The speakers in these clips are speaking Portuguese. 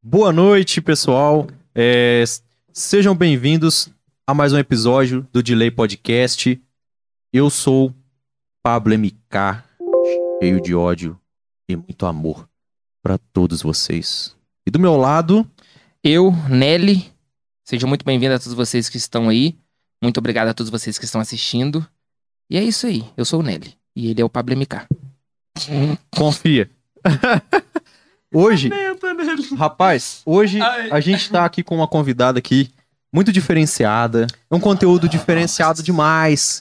Boa noite, pessoal. Sejam bem-vindos a mais um episódio do Delay Podcast. Eu sou Pablo MK, cheio de ódio e muito amor para todos vocês. E do meu lado, eu, Nelly. Sejam muito bem-vindos a todos vocês que estão aí. Muito obrigado a todos vocês que estão assistindo. E é isso aí. Eu sou o Nelly. E ele é o Pablo MK. Confia. Hoje, rapaz, a gente tá aqui com uma convidada aqui muito diferenciada. É um conteúdo diferenciado demais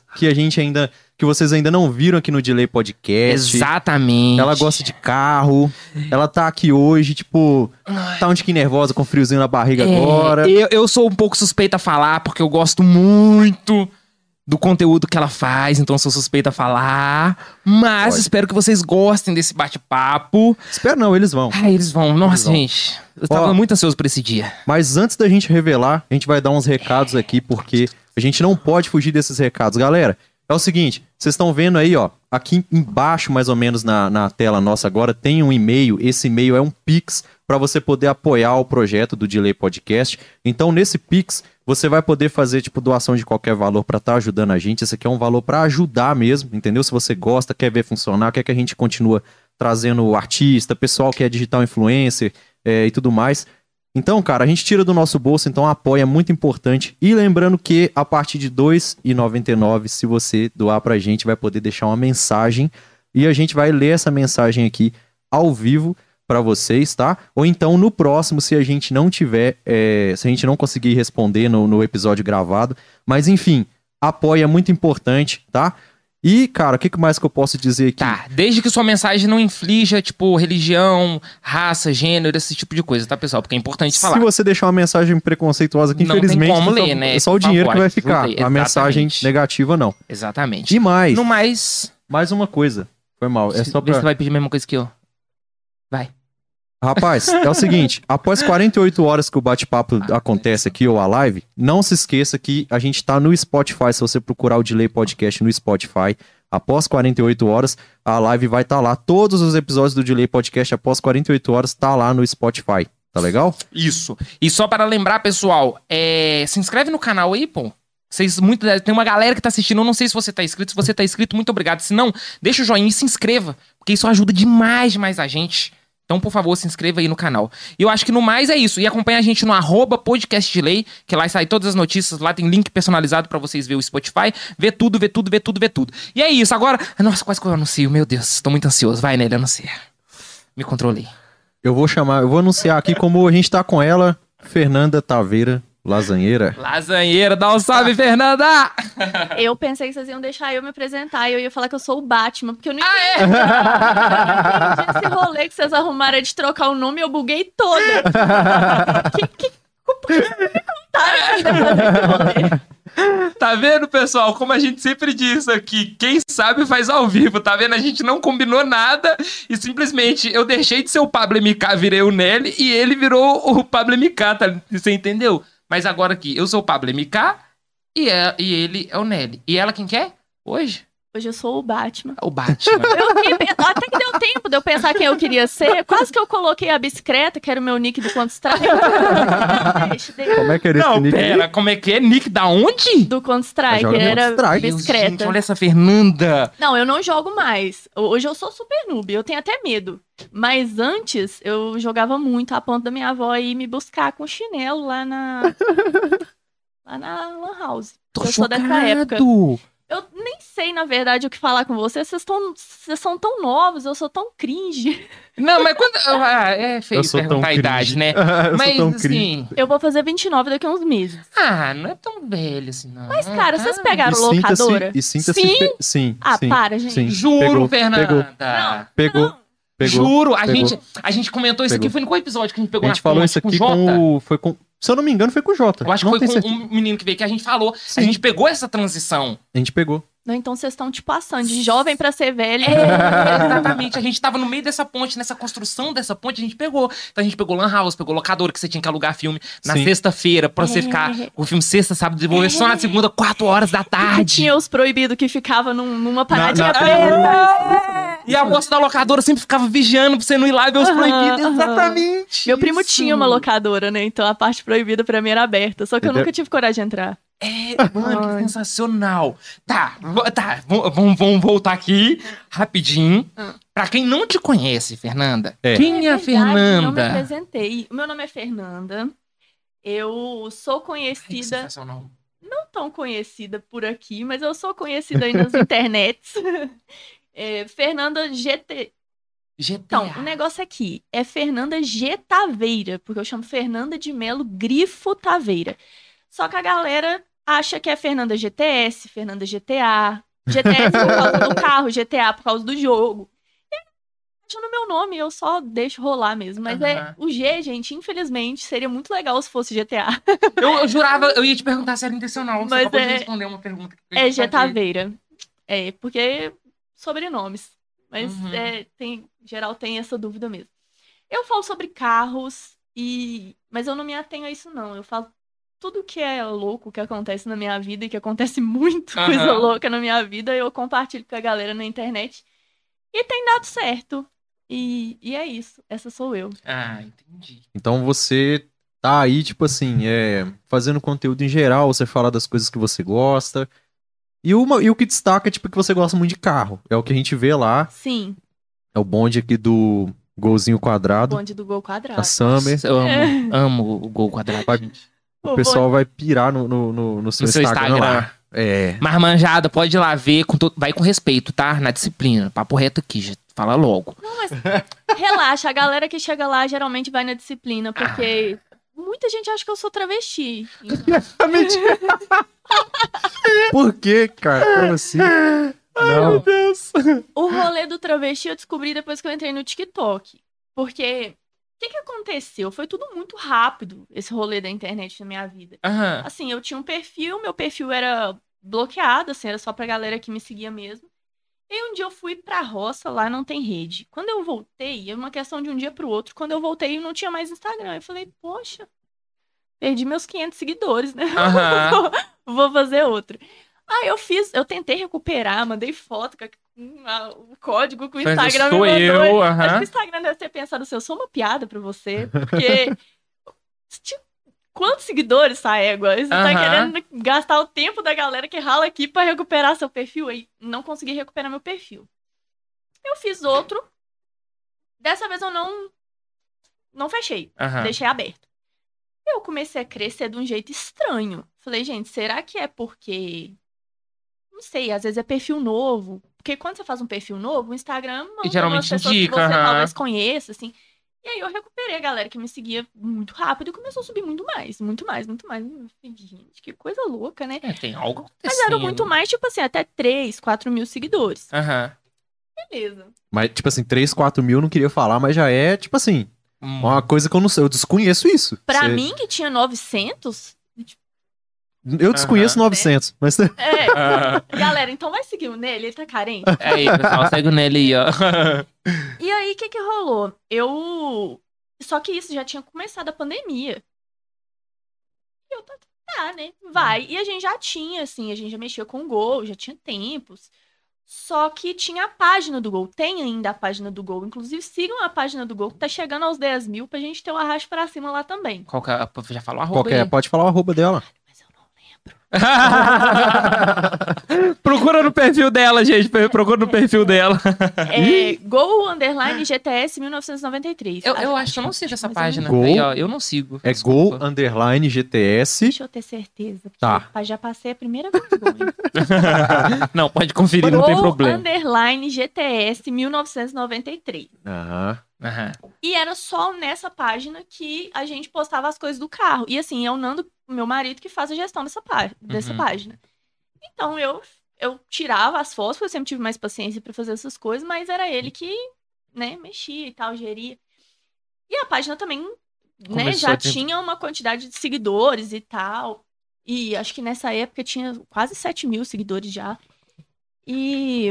que vocês ainda não viram aqui no Delay Podcast. Exatamente. Ela gosta de carro. Ela tá aqui hoje, tipo, tá um tiquinho nervosa, com friozinho na barriga agora. Eu sou um pouco suspeita a falar, porque eu gosto muito do conteúdo que ela faz, então eu sou suspeita a falar. Mas espero que vocês gostem desse bate-papo. Espero não, eles vão. Eles vão. Nossa, gente. Eu tava muito ansioso por esse dia. Mas antes da gente revelar, a gente vai dar uns recados aqui, porque a gente não pode fugir desses recados. Galera, é o seguinte, vocês estão vendo aí, ó, aqui embaixo, mais ou menos na tela nossa agora, tem um e-mail. Esse e-mail é um Pix para você poder apoiar o projeto do Delay Podcast. Então, nesse Pix, você vai poder fazer, tipo, doação de qualquer valor para estar ajudando a gente. Esse aqui é um valor para ajudar mesmo, entendeu? Se você gosta, quer ver funcionar, quer que a gente continue trazendo artista, pessoal que é digital influencer e tudo mais. Então, cara, a gente tira do nosso bolso, então apoia, é muito importante. E lembrando que a partir de R$ 2,99, se você doar pra gente, vai poder deixar uma mensagem e a gente vai ler essa mensagem aqui ao vivo pra vocês, tá? Ou então no próximo, se a gente não tiver, se a gente não conseguir responder no episódio gravado. Mas enfim, apoia, é muito importante, tá? E, cara, o que mais que eu posso dizer aqui? Tá, desde que sua mensagem não inflija, tipo, religião, raça, gênero, esse tipo de coisa, tá, pessoal? Porque é importante falar. Se você deixar uma mensagem preconceituosa aqui, não infelizmente, tem como ler, né? É só o dinheiro que vai ficar. A mensagem negativa, não. Exatamente. E mais? No mais... Mais uma coisa. Foi mal. É só pra... Vê se você vai pedir a mesma coisa que eu. Vai. Rapaz, é o seguinte, após 48 horas que o bate-papo acontece aqui, ou a live, não se esqueça que a gente tá no Spotify, se você procurar o Delay Podcast no Spotify, após 48 horas, a live vai estar lá. Todos os episódios do Delay Podcast, após 48 horas, tá lá no Spotify. Tá legal? Isso. E só para lembrar, pessoal, se inscreve no canal aí, pô. Tem uma galera que tá assistindo, eu não sei se você tá inscrito. Se você tá inscrito, muito obrigado. Se não, deixa o joinha e se inscreva, porque isso ajuda demais a gente. Então, por favor, se inscreva aí no canal. E eu acho que no mais é isso. E acompanha a gente no @podcastdelay, que lá sai todas as notícias. Lá tem link personalizado pra vocês ver o Spotify. Ver tudo. E é isso. Agora... Nossa, quase que eu anuncio. Meu Deus, tô muito ansioso. Vai, Nelly, anuncia. Me controlei. Eu vou anunciar aqui como a gente tá com ela, Fernanda Taveira Lasanheira. Lasanheira, dá um salve, Fernanda! Eu pensei que vocês iam deixar eu me apresentar e eu ia falar que eu sou o Batman, porque eu não entendi. É? Eu não entendi esse rolê que vocês arrumaram de trocar o nome e eu buguei toda. Por que me contaram que vocês iam fazer esse rolê? Tá vendo, pessoal? Como a gente sempre diz aqui, quem sabe faz ao vivo, tá vendo? A gente não combinou nada e simplesmente eu deixei de ser o Pablo MK, virei o Nelly e ele virou o Pablo MK, tá? Você entendeu? Mas agora aqui, eu sou o Pablo MK e ele é o Nelly. E ela quem que é? Hoje? Hoje eu sou o Batman. O Batman. Até que deu tempo de eu pensar quem eu queria ser. Quase que eu coloquei a bicicleta, que era o meu nick do Counter-Strike. Como é que era esse nick? Não, pera, como é que é? Nick da onde? Do Counter-Strike, era bicicleta. Gente, olha essa Fernanda. Não, eu não jogo mais. Hoje eu sou super noob, eu tenho até medo. Mas antes, eu jogava muito a ponto da minha avó ir me buscar com chinelo lá na Lan House. Eu sou dessa época. Eu nem sei, na verdade, o que falar com vocês. Vocês são tão novos, eu sou tão cringe. Não, mas quando... é feio perguntar a idade, né? Mas, assim... Eu vou fazer 29 daqui a uns meses. Não é tão velho assim, não. Mas, cara, vocês pegaram locadora? Sim. Para, gente. Sim. Juro, Fernanda. Pegou. Juro, a gente comentou isso aqui. Foi no qual episódio que a gente pegou na falou isso aqui com... Se eu não me engano, foi com o Jota. Eu acho que foi com um menino que veio que a gente falou. Sim. A gente pegou essa transição. A gente pegou. Não, então vocês estão, tipo, passando de jovem pra ser velho. Exatamente. A gente tava no meio dessa ponte, nessa construção dessa ponte, a gente pegou. Então a gente pegou lan house, pegou locadora, que você tinha que alugar filme na Sim. sexta-feira, pra você ficar o filme sexta, sábado, desenvolver só na segunda, 4 horas da tarde. Tinha os proibidos que ficavam numa paradinha na- preta. E a moça da locadora sempre ficava vigiando pra você não ir lá ver os proibidos. Exatamente. Meu primo isso. tinha uma locadora, né? Então a parte proibida pra mim era aberta. Só que eu Entendeu? nunca tive coragem de entrar. Mano, que sensacional. Tá, vamos voltar aqui rapidinho. Pra quem não te conhece, Fernanda, quem é a verdade, não me Fernanda? apresentei. O meu nome é Fernanda. Eu sou Ai, que conhecida, sensacional. não tão conhecida por aqui, mas eu sou conhecida aí nas internets. Fernanda GT. GTA. Então, o negócio aqui é Fernanda G Taveira, porque eu chamo Fernanda de Melo Grifo Taveira. Só que a galera acha que é Fernanda GTS, Fernanda GTA. GTS por causa do carro, GTA por causa do jogo. Acho no meu nome, eu só deixo rolar mesmo. Mas o G, gente, infelizmente, seria muito legal se fosse GTA. Eu jurava, eu ia te perguntar se era intencional. Você Mas acabou de responder uma pergunta. Que eu ia É te G fazer. Taveira. Porque sobrenomes. Mas geral tem essa dúvida mesmo. Eu falo sobre carros, mas eu não me atenho a isso, não. Eu falo tudo que é louco que acontece na minha vida e que acontece muito coisa louca na minha vida, eu compartilho com a galera na internet. E tem dado certo. E é isso. Essa sou eu. Ah, entendi. Então você tá aí, tipo assim, fazendo conteúdo em geral, você fala das coisas que você gosta. E o que destaca é, tipo, que você gosta muito de carro. É o que a gente vê lá. Sim. É o bonde aqui do Golzinho Quadrado. Bonde do Gol Quadrado. A Summer. Eu amo o gol quadrado. O pessoal vai pirar no seu Instagram lá. Mas manjada, pode ir lá ver, vai com respeito, tá? Na disciplina. Papo reto aqui, já fala logo. Não, mas relaxa, a galera que chega lá geralmente vai na disciplina, porque muita gente acha que eu sou travesti. Mentira. Por quê, cara? Como assim? Não. Meu Deus. O rolê do travesti eu descobri depois que eu entrei no TikTok. Porque o que aconteceu? Foi tudo muito rápido, esse rolê da internet na minha vida. Aham. Assim, eu tinha um perfil, meu perfil era bloqueado, assim, era só pra galera que me seguia mesmo. E um dia eu fui pra roça, lá não tem rede. Quando eu voltei, é uma questão de um dia pro outro, quando eu voltei não tinha mais Instagram. Eu falei, poxa, perdi meus 500 seguidores, né? Aham. Vou fazer outro. Aí eu tentei recuperar, mandei foto com o código que o Instagram me Sou mandou. eu, Acho aham. que o Instagram deve ter pensado assim, eu sou uma piada pra você, porque quantos seguidores essa égua? Você tá Aham. querendo gastar o tempo da galera que rala aqui pra recuperar seu perfil? Aí não consegui recuperar meu perfil. Eu fiz outro. Dessa vez eu não fechei. Aham. Deixei aberto. Eu comecei a crescer de um jeito estranho. Falei, gente, será que é porque... Não sei, às vezes é perfil novo. Porque quando você faz um perfil novo, o Instagram manda geralmente umas pessoas indica, que você aham. talvez conheça, assim. E aí eu recuperei a galera que me seguia muito rápido e começou a subir muito mais, muito mais, muito mais. Eu falei, gente, que coisa louca, né? Tem algo acontecendo. Mas era muito mais, tipo assim, até 3, 4 mil seguidores. Aham. Beleza. Mas, tipo assim, 3, 4 mil não queria falar, mas já é, tipo assim, uma coisa que eu não sei. Eu desconheço isso. Pra mim, que tinha 900... Eu desconheço 900, mas... Galera, então vai seguir o nele, ele tá carente. É aí, pessoal, segue o Nelly aí, ó. E aí, o que rolou? Só que isso já tinha começado a pandemia. E eu, tá, né? Vai. E a gente já tinha, assim, a gente já mexia com o Gol, já tinha tempos. Só que tinha a página do Gol. Tem ainda a página do Gol. Inclusive, sigam a página do Gol, que tá chegando aos 10 mil pra gente ter o arrasto pra cima lá também. Qual que é? Já falou a roupa Qualquer, pode falar o arroba dela. Mas eu não lembro. Procura no perfil dela, gente. Procura no perfil dela. Gol_GTS 1993. Eu acho que eu não sigo essa Mas página. Gol. Aí, ó, eu não sigo. É Desculpa. Gol_GTS. Deixa eu ter certeza. Porque Tá. já passei a primeira vergonha. Não, pode conferir, não tem problema. Gol_GTS 1993. Aham. Aham. E era só nessa página que a gente postava as coisas do carro. E assim, é o Nando, meu marido, que faz a gestão dessa página. Então eu tirava as fotos, porque eu sempre tive mais paciência pra fazer essas coisas, mas era ele que, né, mexia e tal, geria. E a página também, né, Começou já a ter- tinha uma quantidade de seguidores e tal. E acho que nessa época tinha quase 7 mil seguidores já. E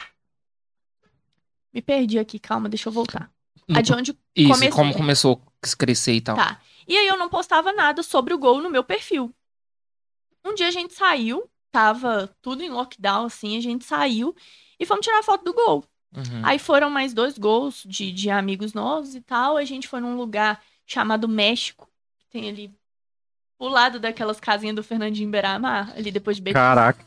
me perdi aqui, calma, deixa eu voltar. A de onde Isso, comecei. como começou a crescer e tal. Tá. E aí eu não postava nada sobre o Gol no meu perfil. Um dia a gente saiu, tava tudo em lockdown, assim, a gente saiu e fomos tirar foto do Gol. Uhum. Aí foram mais 2 gols de amigos nossos e tal. A gente foi num lugar chamado México, que tem ali o lado daquelas casinhas do Fernandinho Beiramar, ali depois de Betim. Caraca.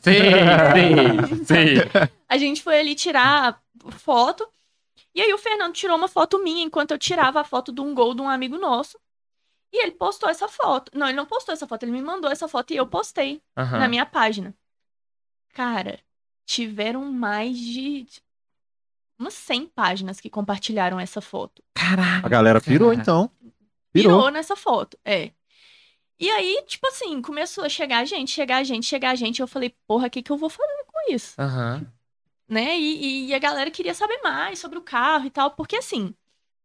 Sei. A gente foi ali tirar foto. E aí o Fernando tirou uma foto minha enquanto eu tirava a foto de um gol de um amigo nosso. E ele postou essa foto. Não, ele não postou essa foto, ele me mandou essa foto e eu postei Aham. na minha página. Cara, tiveram mais de umas 100 páginas que compartilharam essa foto. Caraca. A galera pirou, então. Pirou nessa foto, é. E aí, tipo assim, começou a chegar gente. Eu falei, porra, o que eu vou fazer com isso? Aham. Né? E a galera queria saber mais sobre o carro e tal, porque assim,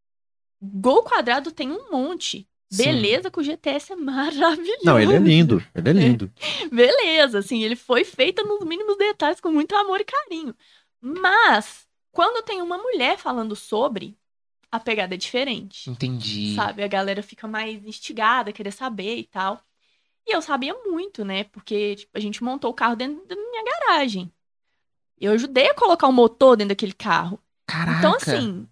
Gol quadrado tem um monte. Sim. Beleza que o GTS é maravilhoso. Não, ele é lindo. Ele é lindo. Beleza, assim, ele foi feito nos mínimos detalhes com muito amor e carinho. Mas, quando tem uma mulher falando sobre, a pegada é diferente. Entendi. Sabe? A galera fica mais instigada, querer saber e tal. E eu sabia muito, né? Porque tipo, a gente montou o carro dentro da minha garagem. Eu ajudei a colocar o motor dentro daquele carro. Caraca. Então, assim,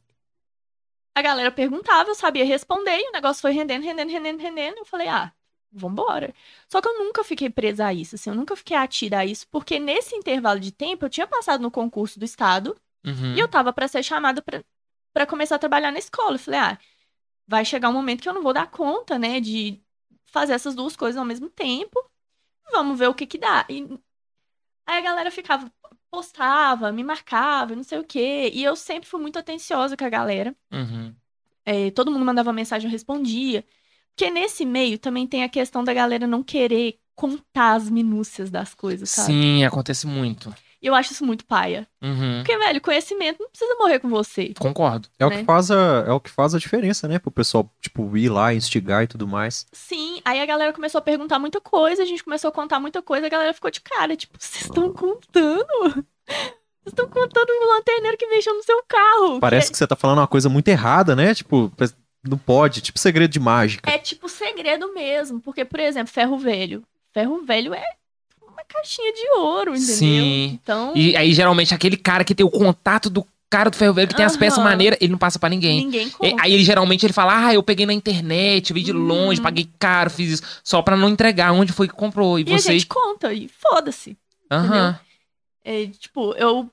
a galera perguntava, eu sabia responder, e o negócio foi rendendo. Eu falei, vambora. Só que eu nunca fiquei presa a isso, assim, eu nunca fiquei atida a isso, porque nesse intervalo de tempo eu tinha passado no concurso do estado Uhum. e eu tava pra ser chamada pra começar a trabalhar na escola. Eu falei, vai chegar um momento que eu não vou dar conta, né, de fazer essas duas coisas ao mesmo tempo. Vamos ver o que dá. E aí a galera postava, me marcava, não sei o quê. E eu sempre fui muito atenciosa com a galera. Uhum. Todo mundo mandava mensagem, eu respondia. Porque nesse meio também tem a questão da galera não querer contar as minúcias das coisas, sabe? Sim, acontece muito. E eu acho isso muito paia. Uhum. Porque, velho, conhecimento não precisa morrer com você. Concordo. É o Né? que faz a diferença, né? Pro pessoal, tipo, ir lá, instigar e tudo mais. Sim, aí a galera começou a perguntar muita coisa, a gente começou a contar muita coisa, a galera ficou de cara, tipo, vocês estão contando? Vocês estão contando um lanterneiro que mexeu no seu carro. Parece que você tá falando uma coisa muito errada, né? Tipo, não pode. Tipo segredo de mágica. É tipo segredo mesmo, porque, por exemplo, ferro velho. Ferro velho é uma caixinha de ouro, entendeu? Sim. Então, E aí, geralmente, aquele cara que tem o contato do cara do ferro velho, que tem as peças Aham. maneiras, ele não passa pra ninguém. ninguém conta. Aí ele geralmente ele fala, eu peguei na internet, vi de longe, Uhum. paguei caro, fiz isso, só pra não entregar onde foi que comprou. E E a você. gente conta, e foda-se. Aham. Tipo,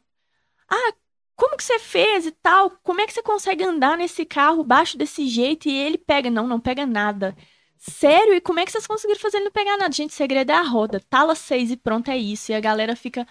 como que você fez e tal? Como é que você consegue andar nesse carro baixo desse jeito? E ele pega. Não pega nada. Sério? E como é que vocês conseguiram fazer ele não pegar nada? Gente, segredo é a roda. Tala 6 e pronto, é isso. E a galera fica.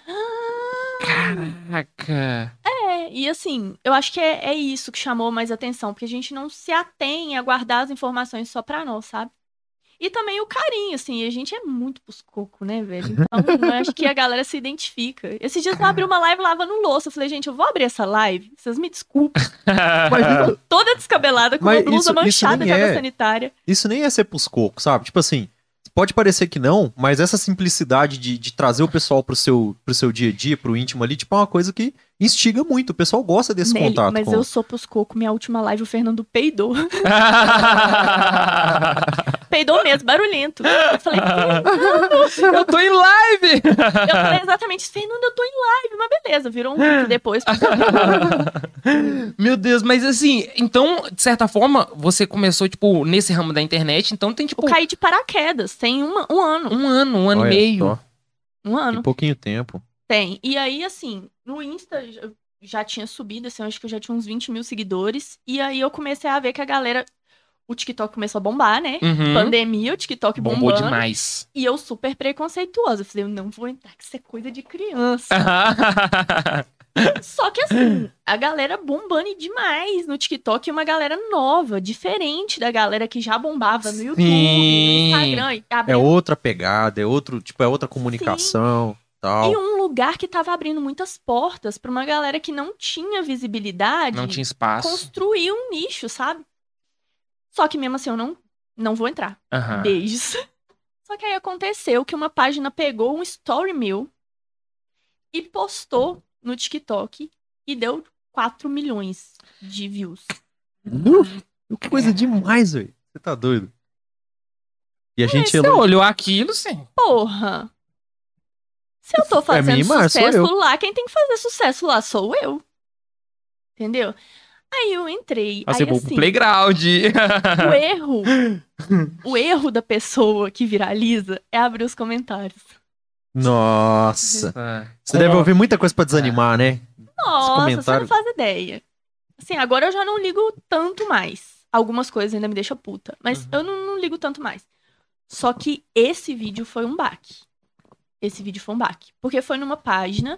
Caraca. E assim, eu acho que é isso que chamou mais atenção. Porque a gente não se atém a guardar as informações só pra nós, sabe? E também o carinho, assim, a gente é muito pros cocos, né, velho? Então, eu acho que a galera se identifica. Esses dias eu abri uma live lavando louça. Eu falei, gente, eu vou abrir essa live, vocês me desculpem. Mas Toda descabelada, com Mas uma blusa isso manchada nem de água é. sanitária. isso nem é ser pros cocos, sabe? Tipo assim, pode parecer que não, mas essa simplicidade de trazer o pessoal pro seu dia a dia, pro íntimo ali, tipo, é uma coisa que instiga muito. O pessoal gosta desse Nelly, contato mas com... eu sou pros cocos. Minha última live, o Fernando peidou. Peidou mesmo, barulhento. Eu falei, Eu tô em live! eu falei exatamente isso. Fernando, eu tô em live. Mas beleza, virou um vídeo depois. Meu Deus, mas assim, então, de certa forma, você começou, tipo, nesse ramo da internet, então tem, tipo, Eu caí de paraquedas. Tem um ano. um ano Olha e meio. só, Um ano. em pouquinho tempo. Tem. E aí, assim, no Insta eu já tinha subido, assim, eu acho que eu já tinha uns 20 mil seguidores. E aí eu comecei a ver que a galera. O TikTok começou a bombar, né? Uhum. Pandemia, o TikTok Bombou bombando. demais. E eu super preconceituosa. Eu falei, eu não vou entrar, que isso é coisa de criança. Só que assim, a galera bombando demais no TikTok e uma galera nova, diferente da galera que já bombava no YouTube, Sim. no Instagram. E É abrindo outra pegada, é outra comunicação, tal. E um lugar que tava abrindo muitas portas pra uma galera que não tinha visibilidade Não tinha espaço. construir um nicho, sabe? Só que mesmo assim eu não vou entrar. Aham. Beijos. Só que aí aconteceu que uma página pegou um story meu e postou no TikTok e deu 4 milhões de views. Que coisa demais, velho. Você tá doido. E a gente... Você olhou aquilo, sim. Porra! Se eu tô fazendo mim, sucesso lá, quem tem que fazer sucesso lá sou eu. Entendeu? Aí eu entrei. Você aí foi assim, pro playground. o erro da pessoa que viraliza é abrir os comentários. Nossa. Você deve ouvir muita coisa pra desanimar, né? Nossa, você não faz ideia. Assim, agora eu já não ligo tanto mais. Algumas coisas ainda me deixam puta. Mas eu não ligo tanto mais. Só que esse vídeo foi um baque. Porque foi numa página.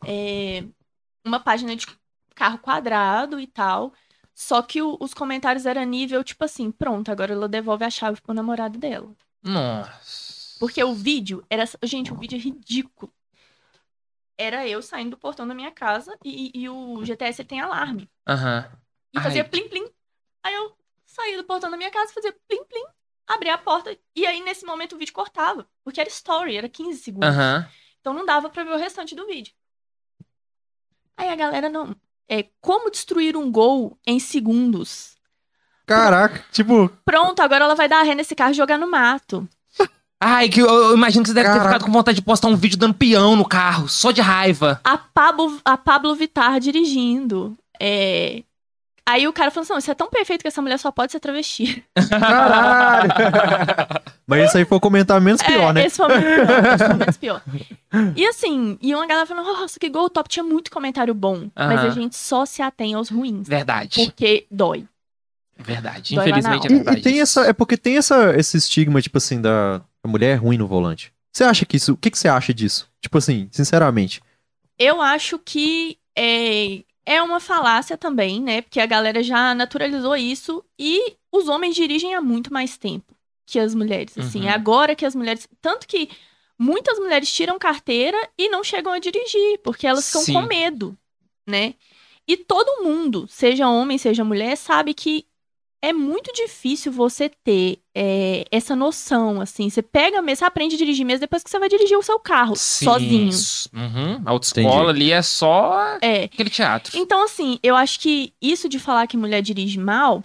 Uma página de carro quadrado e tal. Só que os comentários eram nível, tipo assim, pronto, agora ela devolve a chave pro namorado dela. Nossa. Porque o vídeo era... Gente, o vídeo é ridículo. Era eu saindo do portão da minha casa e o GTS ele tem alarme. E fazia plim-plim. Aí eu saía do portão da minha casa, fazia plim-plim, abria a porta. E aí, nesse momento, o vídeo cortava. Porque era story, era 15 segundos. Então não dava pra ver o restante do vídeo. Aí a galera não... como destruir um gol em segundos. Caraca, tipo... Pronto, agora ela vai dar a ré nesse carro e jogar no mato. Ai, que eu imagino que você deve ter ficado com vontade de postar um vídeo dando peão no carro, só de raiva. A Pablo Vittar dirigindo. Aí o cara falou assim, não, isso é tão perfeito que essa mulher só pode ser travesti. Caralho! Mas esse aí foi o comentário menos pior, né? Esse foi o menos pior. E assim, e uma galera falando, nossa, que gol top, tinha muito comentário bom. Mas a gente só se atém aos ruins. Verdade. Porque dói. Verdade, Dói infelizmente é E verdade. tem é porque tem esse estigma, tipo assim, da mulher ruim no volante. Você acha que isso... O que você acha disso? Tipo assim, sinceramente. Eu acho que é uma falácia também, né? Porque a galera já naturalizou isso e os homens dirigem há muito mais tempo que as mulheres, assim. É agora que as mulheres... Tanto que muitas mulheres tiram carteira e não chegam a dirigir, porque elas ficam com medo, né? E todo mundo, seja homem, seja mulher, sabe que é muito difícil você ter essa noção, assim. Você pega mesmo, você aprende a dirigir mesmo depois que você vai dirigir o seu carro, sozinho. A autoescola ali é só aquele teatro. Então, assim, eu acho que isso de falar que mulher dirige mal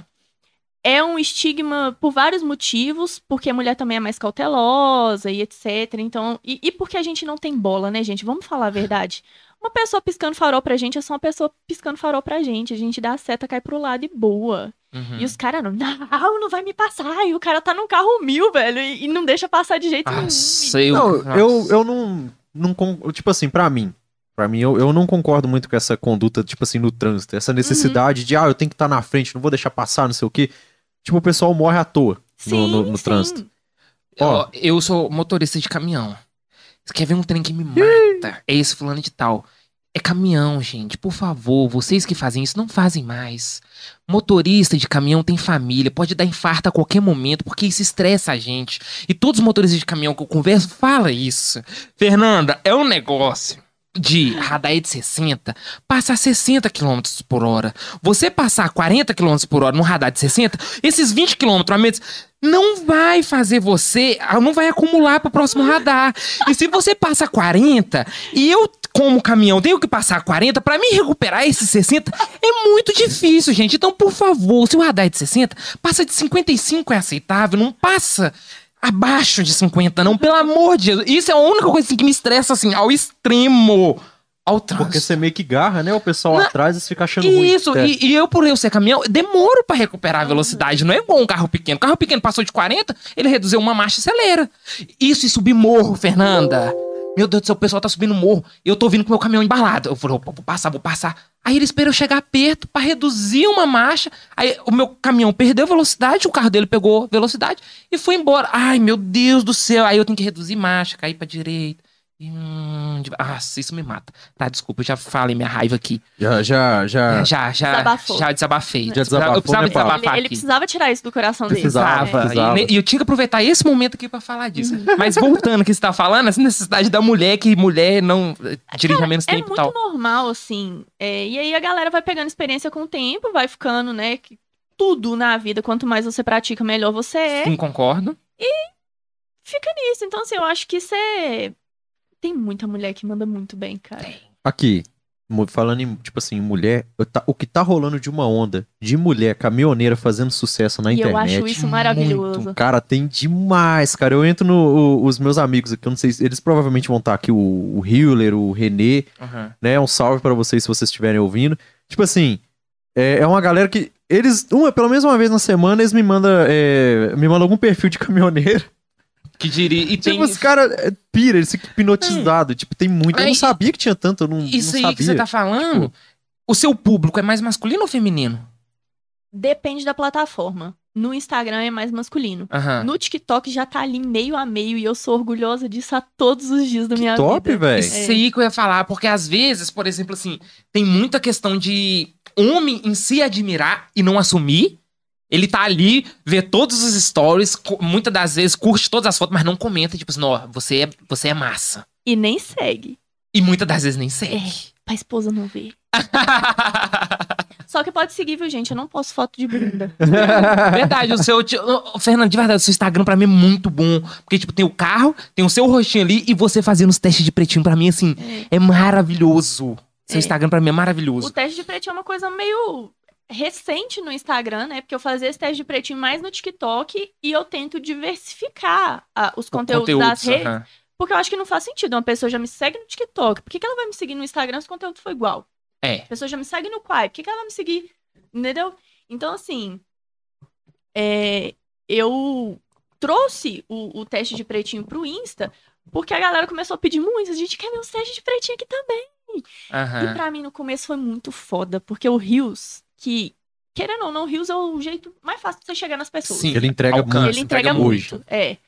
é um estigma por vários motivos, porque a mulher também é mais cautelosa e etc. Então, e porque a gente não tem bola, né, gente? Vamos falar a verdade. Uma pessoa piscando farol pra gente é só uma pessoa piscando farol pra gente. A gente dá a seta, cai pro lado e boa. E os caras não vai me passar. E o cara tá num carro 1000, velho, e não deixa passar de jeito nenhum. Eu não... Tipo assim, pra mim, eu não concordo muito com essa conduta, tipo assim, no trânsito. Essa necessidade de, eu tenho que estar na frente, não vou deixar passar, não sei o quê. Tipo, o pessoal morre à toa no trânsito. Ó, eu sou motorista de caminhão. Você quer ver um trem que me mata? É esse fulano de tal. É caminhão, gente. Por favor, vocês que fazem isso, não fazem mais. Motorista de caminhão tem família, pode dar infarto a qualquer momento, porque isso estressa a gente. E todos os motoristas de caminhão que eu converso falam isso. Fernanda, é um negócio de radar de 60, passar 60 km por hora. Você passar 40 km por hora num radar de 60, esses 20 km a menos não vai fazer você, não vai acumular para o próximo radar. E se você passa 40, e eu, como caminhão, tenho que passar 40, para mim recuperar esses 60 é muito difícil, gente. Então, por favor, se o radar é de 60, passa de 55 é aceitável, não passa abaixo de 50, não, pelo amor de Deus. Isso é a única coisa assim, que me estressa, assim, ao extremo. Ao trânsito. Porque você meio que garra, né? O pessoal atrás e você fica achando ruim. Isso, e eu, por eu ser caminhão, demoro pra recuperar a velocidade. Não é igual um carro pequeno. O carro pequeno passou de 40, ele reduziu uma marcha e acelera. Isso, e subir morro, Fernanda. Meu Deus do céu, o pessoal tá subindo morro. Eu tô vindo com o meu caminhão embalado. Eu falei, vou passar. Aí ele esperou eu chegar perto pra reduzir uma marcha. Aí o meu caminhão perdeu velocidade, o carro dele pegou velocidade e foi embora. Ai, meu Deus do céu. Aí eu tenho que reduzir marcha, cair pra direita. Isso me mata. Tá, desculpa, eu já falei minha raiva aqui. Desabafou. Já desabafei. Já desabafou, eu precisava desabafar ele precisava tirar isso do coração dele. Precisava. E eu tinha que aproveitar esse momento aqui pra falar disso. Mas voltando ao que você tá falando, essa necessidade da mulher, que mulher não dirige há menos tempo e tal. É muito normal, assim. E aí a galera vai pegando experiência com o tempo, vai ficando, né? Tudo na vida, quanto mais você pratica, melhor você é. Sim, concordo. E fica nisso. Então, assim, eu acho que isso é... Tem muita mulher que manda muito bem, cara. Aqui, falando em, tipo assim, mulher, o que tá rolando de uma onda de mulher caminhoneira fazendo sucesso na E internet. eu acho isso maravilhoso. Cara, tem demais, cara. Eu entro os meus amigos aqui, eu não sei, eles provavelmente vão estar aqui, o Hewler, o Renê, né? Um salve pra vocês se vocês estiverem ouvindo. Tipo assim, é uma galera que eles, pelo menos uma vez na semana, eles me mandam algum perfil de caminhoneiro. Que diria. E Tipo, tem... os caras pira, eles ficam hipnotizados. Tipo, tem muito. Eu não sabia que tinha tanto, eu não Isso aí sabia. que você tá falando, Tipo, o seu público é mais masculino ou feminino? Depende da plataforma. No Instagram é mais masculino. Aham. No TikTok já tá ali meio a meio e eu sou orgulhosa disso a todos os dias da minha top, vida. velho. Isso aí que eu ia falar, porque às vezes, por exemplo, assim, tem muita questão de homem em se admirar e não assumir. Ele tá ali, vê todos os stories, muitas das vezes curte todas as fotos, mas não comenta, tipo assim, ó, você é massa. E nem segue. E muitas das vezes nem segue. Pra esposa não ver. Só que pode seguir, viu, gente? Eu não posto foto de bunda. Verdade, Fernando, de verdade, o seu Instagram pra mim é muito bom. Porque, tipo, tem o carro, tem o seu rostinho ali e você fazendo os testes de pretinho pra mim, assim, é maravilhoso. Seu Instagram pra mim é maravilhoso. O teste de pretinho é uma coisa meio recente no Instagram, né? Porque eu fazia esse teste de pretinho mais no TikTok e eu tento diversificar os conteúdos das redes. Porque eu acho que não faz sentido. Uma pessoa já me segue no TikTok. Por que ela vai me seguir no Instagram se o conteúdo for igual? É. A pessoa já me segue no Quai. Por que ela vai me seguir? Entendeu? Então, assim, eu trouxe o teste de pretinho pro Insta porque a galera começou a pedir muito. A gente quer ver os testes de pretinho aqui também. E pra mim, no começo, foi muito foda. Porque o Reels, que, querendo ou não, o Reels é o jeito mais fácil de você chegar nas pessoas. Sim, ele entrega alcance, muito. Ele entrega muito.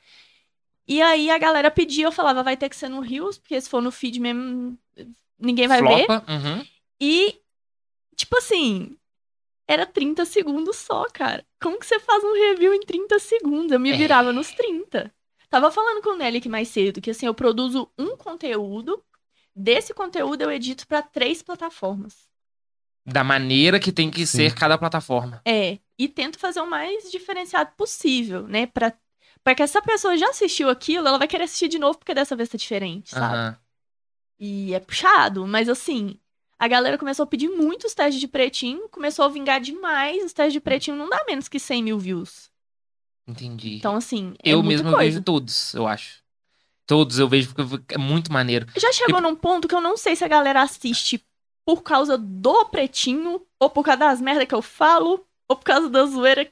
E aí a galera pedia, eu falava, vai ter que ser no Reels, porque se for no feed mesmo, ninguém vai ver. E, tipo assim, era 30 segundos só, cara. Como que você faz um review em 30 segundos? Eu me virava nos 30. Tava falando com o Nelly aqui mais cedo, que assim, eu produzo um conteúdo, desse conteúdo eu edito pra 3 plataformas. Da maneira que tem que ser cada plataforma. E tento fazer o mais diferenciado possível, né? Pra que essa pessoa já assistiu aquilo, ela vai querer assistir de novo, porque dessa vez tá diferente, sabe? E é puxado, mas assim, a galera começou a pedir muitos testes de pretinho, começou a vingar demais. Os testes de pretinho não dá menos que 100 mil views. Entendi. Então, assim, eu muita mesmo coisa. vejo todos, eu acho. Todos eu vejo porque é muito maneiro. Já chegou num ponto que eu não sei se a galera assiste por causa do pretinho, ou por causa das merdas que eu falo, ou por causa da zoeira.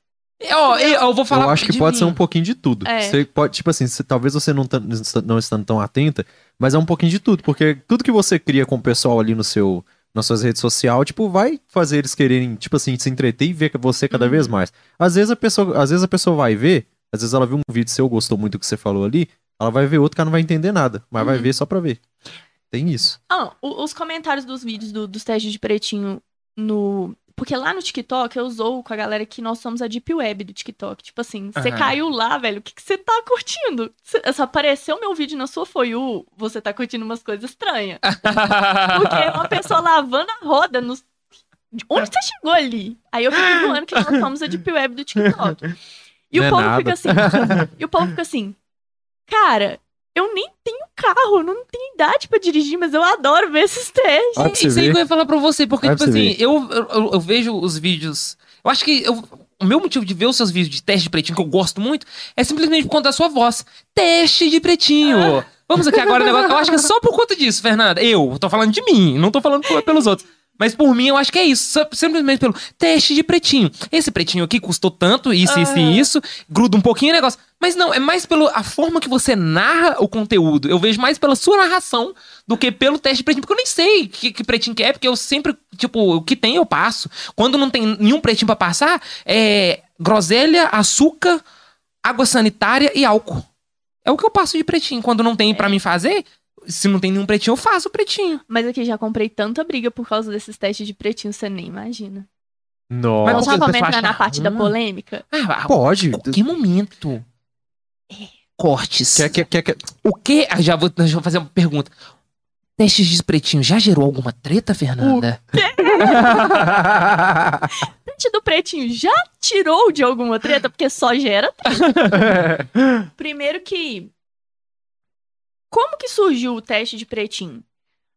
Eu vou falar. Eu acho que pode ser um pouquinho de tudo. É. Você pode, tipo assim, talvez você não estando tão atenta, mas é um pouquinho de tudo, porque tudo que você cria com o pessoal ali nas suas redes sociais, tipo, vai fazer eles quererem, tipo assim, se entreter e ver você cada vez mais. Às vezes a pessoa vai ver, às vezes ela viu um vídeo seu, gostou muito do que você falou ali, ela vai ver outro que ela não vai entender nada, mas vai ver só pra ver. Tem isso. Os comentários dos vídeos dos testes de pretinho Porque lá no TikTok eu zoo com a galera que nós somos a Deep Web do TikTok. Tipo assim, você caiu lá, velho, o que você tá curtindo? Se apareceu meu vídeo na sua For You, você tá curtindo umas coisas estranhas. Porque é uma pessoa lavando a roda nos... Onde você chegou ali? Aí eu fico zoando que nós somos a Deep Web do TikTok. E o povo fica assim... E o povo fica assim... Cara... Eu nem tenho carro, não tenho idade pra dirigir, mas eu adoro ver esses testes. Isso aí que eu ia falar pra você, porque, tipo assim, eu vejo os vídeos. Eu acho que o meu motivo de ver os seus vídeos de teste de pretinho, que eu gosto muito, é simplesmente por conta da sua voz. Teste de pretinho. Vamos aqui agora o negócio. Eu acho que é só por conta disso, Fernanda. Eu tô falando de mim, não tô falando pelos outros. Mas por mim, eu acho que é isso. Simplesmente pelo teste de pretinho. Esse pretinho aqui custou tanto, isso, isso e isso. Gruda um pouquinho o negócio. Mas não, é mais pela forma que você narra o conteúdo. Eu vejo mais pela sua narração do que pelo teste de pretinho. Porque eu nem sei que pretinho que é, porque eu sempre, tipo, o que tem eu passo. Quando não tem nenhum pretinho pra passar, é groselha, açúcar, água sanitária e álcool. É o que eu passo de pretinho. Quando não tem pra mim fazer... Se não tem nenhum pretinho, eu faço o pretinho. Mas aqui já comprei tanta briga por causa desses testes de pretinho, você nem imagina. Nossa. Mas já vamos entrar na parte da polêmica? Pode. Em qualquer momento. Cortes. Quer. O que? Já vou fazer uma pergunta. Testes de pretinho já gerou alguma treta, Fernanda? O teste do pretinho já tirou de alguma treta? Porque só gera treta. Primeiro que... Como que surgiu o teste de pretinho?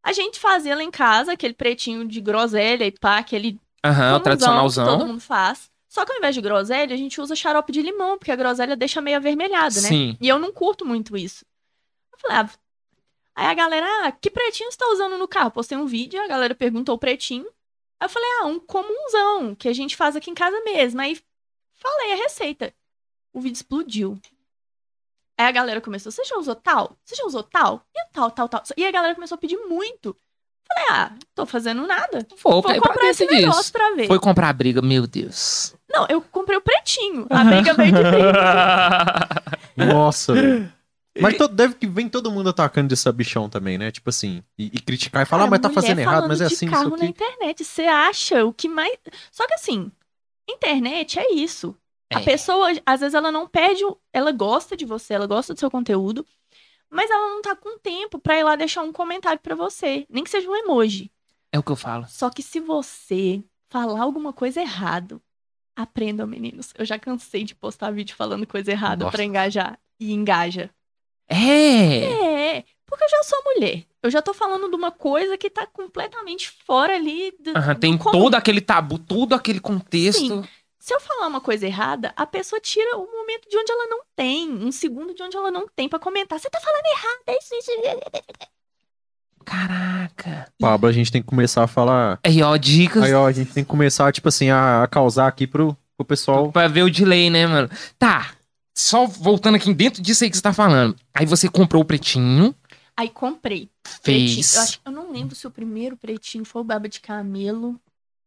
A gente fazia lá em casa aquele pretinho de groselha e pá, aquele Aham, o comumzão que tradicionalzão. todo mundo faz. Só que ao invés de groselha, a gente usa xarope de limão, porque a groselha deixa meio avermelhada, né? Sim. E eu não curto muito isso. Eu falei, aí a galera, que pretinho você tá usando no carro? Postei um vídeo, a galera perguntou o pretinho. Aí eu falei, um comunzão, que a gente faz aqui em casa mesmo. Aí falei a receita. O vídeo explodiu. Aí a galera começou, você já usou tal? Você já usou tal? E tal, tal, tal. E a galera começou a pedir muito. Falei, tô fazendo nada. Vou comprar esse negócio pra ver. Foi comprar a briga, meu Deus. Não, eu comprei o pretinho. A briga veio de briga. Nossa, velho. Mas deve que vem todo mundo atacando desse bichão também, né? Tipo assim, e criticar e falar, Cara, mas tá mulher fazendo errado, mas é falando de assim, isso carro na aqui. internet, você acha o que mais... Só que assim, internet é isso. A É. pessoa, às vezes, ela não perde... Ela gosta de você, ela gosta do seu conteúdo, mas ela não tá com tempo pra ir lá deixar um comentário pra você. Nem que seja um emoji. É o que eu falo. Só que se você falar alguma coisa errado, aprendam, meninos. Eu já cansei de postar vídeo falando coisa errada Nossa. pra engajar. E engaja. É. Porque eu já sou mulher. Eu já tô falando de uma coisa que tá completamente fora ali Aham, do tem comum. todo aquele tabu, todo aquele contexto. Sim. Se eu falar uma coisa errada, a pessoa tira um momento de onde ela não tem, um segundo de onde ela não tem pra comentar. Você tá falando errado, é isso. Caraca. Pablo, a gente tem que começar a falar. Aí, ó, dicas Aí, ó, a gente tem que começar, tipo assim, a causar aqui pro pessoal. pra ver o delay, né, mano? Tá. Só voltando aqui dentro disso aí que você tá falando. Aí você comprou o pretinho, Aí comprei. Pretinho. fez. Eu não lembro se o primeiro pretinho foi o baba de camelo.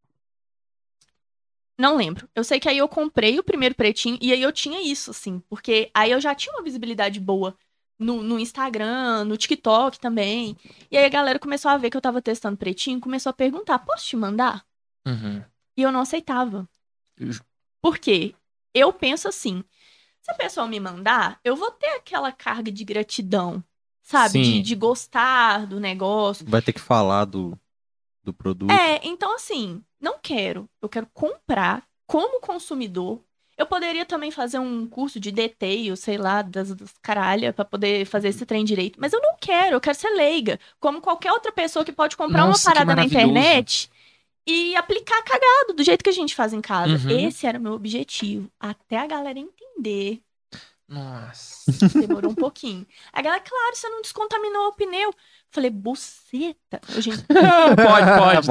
Não lembro. Eu sei que aí eu comprei o primeiro pretinho e aí eu tinha isso, assim. Porque aí eu já tinha uma visibilidade boa no Instagram, no TikTok também. E aí a galera começou a ver que eu tava testando pretinho, começou a perguntar, posso te mandar? Uhum. E eu não aceitava. Ju- Por quê? Eu penso assim, se a pessoa me mandar, eu vou ter aquela carga de gratidão, sabe? Sim. De gostar do negócio. Vai ter que falar do produto. Então assim, não quero. Eu quero comprar como consumidor. Eu poderia também fazer um curso de detail, sei lá, das caralhas, pra poder fazer esse trem direito. Mas eu não quero, eu quero ser leiga. Como qualquer outra pessoa que pode comprar Nossa, uma que parada na maravilhoso. internet e aplicar cagado, do jeito que a gente faz em casa. Uhum. Esse era o meu objetivo. Até a galera entender. Nossa. Demorou um pouquinho. A galera, claro, você não descontaminou o pneu. Falei, buceta. Gente, Pode.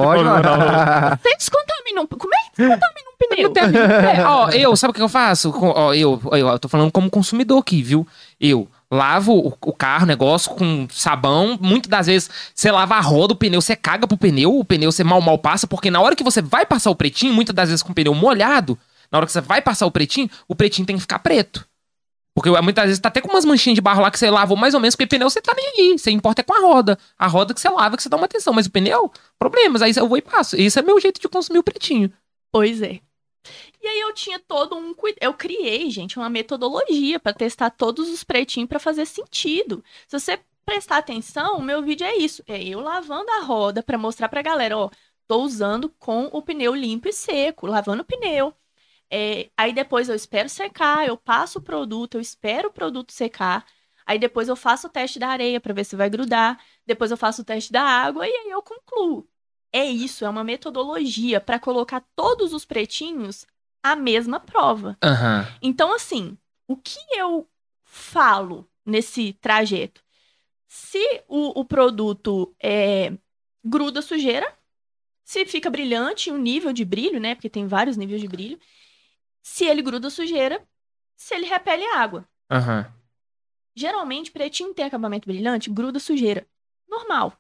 você descontaminou. Como é que descontamina um pneu? Sabe o que eu faço? Eu tô falando como consumidor aqui, viu? Eu lavo o carro, negócio com sabão. Muitas das vezes você lava a roda, o pneu, você caga pro pneu, o pneu você mal passa, porque na hora que você vai passar o pretinho, muitas das vezes com o pneu molhado, na hora que você vai passar o pretinho tem que ficar preto. Porque muitas vezes tá até com umas manchinhas de barro lá que você lavou mais ou menos, porque pneu você tá nem aí. Você importa é com a roda. A roda que você lava, que você dá uma atenção. Mas o pneu, problemas. Aí eu vou e passo. Esse é meu jeito de consumir o pretinho. Pois é. E aí eu tinha todo um cuidado. Eu criei, gente, uma metodologia pra testar todos os pretinhos pra fazer sentido. Se você prestar atenção, o meu vídeo é isso. É eu lavando a roda pra mostrar pra galera, ó, tô usando com o pneu limpo e seco, lavando o pneu. Aí depois eu espero secar, eu passo o produto, eu espero o produto secar. Aí depois eu faço o teste da areia pra ver se vai grudar. Depois eu faço o teste da água e aí eu concluo. É isso, é uma metodologia pra colocar todos os pretinhos à mesma prova. Aham. Então, assim, o que eu falo nesse trajeto? Se o produto gruda sujeira, se fica brilhante, um nível de brilho, né? Porque tem vários níveis de brilho. Se ele gruda sujeira, se ele repele água. Aham. Geralmente, pretinho tem acabamento brilhante, gruda sujeira. Normal.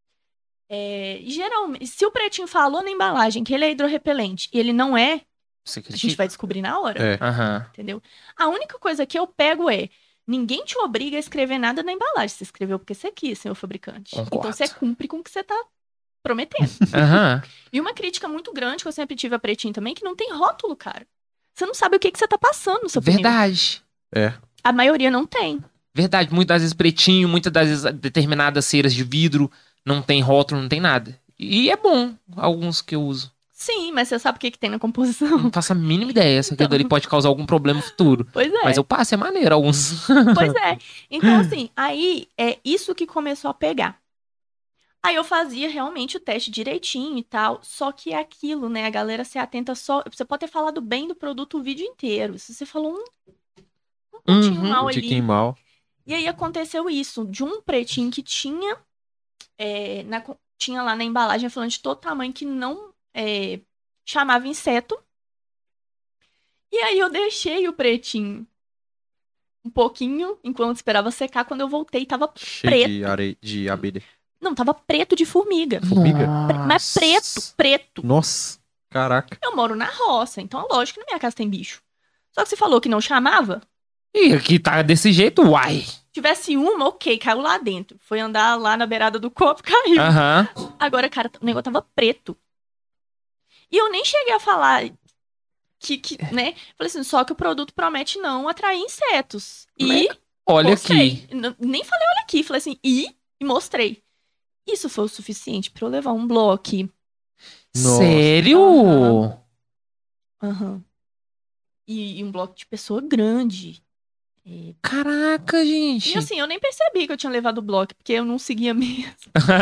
Geralmente, se o pretinho falou na embalagem que ele é hidrorrepelente e ele não é, Você a gente acredita? vai descobrir na hora. Aham. Entendeu? A única coisa que eu pego ninguém te obriga a escrever nada na embalagem. Você escreveu porque você quis, senhor fabricante. Concordo. Então você cumpre com o que você tá prometendo. Aham. E uma crítica muito grande que eu sempre tive a pretinho também, que não tem rótulo, cara. Você não sabe o que você tá passando no seu pneu. Verdade. A maioria não tem. Verdade. Muitas vezes pretinho, muitas das vezes determinadas ceras de vidro não tem rótulo, não tem nada. E é bom, alguns que eu uso. Sim, mas você sabe o que tem na composição. Não faço a mínima ideia se aquilo ali pode causar algum problema futuro. Pois é. Mas eu passo, é maneiro alguns. Pois é. Então, assim, aí é isso que começou a pegar. Aí eu fazia realmente o teste direitinho e tal. Só que é aquilo, né? A galera se atenta só. Você pode ter falado bem do produto o vídeo inteiro. Se você falou um pontinho mal ali. Tiquinho mal. E aí aconteceu isso, de um pretinho que tinha, tinha lá na embalagem falando de todo tamanho que não chamava inseto. E aí eu deixei o pretinho um pouquinho, enquanto esperava secar. Quando eu voltei, tava Cheio preto. de areia, de abelha. Não, tava preto de formiga. Formiga? Mas preto. Nossa, caraca. Eu moro na roça, então é lógico que na minha casa tem bicho. Só que você falou que não chamava? E aqui tá desse jeito, uai. Tivesse uma, ok, caiu lá dentro. Foi andar lá na beirada do copo, caiu. Aham. Agora, cara, o negócio tava preto. E eu nem cheguei a falar né? Falei assim, só que o produto promete não atrair insetos. E Olha mostrei. aqui. Nem falei olha aqui, falei assim, e mostrei. Isso foi o suficiente pra eu levar um bloco. Nossa. Sério? Aham. E um bloco de pessoa grande. Caraca, gente. E assim, eu nem percebi que eu tinha levado o bloco, porque eu não seguia mesmo.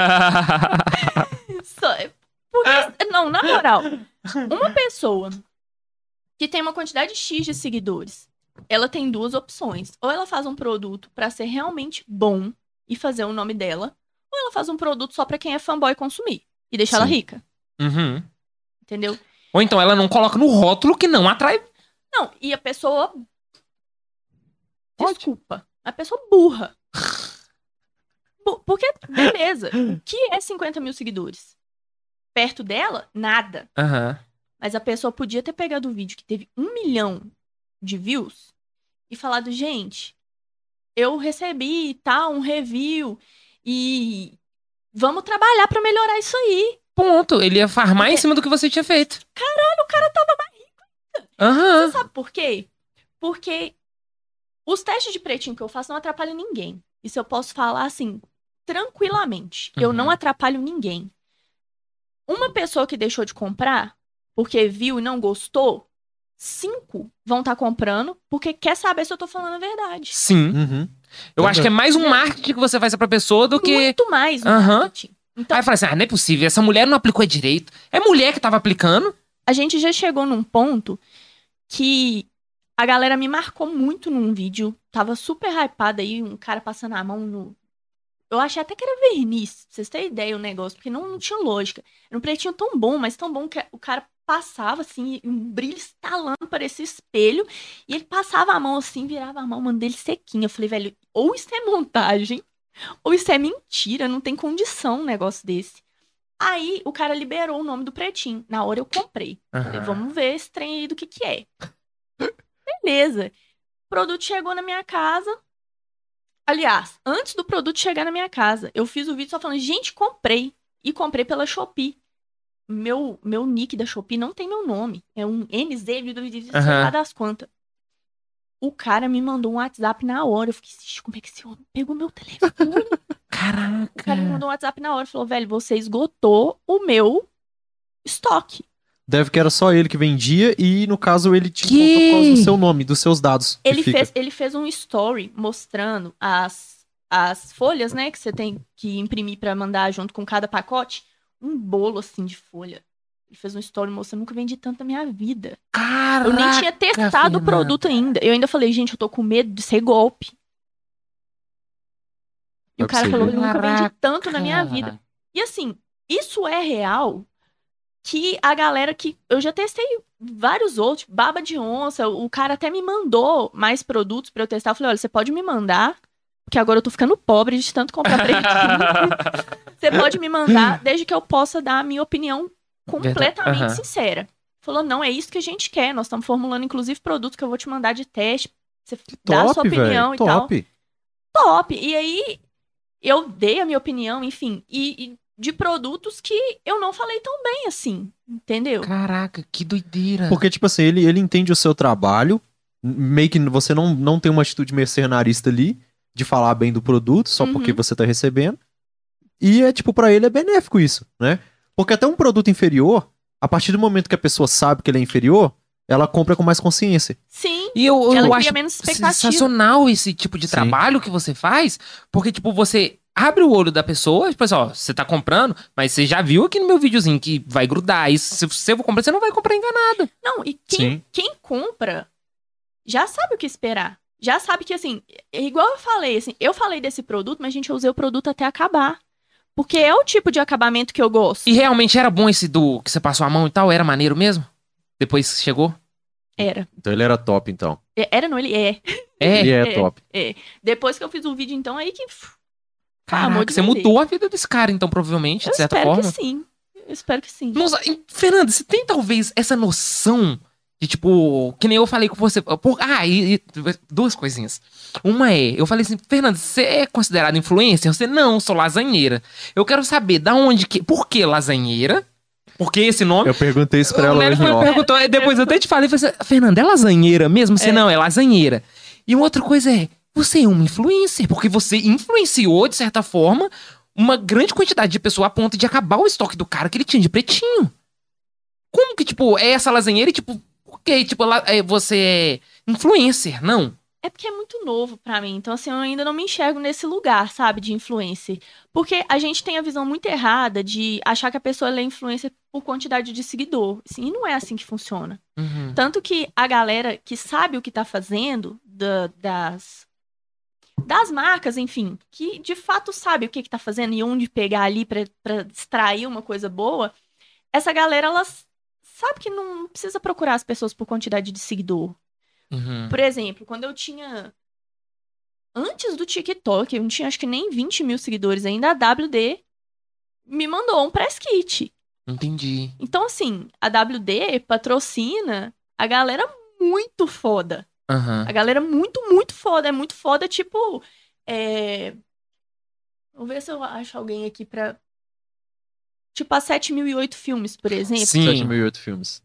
Não, na moral, uma pessoa que tem uma quantidade X de seguidores, ela tem duas opções. Ou ela faz um produto pra ser realmente bom e fazer o nome dela, ou ela faz um produto só pra quem é fanboy consumir e deixar ela rica. Uhum. Entendeu? Ou então ela não coloca no rótulo que não atrai. Não, e a pessoa... Desculpa. A pessoa burra. Porque, beleza, o que é 50 mil seguidores? Perto dela, nada. Aham. Mas a pessoa podia ter pegado o vídeo que teve 1 milhão de views e falado, gente, eu recebi, tá, um review e vamos trabalhar pra melhorar isso aí. Ponto. Ele ia farmar em cima do que você tinha feito. Caralho, o cara tava mais rico ainda. Aham. Você sabe por quê? Porque os testes de pretinho que eu faço não atrapalham ninguém. Isso eu posso falar, assim, tranquilamente. Eu não atrapalho ninguém. Uma pessoa que deixou de comprar porque viu e não gostou, 5 vão estar comprando porque quer saber se eu tô falando a verdade. Sim. Uhum. Eu acho que é mais um marketing que você faz pra pessoa do que... Muito mais no Aham. marketing. Então, Aí fala assim, não é possível, essa mulher não aplicou direito. É mulher que tava aplicando. a gente já chegou num ponto que a galera me marcou muito num vídeo. Tava super hypada aí, um cara passando a mão no... Eu achei até que era verniz, pra vocês terem ideia o negócio, porque não tinha lógica. Era um pretinho tão bom, mas tão bom que o cara passava assim, um brilho estalando para esse espelho, e ele passava a mão assim, virava a mão dele sequinha. Eu falei, velho, ou isso é montagem, ou isso é mentira, não tem condição um negócio desse. Aí o cara liberou o nome do pretinho. Na hora eu comprei. Falei, vamos ver esse trem aí do que é. Beleza. O produto chegou na minha casa. Aliás, antes do produto chegar na minha casa, eu fiz o vídeo só falando, gente, comprei. E comprei pela Shopee. Meu nick da Shopee não tem meu nome. É um NZ, sei lá das quantas. O cara me mandou um WhatsApp na hora. Eu fiquei, como é que esse homem pegou meu telefone? Caraca. O cara me mandou um WhatsApp na hora. Falou, velho, você esgotou o meu estoque. Deve que era só ele que vendia e, no caso, ele te contou por causa do seu nome, dos seus dados. Ele fez um story mostrando as folhas, né, que você tem que imprimir pra mandar junto com cada pacote. Um bolo, assim, de folha. Ele fez um story mostrando, nunca vendi tanto na minha vida. Caraca, eu nem tinha testado o produto ainda. Eu ainda falei, gente, eu tô com medo de ser golpe. E o cara falou, eu nunca vendi tanto na minha vida. E assim, isso é real que a galera que... Eu já testei vários outros, baba de onça, o cara até me mandou mais produtos pra eu testar. Eu falei, olha, você pode me mandar, porque agora eu tô ficando pobre de tanto comprar pretinho. Você pode me mandar, desde que eu possa dar a minha opinião completamente sincera. Falou, não, é isso que a gente quer. Nós estamos formulando, inclusive, produtos que eu vou te mandar de teste. Você dá a sua opinião e tal. Top! E aí, eu dei a minha opinião, enfim. E de produtos que eu não falei tão bem assim, entendeu? Caraca, que doideira. Porque, tipo assim, ele entende o seu trabalho, meio que você não tem uma atitude mercenarista ali, de falar bem do produto, só porque você tá recebendo. E é, tipo, pra ele é benéfico isso, né? Porque até um produto inferior, a partir do momento que a pessoa sabe que ele é inferior, ela compra com mais consciência. Sim, e eu ela acho menos expectativa. sensacional esse tipo de trabalho que você faz, porque, tipo, você abre o olho da pessoa, tipo assim, ó, você tá comprando, mas você já viu aqui no meu videozinho que vai grudar. Isso, se você for comprar, você não vai comprar enganado. Não, e Sim. quem compra já sabe o que esperar. Já sabe que, assim, igual eu falei, assim, eu falei desse produto, mas, gente, eu usei o produto até acabar. Porque é o tipo de acabamento que eu gosto. E realmente era bom esse do que você passou a mão e tal? Era maneiro mesmo? Depois que chegou? Era. Então ele era top, então. Era, não, ele é. É. Ele é top. É. Depois que eu fiz o vídeo, então, aí que... Caraca, amor de você vender. mudou a vida desse cara, então, provavelmente, Eu de certa espero forma. que sim. Eu espero que sim. Nossa, Fernanda, você tem talvez essa noção de, tipo, que nem eu falei com você. Duas coisinhas. Uma é, eu falei assim, Fernanda, você é considerada influencer? Você, não, sou lasanheira. Eu quero saber da onde que. Por que lasanheira? Por que esse nome? Eu perguntei isso pra ela hoje, ó. Perguntou, aí depois eu até te falei, falei assim, Fernanda, é lasanheira mesmo? Você não, é lasanheira. E uma outra coisa é, você é uma influencer, porque você influenciou, de certa forma, uma grande quantidade de pessoas a ponto de acabar o estoque do cara que ele tinha de pretinho. Como que, tipo, é essa lasanheira e, tipo, por que, tipo, você é influencer, não? É porque é muito novo pra mim. Então, assim, eu ainda não me enxergo nesse lugar, sabe, de influencer. Porque a gente tem a visão muito errada de achar que a pessoa ela é influencer por quantidade de seguidor. Assim, e não é assim que funciona. Uhum. Tanto que a galera que sabe o que tá fazendo, das marcas, enfim, que de fato sabe o que tá fazendo e onde pegar ali pra extrair uma coisa boa, essa galera, ela sabe que não precisa procurar as pessoas por quantidade de seguidor. Uhum. Por exemplo, quando eu tinha... Antes do TikTok, eu não tinha acho que nem 20 mil seguidores ainda, a WD me mandou um press kit. Entendi. Então, assim, a WD patrocina a galera muito foda. Aham. A galera muito, muito foda. É muito foda, tipo... Vou ver se eu acho alguém aqui pra... Tipo, a 7008 filmes, por exemplo. Sim. 7.008 filmes.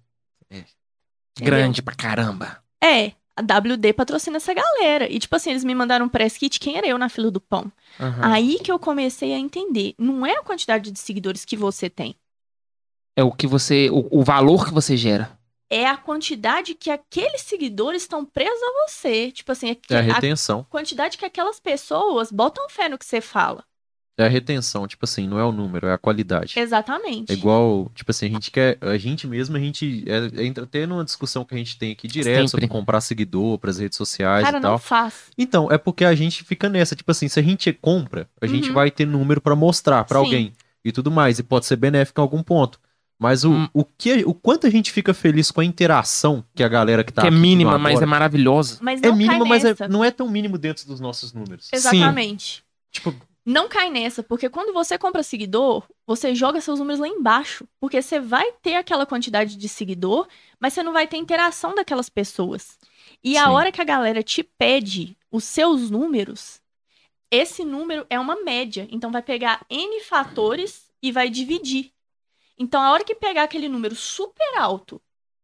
Grande pra caramba. A WD patrocina essa galera. E, tipo assim, eles me mandaram um press kit, quem era eu na fila do pão? Aham. Aí que eu comecei a entender. Não é a quantidade de seguidores que você tem. É o que você. O valor que você gera. É a quantidade que aqueles seguidores estão presos a você. Tipo assim, É a a retenção. quantidade que aquelas pessoas botam fé no que você fala. É a retenção, tipo assim, não é o número, é a qualidade. Exatamente. É igual, tipo assim, a gente mesmo, entra até numa discussão que a gente tem aqui direto Sempre. sobre comprar seguidor pras redes sociais Cara, e tal. não faz. Então, é porque a gente fica nessa, tipo assim, se a gente compra, a gente Uhum. vai ter número pra mostrar pra Sim. alguém e tudo mais, e pode ser benéfico em algum ponto. Mas o quanto a gente fica feliz com a interação que a galera que tá Que é aqui mínima, agora, mas é maravilhosa. Mas é não mínima, cai mas nessa. não é tão mínimo dentro dos nossos números. Exatamente. Tipo, Não cai nessa, porque quando você compra seguidor, você joga seus números lá embaixo. Porque você vai ter aquela quantidade de seguidor, mas você não vai ter interação daquelas pessoas. E a Sim. hora que a galera te pede os seus números, esse número é uma média. Então vai pegar N fatores e vai dividir. Então a hora que pegar aquele número super alto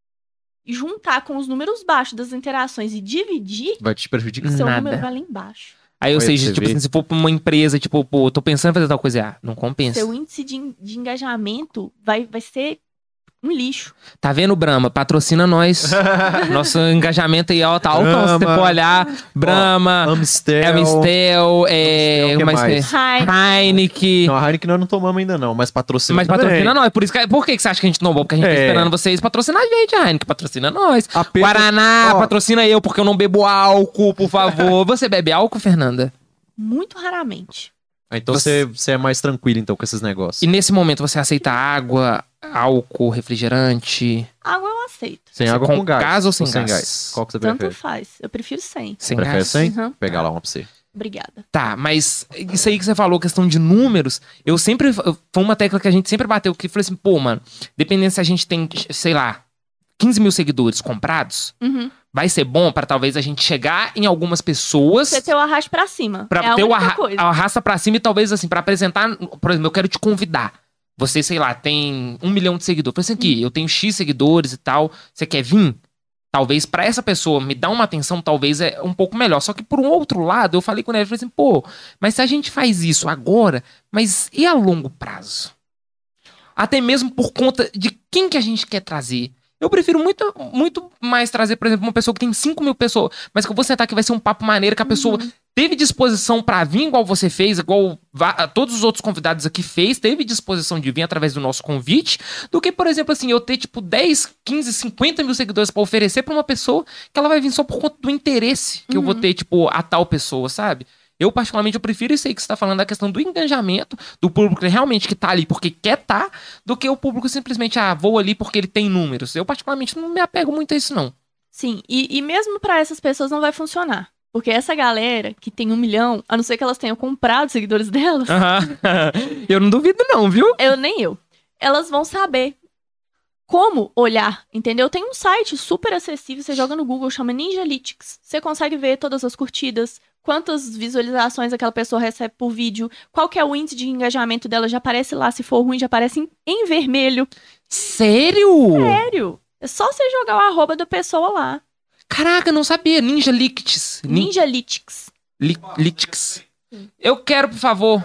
e juntar com os números baixos das interações e dividir, vai te prejudicar. seu Nada. número vai lá embaixo. Aí, ou Olha pra seja, você tipo ver. assim, se for pra uma empresa, tipo, pô, tô pensando em fazer tal coisa, não compensa. Seu índice de engajamento vai ser um lixo. Tá vendo, Brahma? Patrocina nós. Nosso engajamento aí, ó, tá alto. Se você Brahma. for olhar, Brahma, Amstel. Amstel, que como mais? que é? Ai, Heineken. Não, a Heineken nós não tomamos ainda não, mas patrocina Mas também. patrocina nós. Por que você acha que a gente não bom? Porque a gente tá É. esperando vocês patrocinar a gente. A Heineken patrocina nós. A Pedro- Guaraná, Ó. patrocina eu, porque eu não bebo álcool, por favor. Você bebe álcool, Fernanda? muito raramente. Ah, então você é mais tranquilo então com esses negócios. E nesse momento você aceita água, álcool, refrigerante? Água eu aceito. Sem Você água com gás. ou sem gás? Qual que você Tanto prefere? faz. Eu prefiro sem. Sem Prefere gás? sem? Uhum. Pegar lá uma pra você. Obrigada. Tá, mas isso aí que você falou, questão de números, foi uma tecla que a gente sempre bateu, que falou assim, pô, mano, dependendo se a gente tem, sei lá, 15 mil seguidores comprados, Uhum. vai ser bom pra talvez a gente chegar em algumas pessoas, Você ter o arraste pra cima. pra é a ter o única coisa. arrasta pra cima e talvez assim, pra apresentar, por exemplo, eu quero te convidar. Você, sei lá, tem 1 milhão de seguidores. Falei assim, aqui, eu tenho X seguidores e tal, você quer vir? Talvez pra essa pessoa me dar uma atenção, talvez é um pouco melhor. Só que por um outro lado, eu falei com ele, falei assim, pô, mas se a gente faz isso agora, mas e a longo prazo? Até mesmo por conta de quem que a gente quer trazer. Eu prefiro muito, muito mais trazer, por exemplo, uma pessoa que tem 5 mil pessoas, mas que eu vou sentar que vai ser um papo maneiro, que a pessoa teve disposição pra vir igual você fez, igual todos os outros convidados aqui fez, teve disposição de vir através do nosso convite, do que, por exemplo, assim, eu ter, tipo, 10, 15, 50 mil seguidores pra oferecer pra uma pessoa que ela vai vir só por conta do interesse que eu vou ter, tipo, a tal pessoa, sabe? Eu, particularmente, eu prefiro isso aí que você tá falando, da questão do engajamento, do público realmente que tá ali porque quer tá, do que o público simplesmente, vou ali porque ele tem números. Eu, particularmente, não me apego muito a isso, não. Sim, e mesmo pra essas pessoas não vai funcionar. Porque essa galera que tem 1 milhão, a não ser que elas tenham comprado os seguidores delas, Eu não duvido não, viu? nem eu. Elas vão saber como olhar, entendeu? Tem um site super acessível, você joga no Google, chama Ninjalytics. Você consegue ver todas as curtidas, quantas visualizações aquela pessoa recebe por vídeo, qual que é o índice de engajamento dela, já aparece lá, se for ruim, já aparece em vermelho. Sério? Sério? É só você jogar o arroba da pessoa lá. Caraca, não sabia. Ninjalytics. Ninjalytics. Lytics. Eu quero, por favor.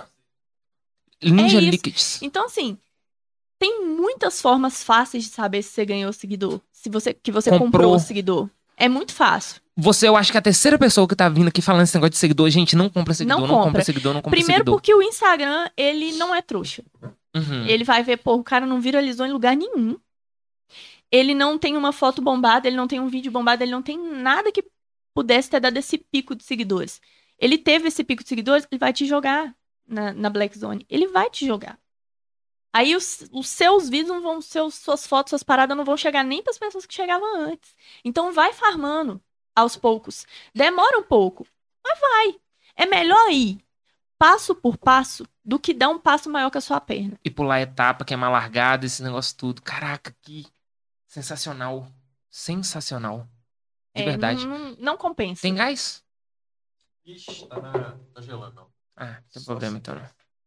Ninjalytics. Então, assim, tem muitas formas fáceis de saber se você ganhou seguidor. Que você comprou o seguidor. É muito fácil. Eu acho que a terceira pessoa que tá vindo aqui falando esse negócio de seguidor, gente, não compra seguidor, não compra seguidor, não compra Primeiro seguidor. porque o Instagram, ele não é trouxa. Uhum. Ele vai ver, pô, o cara não viralizou em lugar nenhum. Ele não tem uma foto bombada, ele não tem um vídeo bombado, ele não tem nada que pudesse ter dado esse pico de seguidores. Ele teve esse pico de seguidores, ele vai te jogar na Black Zone. Ele vai te jogar. Aí os seus vídeos não vão, suas fotos, suas paradas não vão chegar nem para as pessoas que chegavam antes. Então vai farmando aos poucos. Demora um pouco, mas vai. É melhor ir passo por passo do que dar um passo maior que a sua perna. E pular etapa, que é mais largada, esse negócio tudo. Caraca, que sensacional. Sensacional. De verdade. Não compensa. Tem gás? Ixi, tá gelando, não. Não tem problema, então.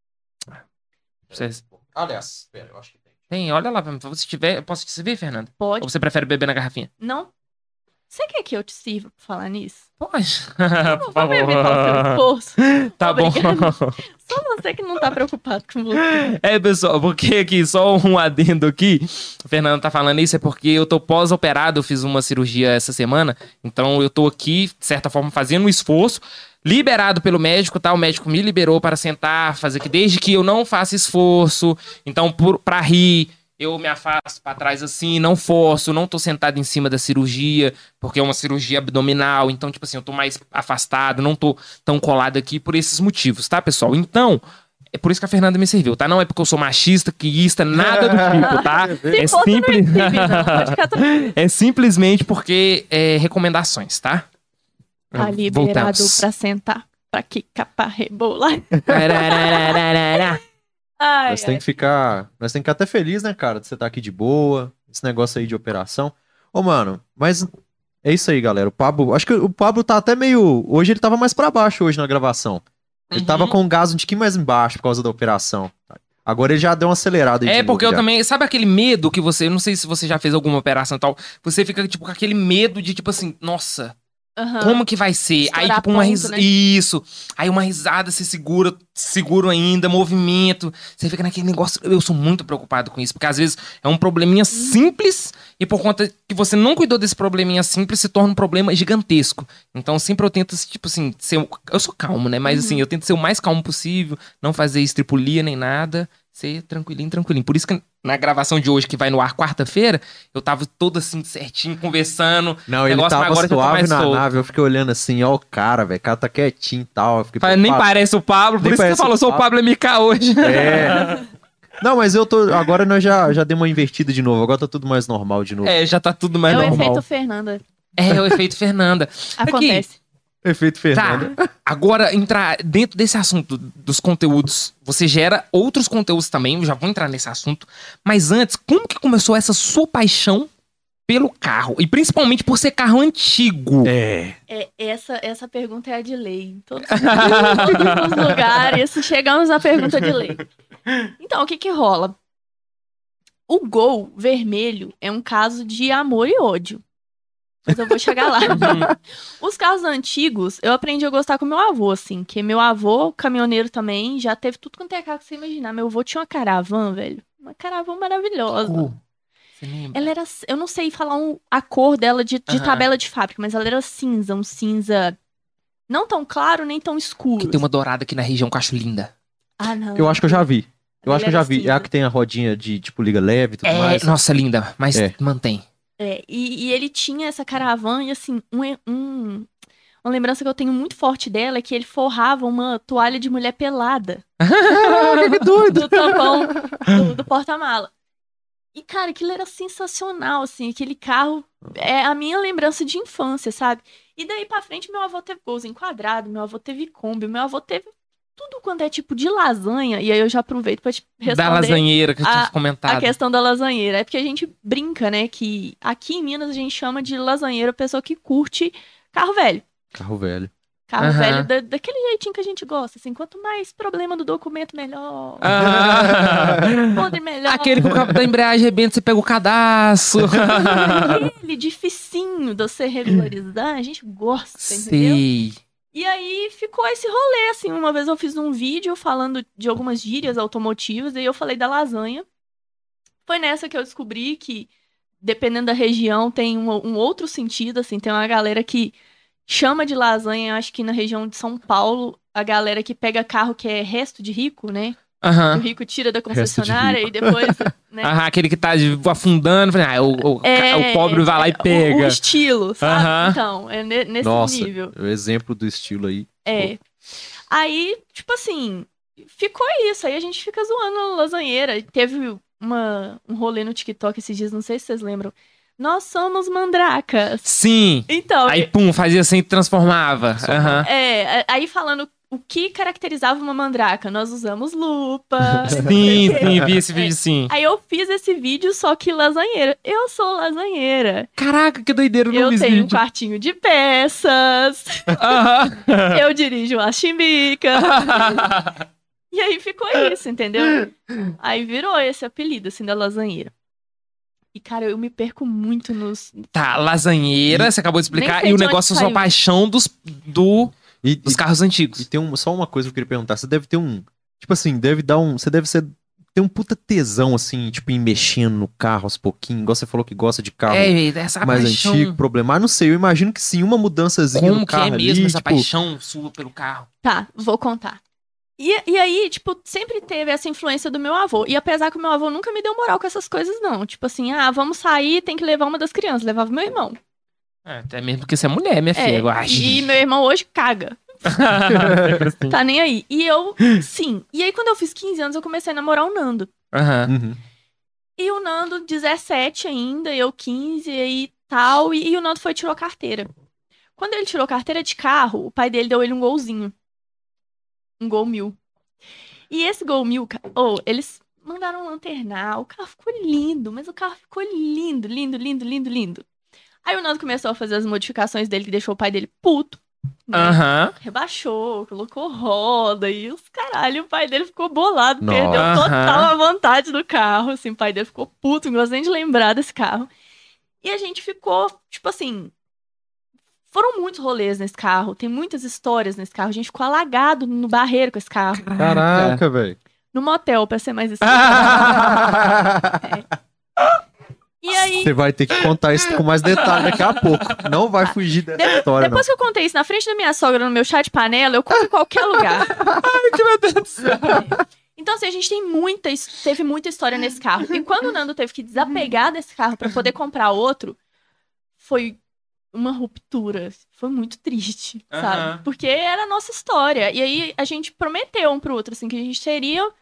Vocês... Aliás, espera, eu acho que tem. Tem, olha lá pra mim. Se tiver, eu posso te servir, Fernanda? Pode. Ou você prefere beber na garrafinha? Não. Você quer que eu te sirva pra falar nisso? Pode. Não vou evitar o seu esforço. Tá Obrigada. bom. Só você que não tá preocupado com você. Pessoal, porque aqui, só um adendo aqui, o Fernando tá falando isso, é porque eu tô pós-operado, eu fiz uma cirurgia essa semana, então eu tô aqui, de certa forma, fazendo um esforço, liberado pelo médico, tá? O médico me liberou para sentar, fazer que desde que eu não faça esforço, então pra rir, eu me afasto pra trás assim, não forço, não tô sentado em cima da cirurgia, porque é uma cirurgia abdominal, então, tipo assim, eu tô mais afastado, não tô tão colado aqui por esses motivos, tá, pessoal? Então, é por isso que a Fernanda me serviu, tá? Não é porque eu sou machista, quiista, nada do tipo, tá? É simplesmente porque recomendações, tá? Tá liberado pra sentar, pra quicar, pra rebolar. Nós tem que ficar até feliz, né, cara, de você estar aqui de boa, esse negócio aí de operação. Ô, mano, mas é isso aí, galera. O Pablo, acho que o Pablo tá até meio... Hoje ele tava mais pra baixo hoje na gravação. Ele tava com o gás um tiquinho mais embaixo por causa da operação. Agora ele já deu uma acelerada aí. Porque eu também... Sabe aquele medo que você... Eu não sei se você já fez alguma operação e tal. Você fica, tipo, com aquele medo de, tipo assim, nossa... Como que vai ser? Estourar aí, tipo, uma risada. né? Isso. Aí, uma risada, você segura ainda, movimento. Você fica naquele negócio. Eu sou muito preocupado com isso, porque às vezes é um probleminha simples e por conta que você não cuidou desse probleminha simples, se torna um problema gigantesco. Então, sempre eu tento, tipo assim, eu sou calmo, né? Mas assim, eu tento ser o mais calmo possível, não fazer estripulia nem nada. Ser tranquilinho. Por isso que na gravação de hoje, que vai no ar quarta-feira, eu tava todo assim, certinho, conversando. Não, ele tava agora suave na nave, eu fiquei olhando assim, ó o cara, velho, o cara tá quietinho e tal. Nem parece o Pablo, por isso que você falou, sou o Pablo MK hoje. Não, mas agora nós já demos uma invertida de novo, agora tá tudo mais normal de novo. Já tá tudo mais normal. É o efeito Fernanda. É o efeito Fernanda. Acontece. Efeito Fernanda. Tá, agora entrar dentro desse assunto dos conteúdos, você gera outros conteúdos também, eu já vou entrar nesse assunto, mas antes, como que começou essa sua paixão pelo carro? E principalmente por ser carro antigo. Essa pergunta é a de lei. Em todos os lugares, chegamos na pergunta de lei. Então, o que rola? O Gol vermelho é um caso de amor e ódio. Mas eu vou chegar lá. Os carros antigos, eu aprendi a gostar com meu avô, assim. Que meu avô, caminhoneiro também, já teve tudo quanto é carro que você imaginar. Meu avô tinha uma Caravan, velho. Uma Caravan maravilhosa. Você lembra? Ela era, eu não sei falar a cor dela de Aham. tabela de fábrica, mas ela era cinza, um cinza não tão claro nem tão escuro. Que tem uma dourada aqui na região que eu acho linda. Ah, não. Eu acho que eu já vi. Eu acho que eu já Era vi. É a cinza. que tem a rodinha de, tipo, liga leve e tudo mais. Nossa, linda. Mas mantém. E ele tinha essa caravana e assim, uma lembrança que eu tenho muito forte dela é que ele forrava uma toalha de mulher pelada Caraca, que doido! do tampão do porta-mala. E, cara, aquilo era sensacional, assim, aquele carro é a minha lembrança de infância, sabe? E daí pra frente, meu avô teve Gol enquadrado, meu avô teve Kombi, meu avô teve tudo quanto é tipo de lasanha. E aí eu já aproveito pra te responder Da lasanheira que eu tinha comentado. a questão da lasanheira. É porque a gente brinca, né, que aqui em Minas a gente chama de lasanheira a pessoa que curte carro velho. Carro velho. Carro Aham. velho daquele jeitinho que a gente gosta, assim. Quanto mais problema do documento, melhor. Podre, melhor. Aquele que o cabo da embreagem arrebenta, você pega o cadastro. Aquele dificinho de você regularizar, a gente gosta, entendeu? Sei. E aí ficou esse rolê, assim. Uma vez eu fiz um vídeo falando de algumas gírias automotivas, e aí eu falei da lasanha. Foi nessa que eu descobri que, dependendo da região, tem um outro sentido, assim. Tem uma galera que chama de lasanha, acho que na região de São Paulo, a galera que pega carro que é resto de rico, né? Que o Aham. rico tira da concessionária e depois, né? Aham, aquele que tá afundando. O pobre vai lá e O pega. estilo, sabe? Aham. Então, é nesse Nossa, nível. o exemplo do estilo aí. É. Aí, tipo assim, ficou isso. Aí a gente fica zoando a lasanheira. E teve um rolê no TikTok esses dias, não sei se vocês lembram. Nós somos mandracas. Sim. Então, Aí, pum, fazia assim e transformava. Aham. aí falando o que caracterizava uma mandraca. Nós usamos lupa. Sim, vi esse vídeo sim. Aí eu fiz esse vídeo, só que lasanheira. Eu sou lasanheira. Caraca, que doideira, eu não Eu vi esse tenho um vídeo. quartinho de peças. Aham. Eu dirijo uma chimbica. E aí ficou isso, entendeu? Aí virou esse apelido, assim, da lasanheira. E, cara, eu me perco muito nos... Tá, lasanheira, você acabou de explicar. Nem sei E o de onde negócio é sua saiu. paixão dos E carros antigos. tem só uma coisa que eu queria perguntar. Você deve ter tipo assim, deve dar um... Você deve ter um puta tesão, assim, tipo, em mexendo no carro aos pouquinhos. Igual você falou que gosta de carro Essa mais paixão. antigo, problemático. Não sei, eu imagino que sim, uma mudançazinha Como no que é carro mesmo ali, essa tipo, paixão sua pelo carro? Tá, vou contar. E aí, tipo, sempre teve essa influência do meu avô. E apesar que o meu avô nunca me deu moral com essas coisas, não. Tipo assim, vamos sair, tem que levar uma das crianças. Levava meu irmão. Até mesmo porque você é mulher, minha filha. Eu acho. E meu irmão hoje caga. Assim. Tá nem aí. E eu, sim. E aí, quando eu fiz 15 anos, eu comecei a namorar o Nando. Aham. Uhum. E o Nando, 17 ainda, eu 15 e tal. E o Nando foi e tirou carteira. Quando ele tirou carteira de carro, o pai dele deu ele um golzinho. Um Gol 1000. E esse Gol 1000, eles mandaram lanternar. O carro ficou lindo, mas o carro ficou lindo, lindo, lindo, lindo, lindo. Aí o Nando começou a fazer as modificações dele, que deixou o pai dele puto. Né? Aham. Rebaixou, colocou roda e os caralho, o pai dele ficou bolado, Nossa. perdeu Aham. total a vontade do carro, assim, o pai dele ficou puto, não gosto nem de lembrar desse carro. E a gente ficou, tipo assim, foram muitos rolês nesse carro, tem muitas histórias nesse carro, a gente ficou alagado no barreiro com esse carro, Caraca, velho. no motel, pra ser mais específico. E aí, Você vai ter que contar isso com mais detalhe daqui a pouco. Não vai fugir dessa história, depois que eu contei isso na frente da minha sogra no meu chá de panela, eu conto em qualquer lugar. Ai, que meu Deus do céu. Então, assim, a gente teve muita história nesse carro. E quando o Nando teve que desapegar desse carro pra poder comprar outro, foi uma ruptura. Foi muito triste, Aham. sabe? Porque era a nossa história. E aí a gente prometeu um pro outro, assim, que a gente teria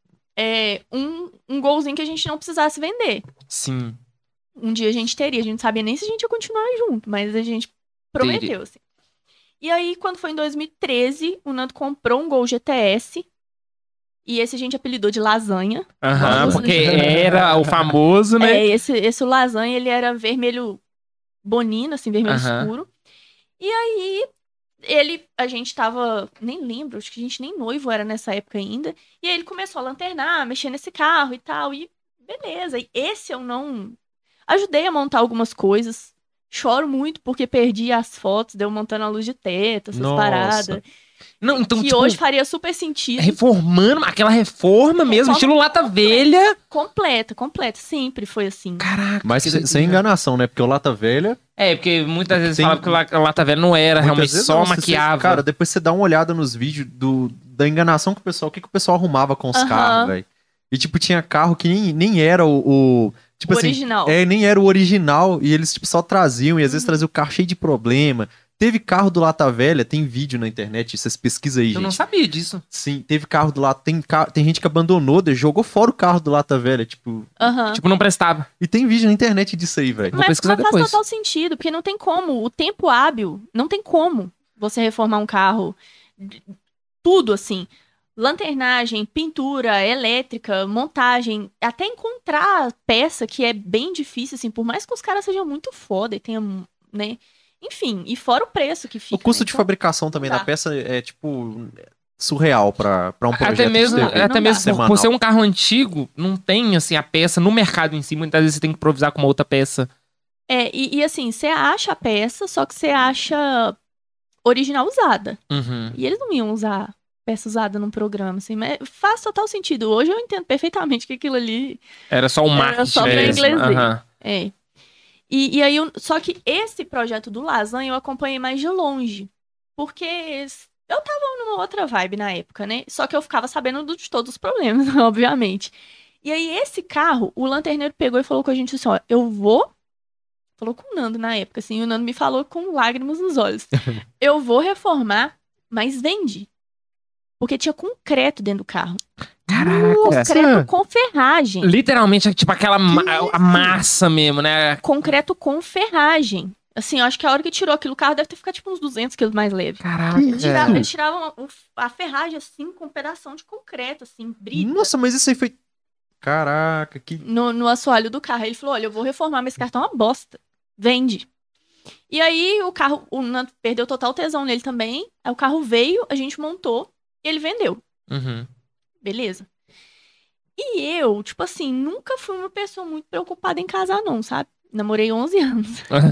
um golzinho que a gente não precisasse vender. Sim. Um dia a gente teria. A gente não sabia nem se a gente ia continuar junto, mas a gente prometeu, assim. E aí, quando foi em 2013, o Nando comprou um Gol GTS. E esse a gente apelidou de lasanha. Aham, Nossa. porque era o famoso, né? Esse lasanha, ele era vermelho bonino, assim, vermelho Aham. escuro. E aí, a gente tava, nem lembro, acho que a gente nem noivo era nessa época ainda. E aí ele começou a lanternar, mexer nesse carro e tal, e beleza. E esse eu não... Ajudei a montar algumas coisas, Choro muito porque perdi as fotos, deu montando a luz de teto, essas paradas. Não, então, que tipo, hoje faria super sentido. reformando, aquela reforma mesmo, estilo lata velha. Completa. Sempre foi assim. Caraca. Mas sem enganação, né? Porque o Lata Velha... Porque muitas vezes Tem- falava que a lata velha não era, muitas realmente vezes só não, se maquiava. Você, cara, depois você dá uma olhada nos vídeos da enganação que o pessoal... O que o pessoal arrumava com os Aham. carros, velho. E, tipo, tinha carro que nem era o tipo O assim... original. Nem era o original. E eles, tipo, só traziam. E às vezes traziam o carro cheio de problema. Teve carro do Lata Velha, tem vídeo na internet, vocês pesquisam aí, Eu gente. não sabia disso. Sim, teve carro do Lata... Tem gente que abandonou, jogou fora o carro do Lata Velha, tipo... Aham. Tipo, não prestava. E tem vídeo na internet disso aí, velho. Vou pesquisar mas depois. faz total sentido, porque não tem como. O tempo hábil, não tem como você reformar um carro. Tudo assim. Lanternagem, pintura, elétrica, montagem. Até encontrar peça que é bem difícil, assim. Por mais que os caras sejam muito foda e tenham, né? Enfim, e fora o preço que fica. O custo né? de Então, fabricação também não da dá. peça é, tipo, surreal pra um projeto Até mesmo, de TV não até dá. mesmo semanal. por ser um carro antigo, não tem, assim, a peça no mercado em si. Muitas vezes você tem que improvisar com uma outra peça. E assim, você acha a peça, só que você acha original usada. Uhum. E eles não iam usar peça usada num programa, assim, mas faz total sentido. Hoje eu entendo perfeitamente que aquilo ali Era só o Era marketing só pra mesmo. inglês ver. Aham. é. E aí, só que esse projeto do Lasanha eu acompanhei mais de longe. Porque eu tava numa outra vibe na época, né? Só que eu ficava sabendo de todos os problemas, obviamente. E aí, esse carro, o lanterneiro pegou e falou com a gente assim, ó, eu vou... Falou com o Nando na época, assim, e o Nando me falou com lágrimas nos olhos. Eu vou reformar, mas vende. Porque tinha concreto dentro do carro. Caraca. Concreto com ferragem. Literalmente, tipo, aquela a massa mesmo, né? Concreto com ferragem. Assim, eu acho que a hora que tirou aquilo, o carro deve ter ficado tipo uns 200 quilos mais leve. Caraca. Eles tiravam a ferragem, assim, com um pedação de concreto, assim, brita. Nossa, mas isso aí foi... Caraca, que... No assoalho do carro. Ele falou, olha, eu vou reformar, mas esse carro tá uma bosta. Vende. E aí, o carro, o Nando perdeu total tesão nele também. Aí o carro veio, a gente montou e ele vendeu. Uhum. Beleza. E eu, tipo assim, nunca fui uma pessoa muito preocupada em casar, não, sabe? Namorei 11 anos.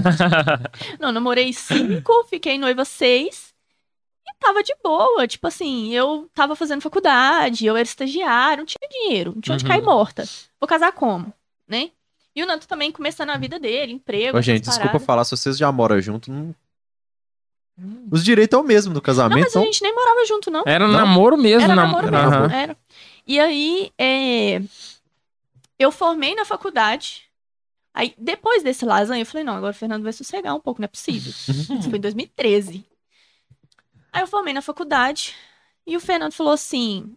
Não, namorei 5, fiquei noiva 6 e tava de boa. Tipo assim, eu tava fazendo faculdade, eu era estagiária, não tinha dinheiro, não tinha onde cair morta. Vou casar como, né? E o Nando também começando a vida dele, emprego, Ô, gente, essas desculpa paradas. falar, se vocês já moram junto, não... Os direitos é o mesmo do Não, casamento, mas a gente nem morava junto, não. Era Não? namoro mesmo. Era namoro mesmo, Aham. era. E aí, eu formei na faculdade. Aí, depois desse lasanha, eu falei, não, agora o Fernando vai sossegar um pouco, não é possível. Isso foi em 2013. Aí eu formei na faculdade e o Fernando falou assim,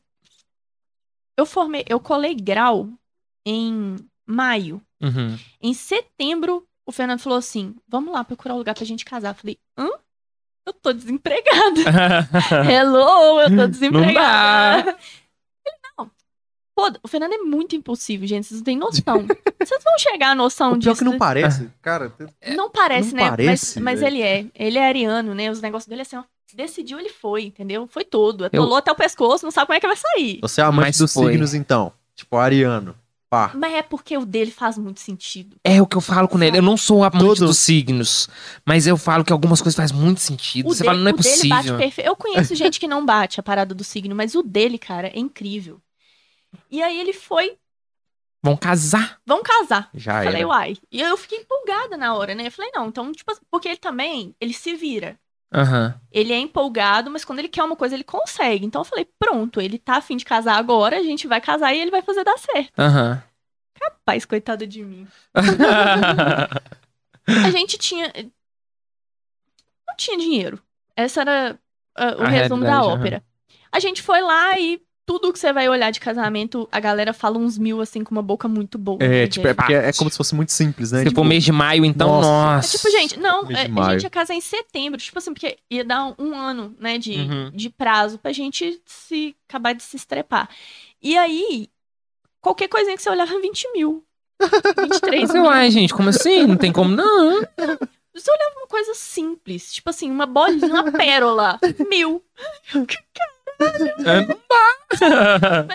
eu colei grau em maio. Uhum. Em setembro, o Fernando falou assim, vamos lá procurar um lugar pra gente casar. Eu falei, hã? Eu tô desempregada. Hello, eu tô desempregada. Não. Pô, o Fernando é muito impulsivo, gente. Vocês não têm noção. Vocês vão chegar à noção O pior disso. que não parece, cara. Não parece, Não né? parece, mas velho. ele é ariano, né? Os negócios dele, assim, ó. Decidiu, ele foi, entendeu? Foi todo. Eu- Atolou até o pescoço, não sabe como é que vai sair. Você é amante Mas dos foi. signos, então. Tipo, ariano. Pá. Mas é porque o dele faz muito sentido. É o que eu falo com ele. Eu não sou amante Todo- dos signos, mas eu falo que algumas coisas fazem muito sentido. Você fala, não é o dele bate possível. perfeito. Eu conheço gente que não bate a parada do signo, mas o dele, cara, é incrível. E aí ele foi, Vão casar. vão casar. Já Falei, era. uai. E eu fiquei empolgada na hora, né? Eu falei, não, então, tipo, porque ele também, ele se vira. Aham. Ele é empolgado, mas quando ele quer uma coisa, ele consegue. Então eu falei, pronto, ele tá afim de casar agora, a gente vai casar e ele vai fazer dar certo. Aham. Rapaz, coitado de mim. A gente tinha... Não tinha dinheiro. Essa era o A resumo da realidade, ópera. A gente foi lá e tudo que você vai olhar de casamento, a galera fala uns 1.000, assim, com uma boca muito boa. É, né, tipo, é gente? porque é como se fosse muito simples, né? Se Tipo, for mês de maio, então, nossa. nossa. Tipo, gente, não, Mês de a maio. gente ia casar em setembro, tipo assim, porque ia dar um ano, né, Uhum. de prazo pra gente acabar de se estrepar. E aí, qualquer coisinha que você olhava, 20 mil. 23 Mas eu, mil. ai, gente, como assim? Não tem como, não. Você olhava uma coisa simples, tipo assim, uma bolinha, uma pérola, 1.000. É, não dá. Mas eu penso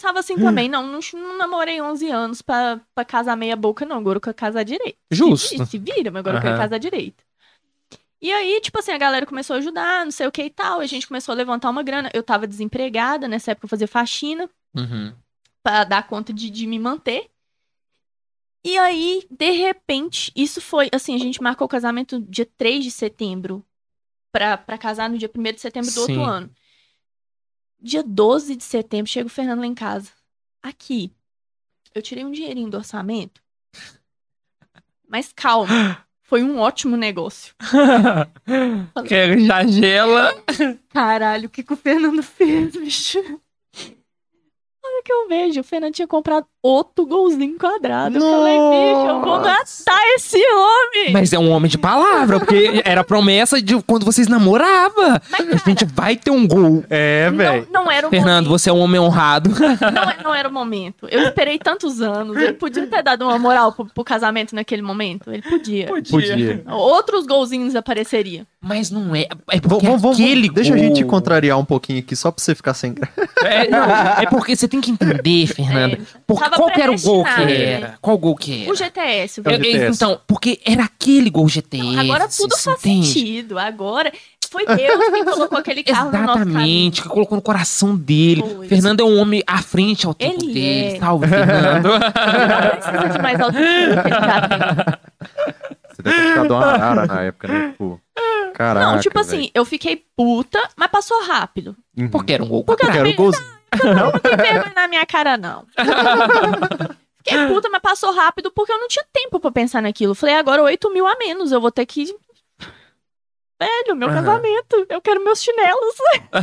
pensava assim também. Não namorei 11 anos pra casar meia boca, não. Agora eu quero casar direito. Justo. Se vira, mas agora eu quero casar direito. E aí, tipo assim, a galera começou a ajudar, não sei o que e tal. E a gente começou a levantar uma grana. Eu tava desempregada, nessa época eu fazia faxina. Pra dar conta de me manter. E aí, de repente, isso foi, assim, a gente marcou o casamento dia 3 de setembro. Pra casar no dia 1º de setembro do outro ano. Dia 12 de setembro, chega o Fernando lá em casa. Aqui, eu tirei um dinheirinho do orçamento. Mas calma, foi um ótimo negócio. Que já gela. Caralho, o que o Fernando fez, bicho? Olha que eu vejo, o Fernando tinha comprado outro golzinho quadrado. Eu falei, bicho, eu vou matar esse homem. Mas é um homem de palavra, porque era a promessa de quando vocês namoravam. A gente vai ter um gol. É, velho. Não era o Fernando, momento. você é um homem honrado. Não era o momento. Eu esperei tantos anos. Ele podia ter dado uma moral pro casamento naquele momento. Ele podia. Podia. Outros golzinhos apareceriam. Mas não é. É porque Vamos, aquele deixa a gol... gente contrariar um pouquinho aqui, só pra você ficar sem graça. É porque você tem que entender, Fernanda. Tava Qual que era o gol que predestinado, era? Qual gol que era? O GTS. É o GTS. Então, porque era aquele gol GTS. Agora tudo você faz entende? sentido. Agora foi Deus que colocou aquele carro no nosso caminho. Exatamente, que colocou no coração dele. Pois. Fernando é um homem à frente ao tempo Ele dele. é. Salve, Fernando. Ele não precisa de mais autoestima que ele já tem. Você deve ter ficado uma arara na época, né? Tipo, caraca, Não, tipo velho. assim, eu fiquei puta, mas passou rápido. Uhum. Porque era um gol Porque eu Porque era o golzinho. Não tem vergonha na minha cara, não. Fiquei puta, mas passou rápido porque eu não tinha tempo pra pensar naquilo. Falei, agora 8 mil a menos, eu vou ter que... Velho, meu casamento, eu quero meus chinelos.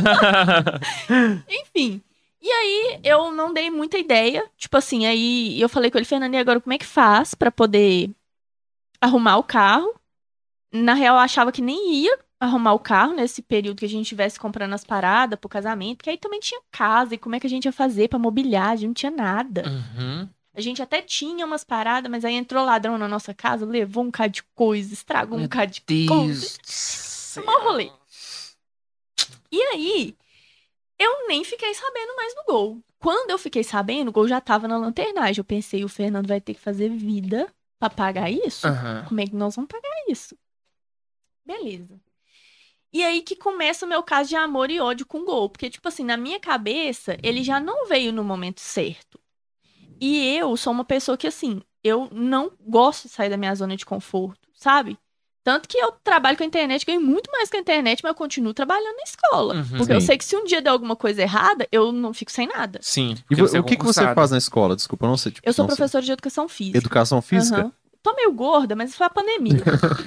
Enfim. E aí, eu não dei muita ideia. Tipo assim, aí eu falei com ele, Fernando, e agora como é que faz pra poder arrumar o carro? Na real, eu achava que nem ia arrumar o carro nesse período que a gente estivesse comprando as paradas pro casamento, porque aí também tinha casa, e como é que a gente ia fazer pra mobiliar? A gente não tinha nada. Uhum. A gente até tinha umas paradas, mas aí entrou ladrão na nossa casa, levou um bocado de coisa, estragou um bocado de coisa. Deus do céu. Mó rolê. E aí, eu nem fiquei sabendo mais do gol. Quando eu fiquei sabendo, o gol já tava na lanternagem. Eu pensei, o Fernando vai ter que fazer vida pra pagar isso? Aham. Como é que nós vamos pagar isso? Beleza. E aí que começa o meu caso de amor e ódio com o gol. Porque, tipo assim, na minha cabeça, ele já não veio no momento certo. E eu sou uma pessoa que, assim, eu não gosto de sair da minha zona de conforto, sabe? Tanto que eu trabalho com a internet, ganho muito mais com a internet, mas eu continuo trabalhando na escola. Uhum. Porque eu Sim. sei que se um dia der alguma coisa errada, eu não fico sem nada. Sim. E porque o que que você faz na escola? Desculpa, eu não sei. Tipo, Eu sou não sei. professora de educação física. Educação física? Aham. Tô meio gorda, mas isso foi a pandemia.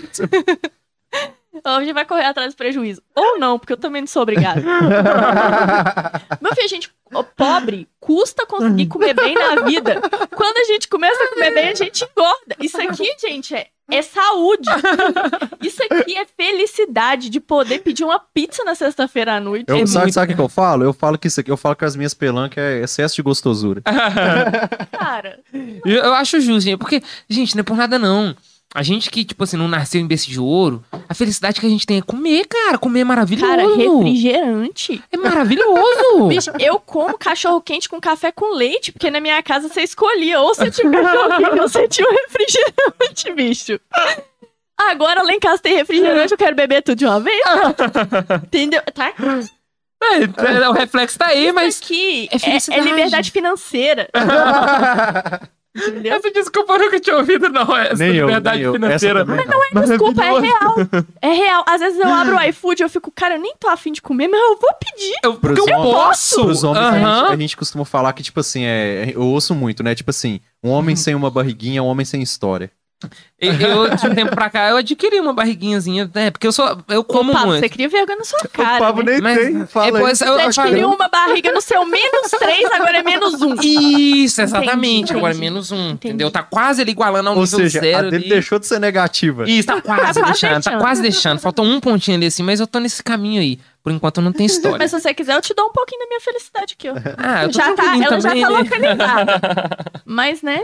Hoje vai correr atrás do prejuízo. Ou não, porque eu também não sou obrigada. Meu filho, a gente pobre custa conseguir comer bem na vida. Quando a gente começa a comer bem, a gente engorda. Isso aqui, gente, é saúde. Isso aqui é felicidade de poder pedir uma pizza na sexta-feira à noite. Eu, É sabe muito- o que eu falo? Eu falo que isso aqui, eu falo que as minhas pelancas é excesso de gostosura. Cara, Eu acho justo, gente, porque, gente, não é por nada não. A gente que, tipo assim, não nasceu em berço de ouro, a felicidade que a gente tem é comer, cara. Comer é maravilhoso. cara, refrigerante. É maravilhoso. Bicho, eu como cachorro quente com café com leite, porque na minha casa você escolhia ou você tinha um cachorro quente ou você tinha um refrigerante, bicho. Agora lá em casa tem refrigerante, eu quero beber tudo de uma vez. Entendeu? Tá? O reflexo tá aí, mas... Isso aqui é felicidade. é liberdade financeira. Entendeu? Essa desculpa eu nunca tinha ouvido, não. Essa Nem eu, liberdade nem eu. financeira. Essa também não. Desculpa, é real. É real. Às vezes eu abro o iFood e eu fico, cara, eu nem tô afim de comer, mas eu vou pedir. Porque Pros eu homens- posso. Pros homens, Aham. a gente costuma falar que, tipo assim, eu ouço muito, né? Tipo assim, um homem sem uma barriguinha é um homem sem história. Eu, de um tempo pra cá, eu adquiri uma barriguinhazinha, né? Porque eu como Ô, Pablo, muito. você cria vergonha na sua cara. o Pablo né? nem Mas tem, fala depois aí. eu Você falei- adquiriu uma barriga no seu -3, agora é -1. Isso, exatamente. Entendi, Agora é entendi. -1, entendeu? Tá quase ali igualando ao Ou nível seja, zero a dele ali. deixou de ser negativa. Isso, tá quase Tá deixando, tá deixando. quase deixando. Faltou um pontinho ali assim, mas eu tô nesse caminho aí. Por enquanto não tem história. Mas se você quiser, eu te dou um pouquinho da minha felicidade aqui, ó. Ah, eu tô Já tá, tranquilinho ela também, já tá né? localizada. Mas, né?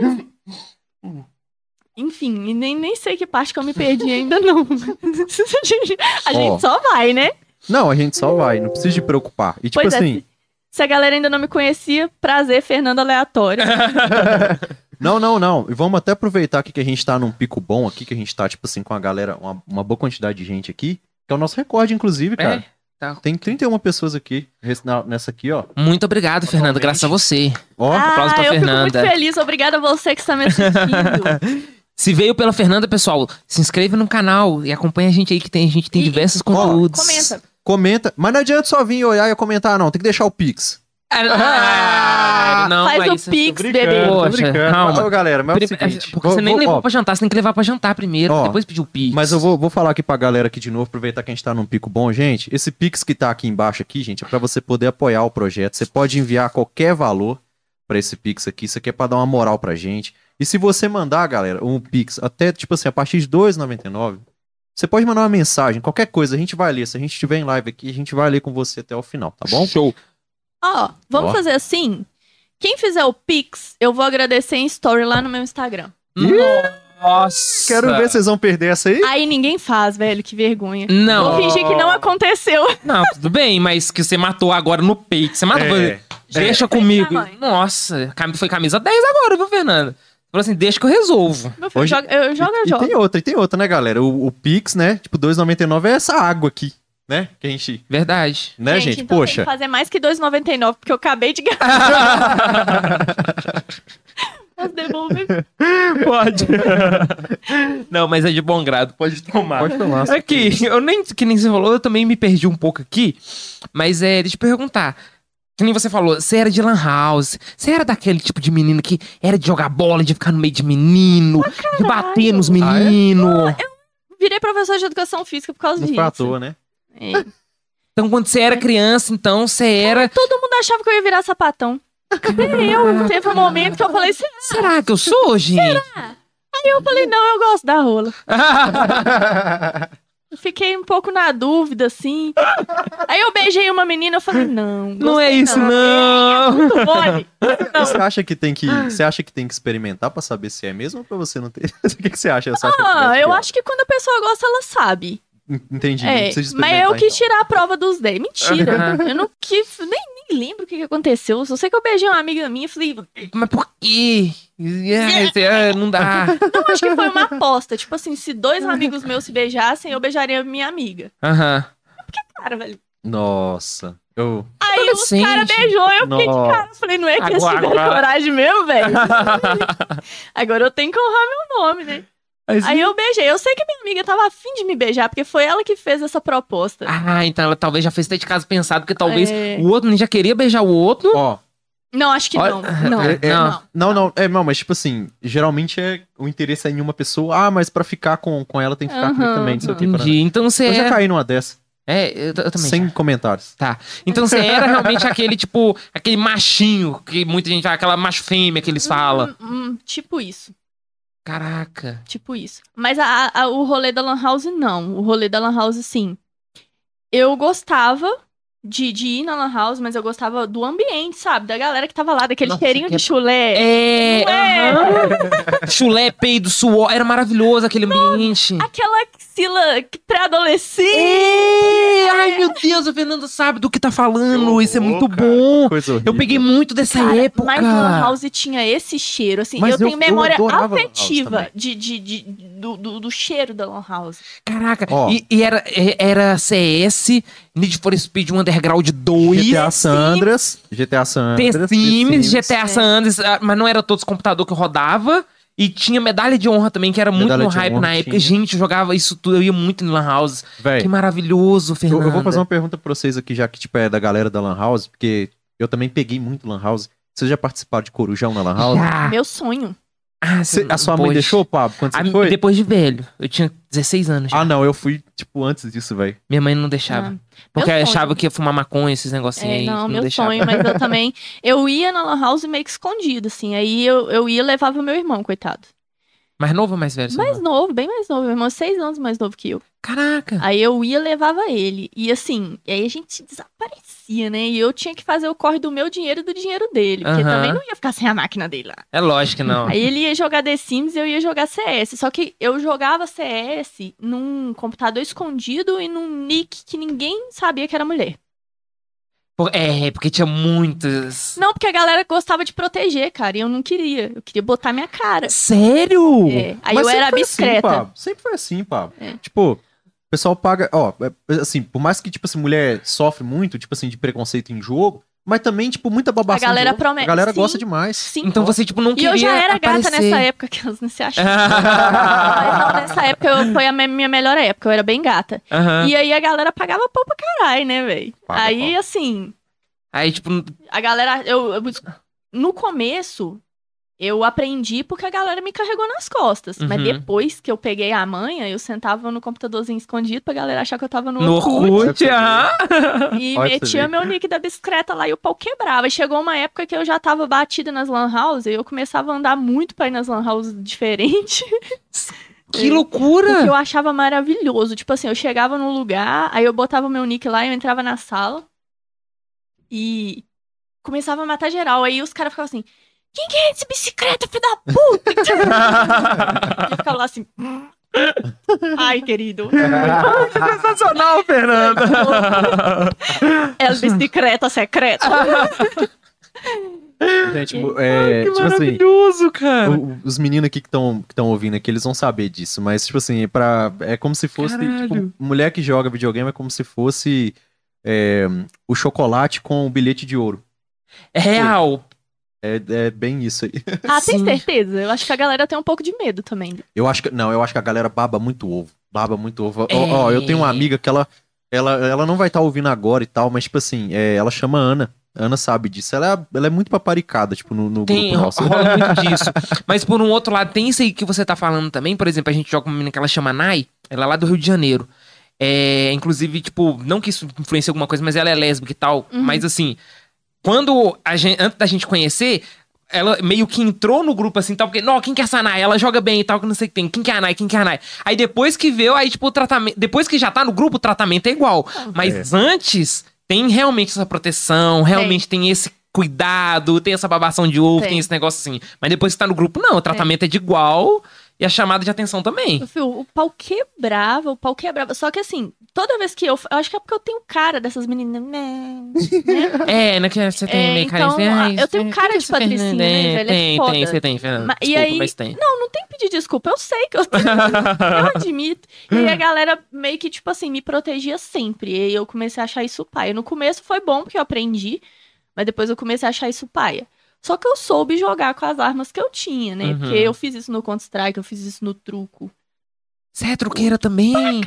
Enfim, e nem sei que parte que eu me perdi ainda, não. A gente Ó. só vai, né? Não, a gente só vai, não precisa de preocupar. E tipo Pois é, assim, Se a galera ainda não me conhecia, prazer, Fernando Aleatório. Não. E vamos até aproveitar aqui que a gente tá num pico bom aqui, que a gente tá, tipo assim, com a galera, uma boa quantidade de gente aqui, que é o nosso recorde, inclusive, cara. Tá. Tem 31 pessoas aqui, nessa aqui, ó. Muito obrigado, Fernanda. Graças a você. Ó, aplauso pra eu Fernanda. fico muito feliz. Obrigada a você que está me assistindo. Se veio pela Fernanda, pessoal, se inscreve no canal e acompanha a gente aí, que a gente tem diversos conteúdos. Comenta. Mas não adianta só vir olhar e comentar, não. Tem que deixar o Pix. Não, Faz mas o Pix, Tô bebê. brincando, tô Poxa, brincando. calma. Ô, galera, mas é o seguinte. Porque você nem levou pra jantar, você tem que levar pra jantar primeiro, Ó, depois pedir o Pix. Mas eu vou falar aqui pra galera aqui de novo, aproveitar que a gente tá num pico bom, gente. Esse Pix que tá aqui embaixo aqui, gente, é pra você poder apoiar o projeto. Você pode enviar qualquer valor pra esse Pix aqui. Isso aqui é pra dar uma moral pra gente. E se você mandar, galera, um Pix até, tipo assim, a partir de R$ 2,99, você pode mandar uma mensagem, qualquer coisa, a gente vai ler. Se a gente estiver em live aqui, a gente vai ler com você até o final, tá bom? Show. Vamos fazer assim? Quem fizer o Pix, eu vou agradecer em story lá no meu Instagram. Nossa. Quero ver se vocês vão perder essa aí. Aí ninguém faz, velho, que vergonha. Não. Vou fingir que não aconteceu. Não, tudo bem, mas que você matou agora no peito. Você matou. Deixa É. comigo. Tamanho. Nossa, foi camisa 10 agora, viu, Fernanda? Falou assim, deixa que eu resolvo. Meu filho, Hoje- eu jogo. E tem outra, né, galera? O Pix, né? Tipo, R$ 2,99 é essa água aqui, né? Que a gente... Verdade. Né, gente? então Poxa. tem que fazer mais que R$2,99, porque eu acabei de gastar. Posso devolver? Pode. Não, mas é de bom grado, pode tomar. Pode tomar. Aqui, que nem você falou, eu também me perdi um pouco aqui. Mas deixa eu te perguntar. Que nem você falou, você era de lan house. Você era daquele tipo de menino que era de jogar bola, de ficar no meio de menino, de bater nos meninos. Virei professor de educação física por causa Não disso. foi à toa, né? É. Então, quando você era criança, então, você era... Todo mundo achava que eu ia virar sapatão. Até eu. Teve um momento que eu falei, Será que eu sou, gente? aí eu falei, não, eu gosto da rola. Eu fiquei um pouco na dúvida, assim. Aí eu beijei uma menina, eu falei, não. Não é gostei isso, não. É muito mole. Você acha que tem que experimentar pra saber se é mesmo ou pra você não ter? O que você acha? Você acha Eu acho que quando a pessoa gosta, ela sabe. Entendi. Não É, precisa mas experimentar, eu quis então. tirar a prova dos 10. Mentira. Eu não quis, nem lembro o que aconteceu. Só sei que eu beijei uma amiga minha e falei, Mas por quê? Não dá. não, acho que foi uma aposta. Tipo assim, se dois amigos meus se beijassem, eu beijaria a minha amiga. Aham. Cara, velho. Nossa. Aí os Adolescente. caras beijou, eu fiquei de Nossa. cara. Falei, não é que eles Agora- tiveram coragem mesmo, velho? Agora eu tenho que honrar meu nome, né? Aí eu beijei. Eu sei que minha amiga tava afim de me beijar, porque foi ela que fez essa proposta. Ah, então ela talvez já fez até de casa pensado, porque talvez É. o outro já queria beijar o outro. Ó, Não, acho que Olha- não. Não. não, mas tipo assim, geralmente o interesse é em uma pessoa, mas pra ficar com ela tem que ficar comigo Aham, também, não sei o que. Entendi. Então você Eu já era... caí numa dessa, eu também. sem já. comentários. Tá. Então você era realmente aquele, tipo, aquele machinho, que muita gente fala, aquela macho fêmea que eles falam. Tipo isso. Caraca. Tipo isso. Mas o rolê da Lan House, não. O rolê da Lan House, sim. Eu gostava de ir na Lan House, mas eu gostava do ambiente, sabe? Da galera que tava lá, daquele Nossa, cheirinho que de chulé. É. aham. Chulé, peido, suor. Era maravilhoso aquele ambiente. Aquela axila pré-adolescente. Ai, meu Deus, a Fernanda sabe do que tá falando. Isso é muito Cara, bom. Coisa horrível. Eu peguei muito dessa Cara, época. mas Lan House tinha esse cheiro, assim. Mas eu tenho eu memória adorava Lan House afetiva também. do cheiro da Lan House. Caraca, Ó. e era CS, Need for Speed Underground 2, GTA San Andreas, The Sims, GTA San Andreas, mas não era todos os computadores que rodava. E tinha Medalha de Honra também, que era muito Medalha no de hype Honra na época. tinha. Gente, eu jogava isso tudo, eu ia muito em Lan House. Que Véi, maravilhoso, Fernanda. eu vou fazer uma pergunta pra vocês aqui, já que tipo, é da galera da Lan House, porque eu também peguei muito Lan House. Vocês já participaram de Corujão na Lan House? Já. Meu sonho. A sua mãe Poxa. deixou, Pablo, quando você foi? Depois de velho. Eu tinha 16 anos já. Ah, não, eu fui, tipo, antes disso, velho. Minha mãe não deixava. Porque Meu achava sonho. que ia fumar maconha, esses negocinhos aí. Não, meu deixava. sonho, mas eu também. Eu ia na Lan House meio que escondido, assim. Aí eu ia e levava o meu irmão, coitado. Mais novo ou mais velho? seu Mais irmão? novo, bem mais novo. Meu irmão é 6 anos mais novo que eu. Caraca. Aí eu ia e levava ele. E assim, aí a gente desaparecia, né? E eu tinha que fazer o corre do meu dinheiro e do dinheiro dele. Porque Aham. também não ia ficar sem a máquina dele lá. É lógico que não. Aí ele ia jogar The Sims e eu ia jogar CS. Só que eu jogava CS num computador escondido e num nick que ninguém sabia que era mulher. Porque tinha muitas. Não, porque a galera gostava de proteger, cara, e eu não queria. Eu queria botar minha cara. Sério? É. Aí Mas eu era sempre foi assim, discreta. Pablo. Sempre foi assim, Pablo. É. Tipo, o pessoal paga... Ó, assim, por mais que, tipo assim, mulher sofre muito, tipo assim, de preconceito em jogo, mas também, tipo, muita babação A galera de ovo. promete. A galera Sim. gosta demais. Sim. Então você, tipo, não E queria eu já era aparecer. gata nessa época, que elas não se acham. Mas não, nessa época foi a minha melhor época, eu era bem gata. Aham. E aí a galera pagava pau pra caralho, né, velho? Paga Aí, pau. assim, Aí, tipo, a galera. No começo, eu aprendi porque a galera me carregou nas costas. Mas Uhum. depois que eu peguei a manha, eu sentava no computadorzinho escondido pra galera achar que eu tava no no Orkut. Orkut, aham. E Olha pra você metia ver. meu nick da bicicleta lá e o pau quebrava. E chegou uma época que eu já tava batida nas lan houses e eu começava a andar muito pra ir nas lan houses diferentes. Que loucura! Porque eu achava maravilhoso. Tipo assim, eu chegava num lugar, aí eu botava meu nick lá, eu entrava na sala e começava a matar geral. Aí os caras ficavam assim, quem que é esse bicicleta, filho da puta? E eu ficava lá assim... Ai, querido. Sensacional, Fernanda! É bicicleta secreta. Gente, Que tipo assim, maravilhoso, cara! os meninos aqui que estão ouvindo aqui, eles vão saber disso, mas, tipo assim, é como se fosse, Caralho. tipo, mulher que joga videogame é como se fosse o chocolate com o bilhete de ouro. É real. É bem isso aí. Ah, tem Sim. certeza? Eu acho que a galera tem um pouco de medo também. Eu acho que a galera baba muito ovo. Baba muito ovo. É. Ó, eu tenho uma amiga que ela não vai estar ouvindo agora e tal, mas, tipo assim, ela chama Ana. Ana sabe disso. Ela é muito paparicada, tipo, no Tem, grupo nosso. rola muito disso. Mas por um outro lado, tem isso aí que você tá falando também. Por exemplo, a gente joga com uma menina que ela chama Nai. Ela é lá do Rio de Janeiro. Inclusive, tipo, não que isso influencie alguma coisa, mas ela é lésbica e tal. Uhum. Mas assim, antes da gente conhecer, ela meio que entrou no grupo assim, tal, porque, não, quem que é essa Nai? Ela joga bem e tal, que não sei o que tem. Quem que é a Nai? Quem que é a Nai? Aí depois que veio, aí tipo, o tratamento. Depois que já tá no grupo, o tratamento é igual. Mas antes, tem realmente essa proteção, realmente tem esse cuidado, tem essa babação de ovo, tem esse negócio assim. Mas depois que tá no grupo, não, o tratamento é de igual e a chamada de atenção também. Meu filho, o pau quebrava. Só que assim, toda vez que eu acho que é porque eu tenho cara dessas meninas, né? Né, que você tem meio cara então, de... "Ai, eu tenho que cara que de você fez, patricinha, né?" né, velho? É foda. Você tem, Fernanda. E Desculpa, aí- mas tem. Não tem que pedir desculpa, eu sei que eu tenho. Eu admito. E aí a galera meio que, tipo assim, me protegia sempre. E aí eu comecei a achar isso paia. No começo foi bom porque eu aprendi, mas depois eu comecei a achar isso paia. Só que eu soube jogar com as armas que eu tinha, né? Uhum. Porque eu fiz isso no Counter-Strike, eu fiz isso no truco. Você é truqueira também?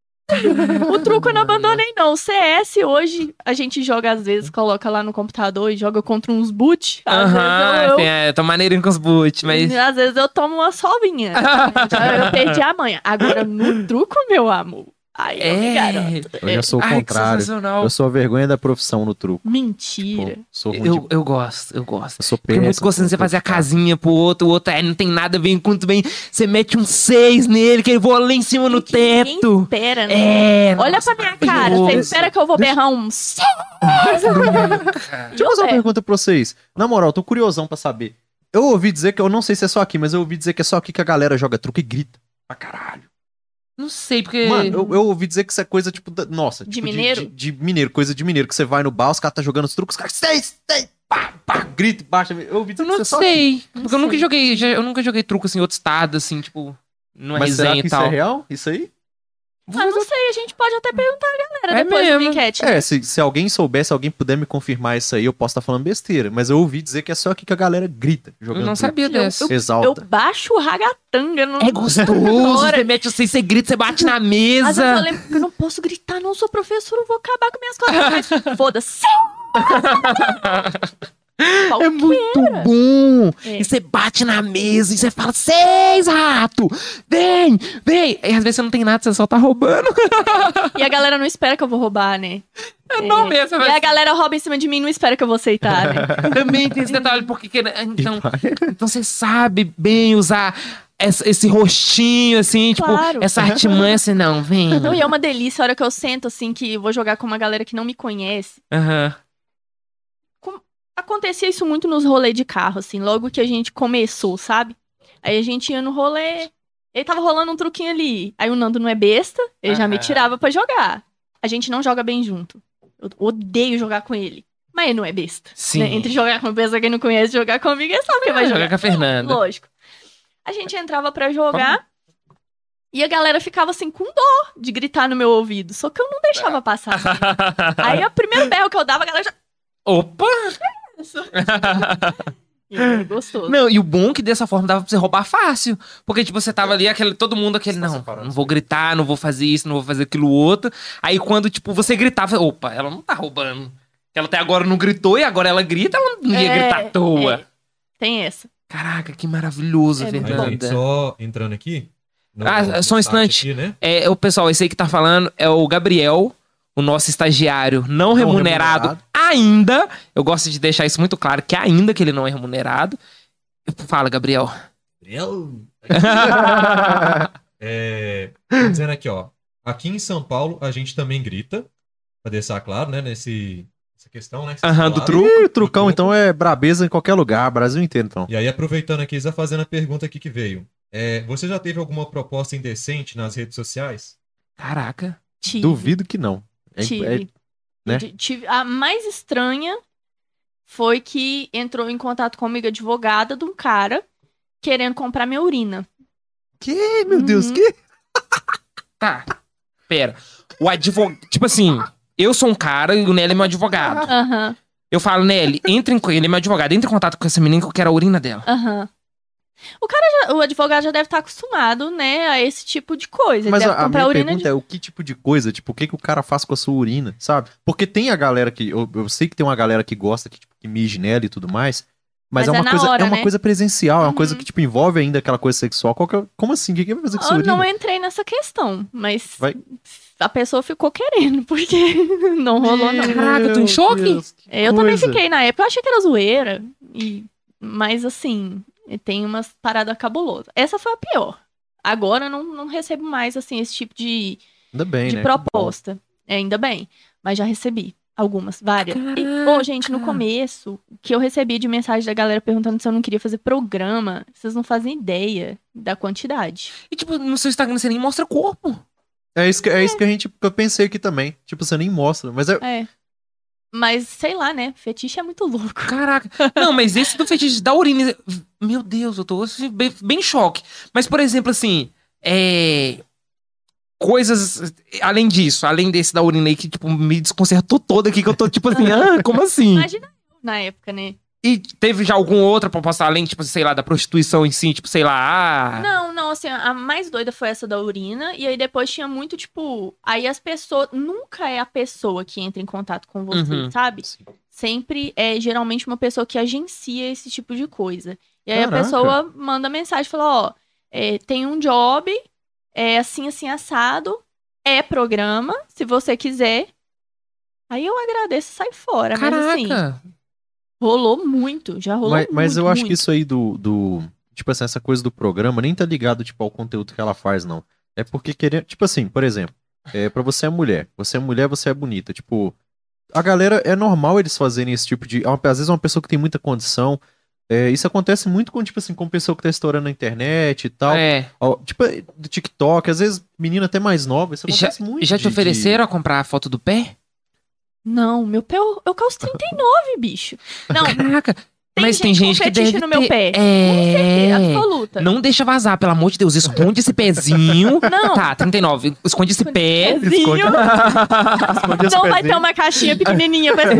O truco eu não abandonei, não. O CS hoje a gente joga às vezes, coloca lá no computador e joga contra uns boot. Às vezes eu Tô maneirinho com os boots, mas... às vezes eu tomo uma sovinha. Eu perdi a manha. Agora no truco, meu amor. Aí eu me garanto. Eu já sou o Ai, que contrário. sensacional. Eu sou a vergonha da profissão no truco. Mentira. Pô, sou ruim de... Eu gosto. Eu sou Porque é muito péssimo, gostoso você pô, fazer a cara. casinha pro outro, o outro não tem nada, vem quanto bem. Você mete um 6 nele, que ele voa lá em cima no Ninguém teto. espera, né? Olha nossa, pra minha cara. Você maravilhoso. espera que eu vou berrar um... Deixa eu fazer uma pergunta pra vocês. Na moral, tô curiosão pra saber. Eu ouvi dizer que, eu não sei se é só aqui, mas eu ouvi dizer que é só aqui que a galera joga truco e grita pra caralho. Não sei, porque... Mano, eu ouvi dizer que isso é coisa, tipo, nossa. De tipo, mineiro? De mineiro, coisa de mineiro. Que você vai no bar, os caras tá jogando os trucos, os caras, seis, pá, pá, grita, baixa. Eu ouvi dizer Eu que não isso é só aqui. sei. Porque eu nunca sei. joguei, eu nunca joguei truco assim em outro estado, assim, tipo, numa Mas será resenha que e isso tal. é real? Isso aí? Ah, não sei, a gente pode até perguntar a galera É depois mesmo. do enquete. É, se alguém souber, se alguém puder me confirmar isso aí, eu posso estar falando besteira. Mas eu ouvi dizer que é só aqui que a galera grita Eu jogando não truco. sabia dessa. Eu Exalta. baixo o ragatanga. Não... É gostoso, Ora. você mete assim, você grita, você bate na Às vezes eu mesa. lembro que eu não posso gritar, não sou professor, eu vou acabar com minhas coisas. Mas foda-se. É muito bom! É. E você bate na mesa e você fala, 6, rato! Vem! Vem! E às vezes você não tem nada, você só tá roubando. E a galera não espera que eu vou roubar, né? Não mesmo, E mas a galera rouba em cima de mim e não espera que eu vou aceitar, né? também tem esse detalhe, porque... Então você sabe bem usar esse rostinho, assim, Claro. tipo, essa artimanha, assim, não, vem. Não, e é uma delícia a hora que eu sento, assim, que eu vou jogar com uma galera que não me conhece. Aham. Acontecia isso muito nos rolês de carro, assim, logo que a gente começou, sabe? Aí a gente ia no rolê, ele tava rolando um truquinho ali. Aí o Nando não é besta, ele já me Aham. tirava pra jogar. A gente não joga bem junto. Eu odeio jogar com ele. Mas ele não é besta. Sim. Né? Entre jogar com uma pessoa que não conhece e jogar comigo, ele sabe que vai jogar. Com a Fernanda. Lógico. A gente entrava pra jogar e a galera ficava assim com dó de gritar no meu ouvido. Só que eu não deixava passar. Aí o primeiro berro que eu dava, a galera já... Opa! Isso. E foi gostoso. Não, e o bom é que dessa forma dava pra você roubar fácil. Porque, tipo, você tava ali, todo mundo não vou gritar, não vou fazer isso, não vou fazer aquilo outro. Aí quando, tipo, você gritava, opa, ela não tá roubando. Ela até agora não gritou e agora ela grita, ela não ia gritar à toa. É. Tem essa. Caraca, que maravilhoso, É muito Aí, Fernanda. gente, só entrando aqui. Só um no instante. site aqui, né? O pessoal, esse aí que tá falando é o Gabriel, o nosso estagiário não remunerado ainda. Eu gosto de deixar isso muito claro, que ainda que ele não é remunerado. Fala, Gabriel. Tô dizendo aqui, ó. Aqui em São Paulo, a gente também grita. Pra deixar claro, né? Essa questão, né? que vocês Aham, do falaram. Ih, o trucão, então, é brabeza em qualquer lugar, Brasil inteiro, então. E aí, aproveitando aqui, já fazendo a pergunta aqui que veio. Você já teve alguma proposta indecente nas redes sociais? Caraca. Tive. Duvido que não. Tive. né? Tive. A mais estranha foi que entrou em contato comigo a advogada de um cara querendo comprar minha urina. Que, meu Deus, Uhum. que? Tá. Pera. O advogado. Tipo assim, eu sou um cara e o Nelly é meu advogado. Aham, Eu falo, Nelly, ele é meu advogado, entre em contato com essa menina que eu quero a urina dela. aham. O advogado já deve estar acostumado, né, a esse tipo de coisa. Ele Mas deve a comprar minha urina pergunta é o que tipo de coisa, tipo, o que o cara faz com a sua urina, sabe? Porque tem a galera que, eu sei que tem uma galera que gosta, que, tipo, que mije nela e tudo mais, mas é Mas é uma na coisa, hora, é uma né? coisa presencial, é uma coisa Uhum. que, tipo, envolve ainda aquela coisa sexual. Como assim? O que vai fazer com a sua Eu urina? não entrei nessa questão, mas Vai- a pessoa ficou querendo, porque não rolou, não. Caraca, eu tô em choque. Deus, que Eu também coisa. fiquei na época, eu achei que era zoeira, mas assim, tem umas paradas cabulosas. Essa foi a pior. Agora eu não recebo mais, assim, esse tipo de Ainda bem, de né? proposta. Ainda bem, mas já recebi algumas, várias. Gente, no começo, que eu recebi de mensagem da galera perguntando se eu não queria fazer programa, vocês não fazem ideia da quantidade. E tipo, no seu Instagram você nem mostra corpo. É isso que eu pensei aqui também. Tipo, você nem mostra, mas É. Mas, sei lá, né? Fetiche é muito louco. Caraca. Não, mas esse do fetiche da urina. Meu Deus, eu tô assim, bem em choque. Mas, por exemplo, assim. Coisas. Além disso, além desse da urina aí que, tipo, me desconcertou todo aqui, que eu tô tipo assim, como assim? Imagina eu na época, né? E teve já alguma outra proposta além, tipo, sei lá, da prostituição em si, tipo, sei lá. Não, assim, a mais doida foi essa da urina. E aí depois tinha muito, tipo. Aí as pessoas. Nunca é a pessoa que entra em contato com você, Uhum. sabe? Sempre é geralmente uma pessoa que agencia esse tipo de coisa. E aí Caraca. a pessoa manda mensagem, fala, ó, tem um job, assim, assado, é programa, se você quiser. Aí eu agradeço e saio fora. Mas assim, Caraca. rolou muito, já rolou Mas muito, eu acho muito. que isso aí tipo assim, essa coisa do programa nem tá ligado, tipo, ao conteúdo que ela faz, não. É porque querendo, tipo assim, por exemplo, pra você é mulher, você é bonita, tipo, a galera, é normal eles fazerem esse tipo de, às vezes uma pessoa que tem muita condição, isso acontece muito com, tipo assim, com pessoa que tá estourando na internet e tal, tipo, do TikTok, às vezes menina até mais nova, isso acontece muito. Já te ofereceram a comprar a foto do pé? Não, meu pé, eu calço 39, bicho. Não, Caraca. tem Mas tem gente gente com que fetiche deve no meu ter- pé. Com certeza, absoluta. Não deixa vazar, pelo amor de Deus. Esconde esse pezinho. Não. Tá, 39. Esconde esse pé. Pezinho. Esconde esse Não vai pezinho. ter uma caixinha pequenininha pra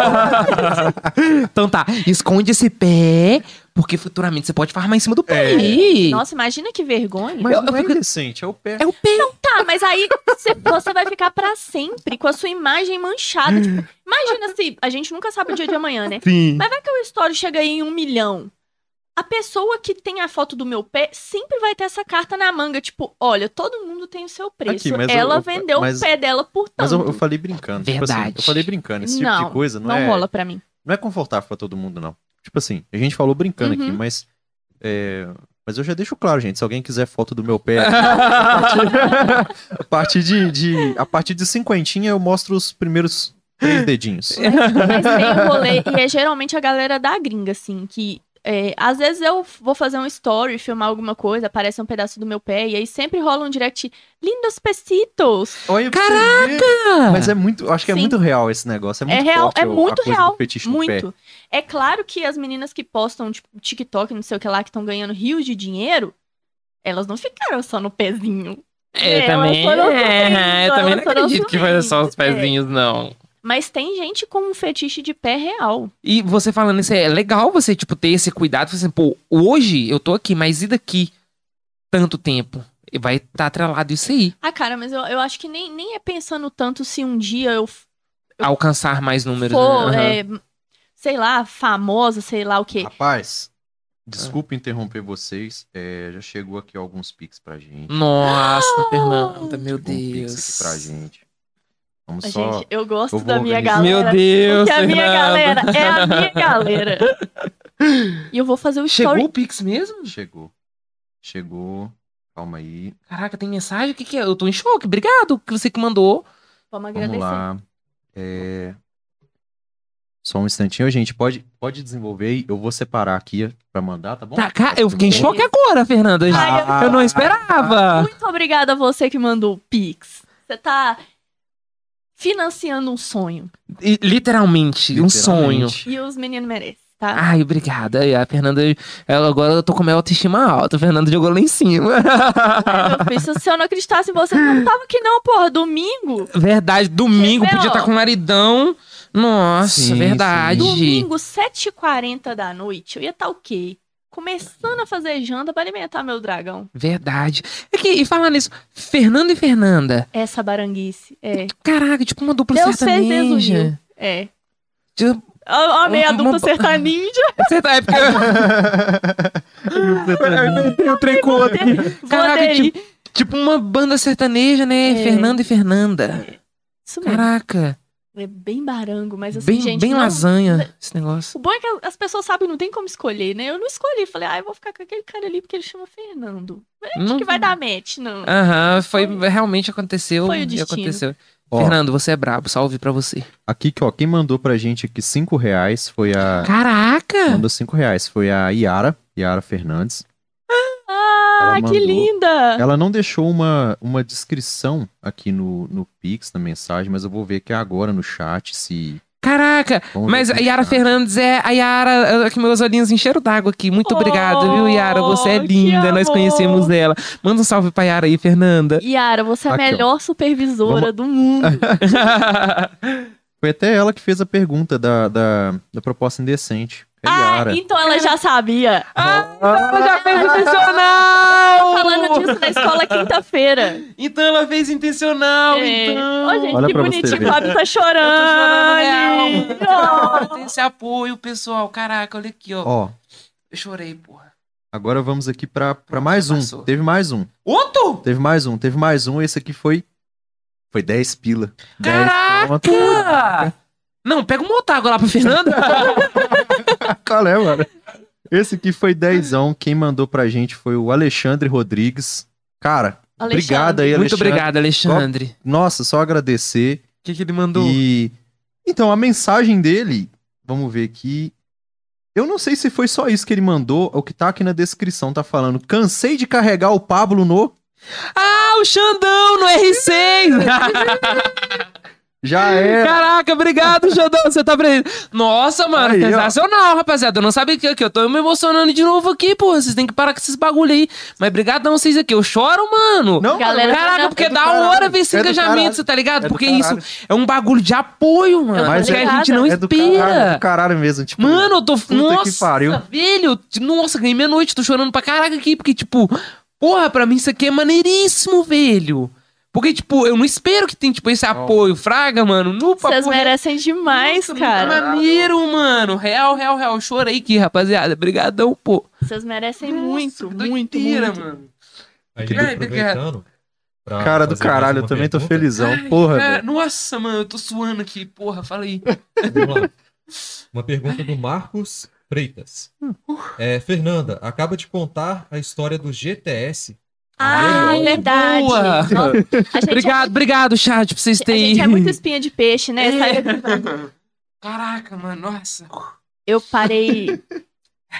Então tá, esconde esse pé, porque futuramente você pode farmar em cima do pé. Nossa, imagina que vergonha. Mas Eu não é fico- indecente, é o pé. É o pé. Tá, mas aí você vai ficar pra sempre com a sua imagem manchada. Tipo, imagina se a gente nunca sabe o dia de amanhã, né? Sim. Mas vai que o story chega aí em 1 milhão. A pessoa que tem a foto do meu pé sempre vai ter essa carta na manga, tipo, olha, todo mundo tem o seu preço. Aqui, mas Ela eu- vendeu mas- o pé dela por Mas tanto. eu falei brincando. Tipo assim, Verdade. eu falei brincando. Esse tipo não, de coisa não, não é, rola pra mim. não é confortável pra todo mundo, não. Tipo assim, a gente falou brincando aqui, Uhum. mas eu já deixo claro, gente, se alguém quiser foto do meu pé, a partir de 50 eu mostro os primeiros 3 dedinhos. Mas tem o rolê, e é geralmente a galera da gringa, assim, que Às vezes eu vou fazer um story, filmar alguma coisa, aparece um pedaço do meu pé, e aí sempre rola um direct, lindos pesitos. Olha pra Caraca! você ver. Mas é muito, acho que é Sim. muito real esse negócio. É muito real, forte é muito a coisa real, do fetiche no pé. muito. É claro que as meninas que postam, tipo, TikTok, não sei o que lá, que estão ganhando rios de dinheiro, elas não ficaram só no pezinho. Eu também, elas foram subindo, eu também não elas foram acredito que foi só os subindo. pezinhos, não. Mas tem gente com um fetiche de pé real. E você falando isso, é legal você, tipo, ter esse cuidado. Assim, pô, hoje eu tô aqui, mas e daqui tanto tempo? E vai estar atrelado isso aí. Ah, cara, mas eu acho que nem é pensando tanto se um dia eu Alcançar mais números. for, né? Aham. sei lá, famosa, sei lá o quê. Rapaz, desculpa interromper vocês. Já chegou aqui alguns pics pra gente. Nossa, Fernanda, meu Chegou um pix Deus. aqui pra gente. Vamos Mas, só... gente, eu gosto eu vou da minha organizar. galera. Meu Deus, Porque a minha Fernanda. galera é a minha galera. E eu vou fazer o story. Chegou o Pix mesmo? Chegou. Calma aí. Caraca, tem mensagem? O que que é? Eu tô em choque. Obrigado, que você que mandou. Vamos Vamos agradecer. lá. Só um instantinho, gente. Pode desenvolver aí. Eu vou separar aqui pra mandar, tá bom? Tá, cara, eu fiquei em choque agora, Fernanda. Ai, Eu não esperava. Muito obrigada a você que mandou o Pix. Você tá financiando um sonho. E, literalmente, um sonho. Literalmente. E os meninos merecem, tá? Ai, obrigada. Aí a Fernanda, agora eu tô com a minha autoestima alta. A Fernanda jogou lá em cima. Ai, meu filho, se eu não acreditasse em você, não tava aqui não, porra. Domingo. Verdade, domingo, Quer ver, podia ó? estar com naridão. Nossa, Sim, verdade. Domingo, 7h40 da noite. Eu ia estar o quê? Começando a fazer janta pra alimentar meu dragão. Verdade. E falando nisso, Fernando e Fernanda. Essa baranguice. Caraca, tipo uma dupla Deus fez, Deus sertaneja. uniu. Tipo, Amei a Uma- dupla sertaneja. você tá, é porque eu treco aqui. Vou Caraca, aderir. tipo uma banda sertaneja, né? É. Fernando e Fernanda. Isso mesmo. Caraca, É bem barango, mas assim, bem, gente. bem não- lasanha esse negócio. O bom é que as pessoas sabem, não tem como escolher, né? Eu não escolhi. Falei, eu vou ficar com aquele cara ali porque ele chama Fernando. Acho Não- que vai dar match, não. Aham, realmente aconteceu. Foi o e destino. aconteceu. Ó, Fernando, você é brabo, salve pra você. aqui, ó, quem mandou pra gente aqui R$5 foi a... Caraca! Mandou R$5. Foi a Yara Fernandes. Ah, Ela que mandou. linda! Ela não deixou uma descrição aqui no Pix, na mensagem, mas eu vou ver aqui agora no chat se... Caraca! Vamos Mas ver a aqui no Yara chat. Fernandes é a Yara, que meus olhinhos encheram d'água aqui. Muito obrigado, viu, Yara? Você é que linda, nós amor. conhecemos ela. Manda um salve pra Yara aí, Fernanda. Yara, você é a Aqui, ó. melhor supervisora do mundo. Foi até ela que fez a pergunta da proposta indecente. É Yara. Então ela já sabia. Ela já fez intencional! Falando disso na escola quinta-feira. Então ela fez intencional, É. então. Ô, gente, Olha que pra você bonitinho. ver. O Fábio tá chorando. real. Tem esse apoio, pessoal. Caraca, olha aqui, ó. Ó, Eu chorei, porra. agora vamos aqui pra Pronto, mais já um. passou. Teve mais um. Outro? Teve mais um. Esse aqui foi 10 pila. 10 conto. Caraca! Não, pega um otário lá pra Fernanda. Qual é, mano? Esse aqui foi 10ão. Quem mandou pra gente foi o Alexandre Rodrigues. Cara, obrigado aí, Muito Alexandre. obrigado, Alexandre. Nossa, só agradecer. O que ele mandou? E então a mensagem dele, vamos ver aqui. Eu não sei se foi só isso que ele mandou, o que tá aqui na descrição tá falando. Cansei de carregar o Pablo no. Ah, o Xandão no R6! Já é. Caraca, obrigado, Xandão. Você tá presente. Nossa, mano, Aí, ó. sensacional, rapaziada. Eu não sabia que eu tô me emocionando de novo aqui, pô. Vocês têm que parar com esses bagulho aí. Mas brigadão vocês aqui. Eu choro, mano. Não, Galera, mano, Caraca, porque é do da caralho. hora ver esse É do engajamento, caralho. você tá ligado? É do Porque caralho. isso é um bagulho de apoio, mano. Mas que é- a gente não é do caralho, é espera. do caralho mesmo. Tipo, Mano, eu tô. puta Nossa, que pariu. velho. Nossa, ganhei minha noite. Tô chorando pra caraca aqui. Porque, tipo, porra, pra mim isso aqui é maneiríssimo, velho. Porque, tipo, eu não espero que tenha, tipo, esse apoio. Fraga, mano. No Vocês papo merecem demais, Nossa, cara. Muito maneiro, mano. Real. Eu chorei aqui, rapaziada. Obrigadão, pô. Vocês merecem muito, Que muito, doideira, muito. mano. Aí, Que aproveitando. pra cara do fazer mais caralho, uma eu também tô pergunta. felizão. Porra, Cara, velho. nossa, mano, eu tô suando aqui. Porra, fala aí. Vamos lá. Uma pergunta do Marcos Freitas. Fernanda, acaba de contar a história do GTS. Ah, é verdade. Boa. Nossa, a gente Obrigado, chat, pra vocês a terem. gente é muito espinha de peixe, né? É. Sabe? Caraca, mano, nossa. Eu parei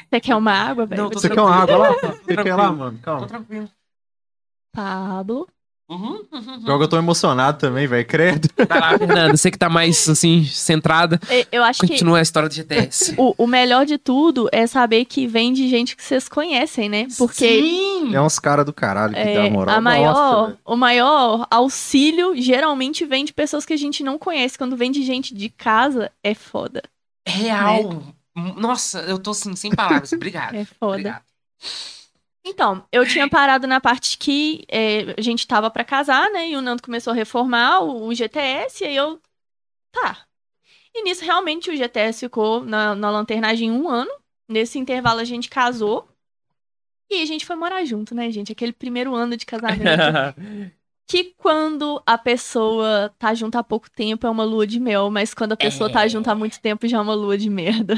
Você quer uma água, velho? Não, tô Você quer uma água lá? Você quer lá, mano? Tô Calma. tranquilo. Pablo. Joga, eu tô emocionado também, velho. Credo. Vai lá, Fernanda. Você que tá mais, assim, centrada. Eu acho que Continua a história do GTS. o melhor de tudo é saber que vem de gente que vocês conhecem, né? Porque Sim! É uns caras do caralho que dá moral. a Nossa, velho. o maior auxílio geralmente vem de pessoas que a gente não conhece. Quando vem de gente de casa, é foda. Real. Nossa, eu tô, assim, sem palavras. Obrigado. É foda. Obrigado. Então, eu tinha parado na parte que a gente tava pra casar, né? E o Nando começou a reformar o GTS, e aí eu... Tá. E nisso, realmente, o GTS ficou na lanternagem 1 ano. Nesse intervalo, a gente casou. E a gente foi morar junto, né, gente? Aquele primeiro ano de casamento. Que quando a pessoa tá junto há pouco tempo é uma lua de mel, mas quando a pessoa tá junto há muito tempo já é uma lua de merda.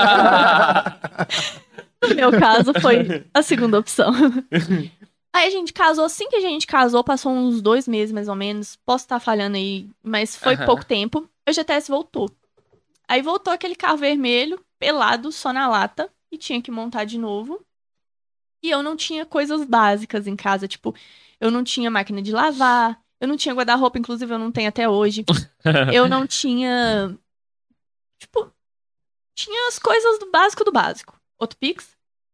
No meu caso, foi a segunda opção. Aí a gente casou, assim que a gente casou, passou uns 2 meses mais ou menos. Posso estar falhando aí, mas foi pouco tempo. O GTS voltou. Aí voltou aquele carro vermelho, pelado, só na lata, e tinha que montar de novo. E eu não tinha coisas básicas em casa, tipo, eu não tinha máquina de lavar, eu não tinha guarda-roupa, inclusive eu não tenho até hoje. Eu não tinha. Tipo, tinha as coisas do básico do básico. Outro Pix?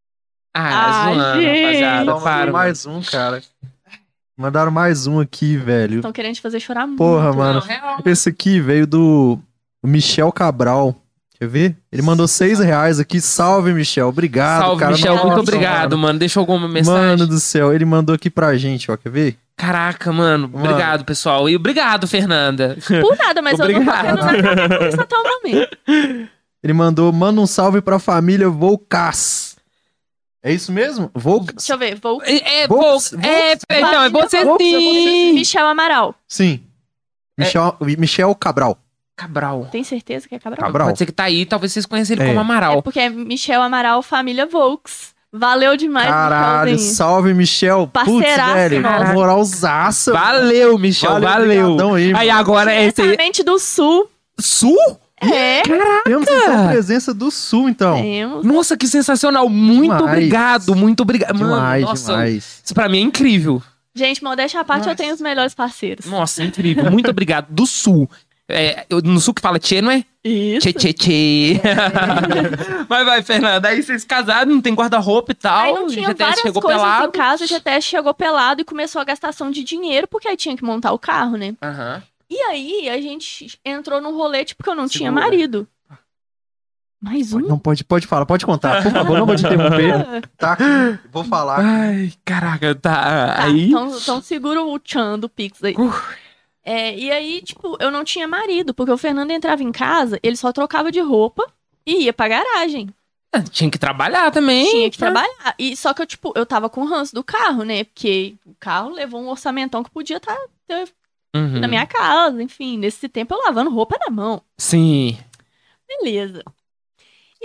Zoando, gente. rapaziada. Mandaram Para, mais um, cara. Mandaram mais um aqui, velho. Estão querendo te fazer chorar muito. Porra, mano. Não, real. Esse aqui veio do Michel Cabral. Quer ver? Ele mandou R$6 aqui. Salve, Michel. Obrigado, Salve, cara. Michel. Nossa, Muito obrigado, mano. Deixou alguma mensagem? Mano do céu, ele mandou aqui pra gente, ó. Quer ver? Caraca, mano. Obrigado, pessoal. E obrigado, Fernanda. Por nada, mas eu não tô tendo nada a ver com isso até o momento. Ele mandou, manda um salve pra família Volcas. É isso mesmo? Volcas? Deixa eu ver. Volks? Não, é você sim. Michel Amaral. Sim. Michel Cabral. Cabral. Tem certeza que é Cabral? Cabral. Pode ser que tá aí, talvez vocês conheçam ele É. como É Amaral. porque é Michel Amaral, família Volks. Valeu demais, Caralho, Michelzinho. salve, Michel. Putz, Parceiraço, velho. nossa. Moralzaça. Valeu, Michel, valeu. Obrigadão aí, Aí mano. agora é esse aí. Diretamente do Sul. Sul? É. Temos então presença do Sul, então. Temos. Nossa, que sensacional. Muito Demais. obrigado, muito obrigado. Mano, Demais, nossa, demais. isso pra mim é incrível. Gente, modéstia à parte, Nossa. eu tenho os melhores parceiros. Nossa, incrível. Muito obrigado. Do Sul. No Sul que fala tchê, não é? Isso. Tchê, tchê, tchê. Mas vai, Fernanda. Aí vocês casaram, não tem guarda-roupa e tal. Aí não tinha o GTS várias chegou coisas pelado. em casa, o GTS chegou pelado e começou a gastação de dinheiro, porque aí tinha que montar o carro, né? Aham. E aí a gente entrou num rolê, tipo, que eu não tinha Segura. marido. Mais um? Não, pode falar, pode contar. Por favor, não vou te interromper. Tá aqui, vou falar. Ai, caraca, tá. Tá, Aí. então segura o tchan do Pix aí. E aí, tipo, eu não tinha marido, porque o Fernando entrava em casa, ele só trocava de roupa e ia pra garagem. Tinha que trabalhar também. Tinha que trabalhar. E só que eu tava com o ranço do carro, né? Porque o carro levou um orçamentão que podia estar Uhum. na minha casa, enfim. Nesse tempo eu lavando roupa na mão. Sim. Beleza. E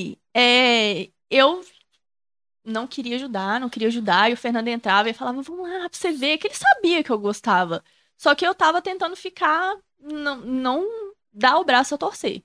aí, eu não queria ajudar, e o Fernando entrava e falava, vamos lá, pra você ver, que ele sabia que eu gostava. Só que eu tava tentando ficar, não dar o braço a torcer.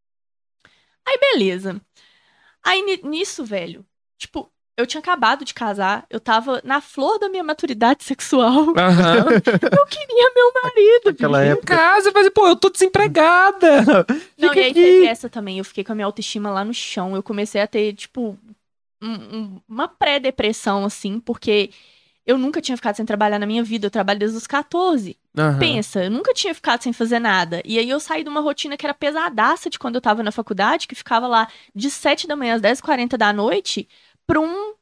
Aí, beleza. Aí, nisso, velho, tipo, eu tinha acabado de casar, eu tava na flor da minha maturidade sexual. Aham. Eu queria meu marido, Naquela bicho. Em época. casa, mas, pô, eu tô desempregada. Não, Fica e aí aqui. teve essa também. Eu fiquei com a minha autoestima lá no chão. Eu comecei a ter, tipo, uma pré-depressão, assim, porque eu nunca tinha ficado sem trabalhar na minha vida. Eu trabalho desde os 14. Aham. Pensa, eu nunca tinha ficado sem fazer nada. E aí eu saí de uma rotina que era pesadaça de quando eu tava na faculdade, que ficava lá de 7 da manhã às 10h40 da noite, pra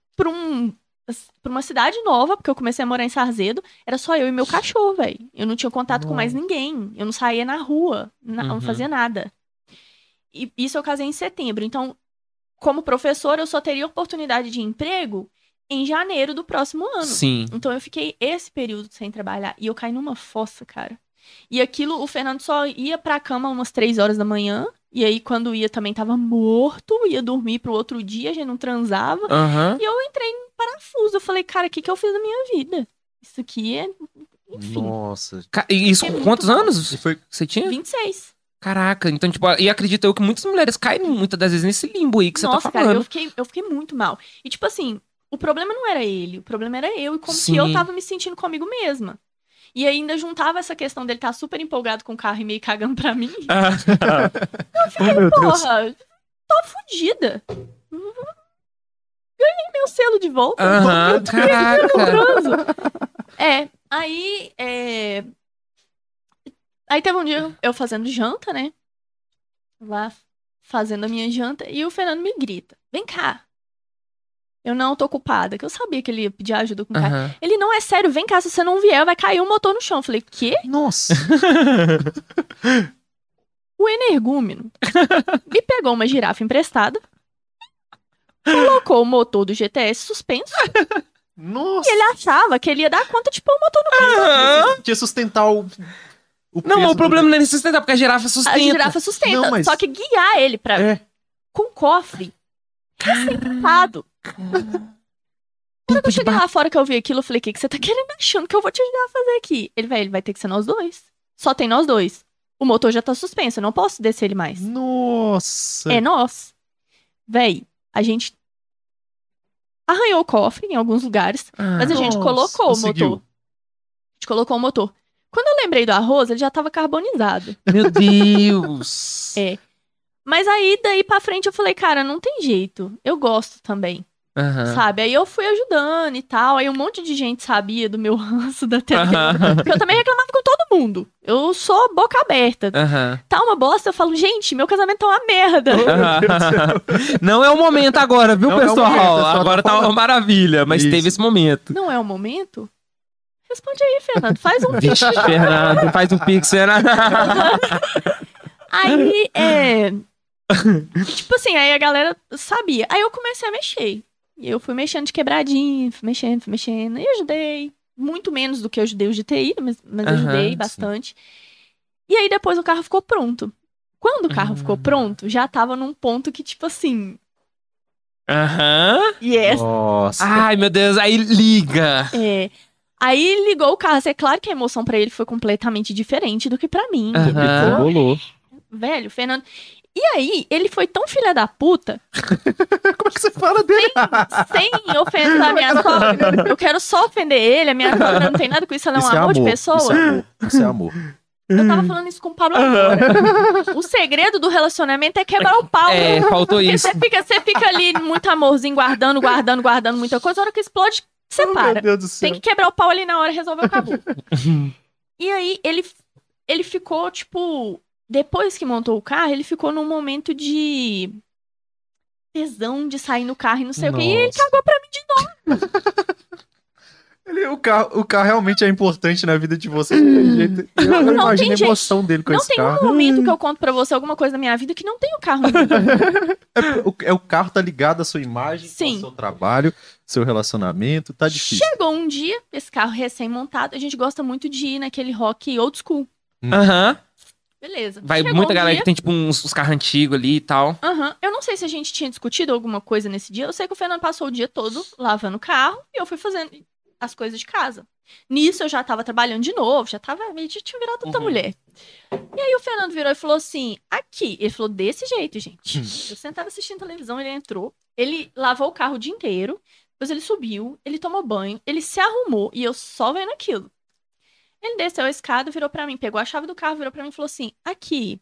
uma cidade nova, porque eu comecei a morar em Sarzedo, era só eu e meu cachorro, velho. Eu não tinha contato com mais ninguém. Eu não saía na rua, não Uhum. fazia nada. E isso eu casei em setembro. Então, como professora, eu só teria oportunidade de emprego em janeiro do próximo ano. Sim. Então eu fiquei esse período sem trabalhar. E eu caí numa fossa, cara. E aquilo, o Fernando só ia pra cama umas 3 horas da manhã. E aí, quando ia, também tava morto. Ia dormir pro outro dia, a gente não transava. Aham. E eu entrei em parafuso. Eu falei, cara, o que eu fiz da minha vida? Isso aqui é... Enfim, Nossa. E isso É com muito quantos bom. anos E foi você tinha? 26. Caraca, então, tipo, e acredito eu que muitas mulheres caem muitas das vezes nesse limbo aí que você tá Nossa, cara, falando. eu fiquei muito mal. E, tipo assim, o problema não era ele, o problema era eu e como Sim. que eu tava me sentindo comigo mesma. E ainda juntava essa questão dele estar super empolgado com o carro e meio cagando pra mim. Oh, meu Deus. Porra, tô fodida. Ganhei meu selo de volta. Aham, caraca. Horroroso. Aí teve um dia eu fazendo janta, né? Lá fazendo a minha janta, e o Fernando me grita: vem cá. Eu não tô ocupada, que eu sabia que ele ia pedir ajuda com o carro. Aham. Ele, não, é sério, vem cá, se você não vier, vai cair o motor no chão. Eu falei, quê? Nossa. O energúmeno me pegou uma girafa emprestada, colocou o motor do GTS suspenso, Nossa. e ele achava que ele ia dar conta de pôr o motor no carro. Tinha sustentar o Não, peso o problema não é nem sustentar, porque a girafa sustenta. A girafa sustenta, Não, mas- só que guiar ele pra... É. com cofre recém-montado. Quando eu cheguei lá fora que eu vi aquilo, eu falei, o que você tá querendo achando que eu vou te ajudar a fazer aqui? Ele vai ter que ser nós dois. Só tem nós dois. O motor já tá suspenso, eu não posso descer ele mais. Nossa. É nós. Véi, a gente arranhou o cofre em alguns lugares, mas a gente Nossa, colocou conseguiu. o motor. A gente colocou o motor. Quando eu lembrei do arroz, ele já tava carbonizado. Meu Deus. É. Mas aí, daí pra frente, eu falei, cara, não tem jeito. Eu gosto também, Aham. sabe? Aí eu fui ajudando e tal. Aí um monte de gente sabia do meu ranço da TV. Aham. Porque eu também reclamava com todo mundo. Eu sou boca aberta. Aham. Tá uma bosta, eu falo, gente, meu casamento tá uma merda. Não é o momento agora, viu, Não é o pessoal? momento, é só Agora tá tá uma falando. maravilha, mas Isso. teve esse momento. Não é o momento? Responde aí, Fernando. Faz um vídeo. Vixe, Fernando, faz um pix, Fernando. Aí, tipo assim, aí a galera sabia. Aí eu comecei a mexer. E eu fui mexendo de quebradinho, fui mexendo. E ajudei. Muito menos do que eu ajudei os de TI, mas Aham, ajudei sim. bastante. E aí depois o carro ficou pronto. Quando o carro ficou pronto, já tava num ponto que, tipo assim... Aham. Yes! Nossa. Ai, meu Deus, aí liga. Aí ligou o carro. É claro que a emoção pra ele foi completamente diferente do que pra mim. Aham. Bolou. Velho, Fernando... E aí, ele foi tão filha da puta, Como é que você fala dele? sem ofensar a minha sogra. Eu quero só ofender ele, a minha sogra não tem nada com isso, ela é um Isso amor de pessoa. Isso é amor. Isso é amor. Eu tava falando isso com o Pablo agora. O segredo do relacionamento é quebrar o pau. É, faltou Porque isso. você fica ali muito amorzinho, guardando muita coisa, a hora que explode, separa. Meu Deus do céu. Tem que quebrar o pau ali na hora e resolver, acabou. E aí, ele ficou, tipo... Depois que montou o carro, ele ficou num momento de tesão de sair no carro e não sei o quê. E ele Nossa. cagou pra mim de novo. O carro realmente é importante na vida de vocês. Não tem jeito. Eu Não imagino a tem emoção dele com Não esse tem carro. um momento que eu conto pra você alguma coisa da minha vida que não tem o carro. O carro tá ligado à sua imagem, Sim. ao seu trabalho, seu relacionamento. Tá difícil. Chegou um dia, esse carro recém-montado, a gente gosta muito de ir naquele rock old school. Aham. Beleza. Vai Chegou muita um galera dia, que tem, tipo, uns carros antigos ali e tal. Aham. Eu não sei se a gente tinha discutido alguma coisa nesse dia. Eu sei que o Fernando passou o dia todo lavando o carro e eu fui fazendo as coisas de casa. Nisso eu já tava trabalhando de novo, já tinha virado outra mulher. E aí o Fernando virou e falou assim, aqui. Ele falou desse jeito, gente. Eu sentava assistindo televisão, ele entrou, ele lavou o carro o dia inteiro, depois ele subiu, ele tomou banho, ele se arrumou e eu só vendo aquilo. Ele desceu a escada, virou pra mim, pegou a chave do carro, virou pra mim e falou assim, aqui,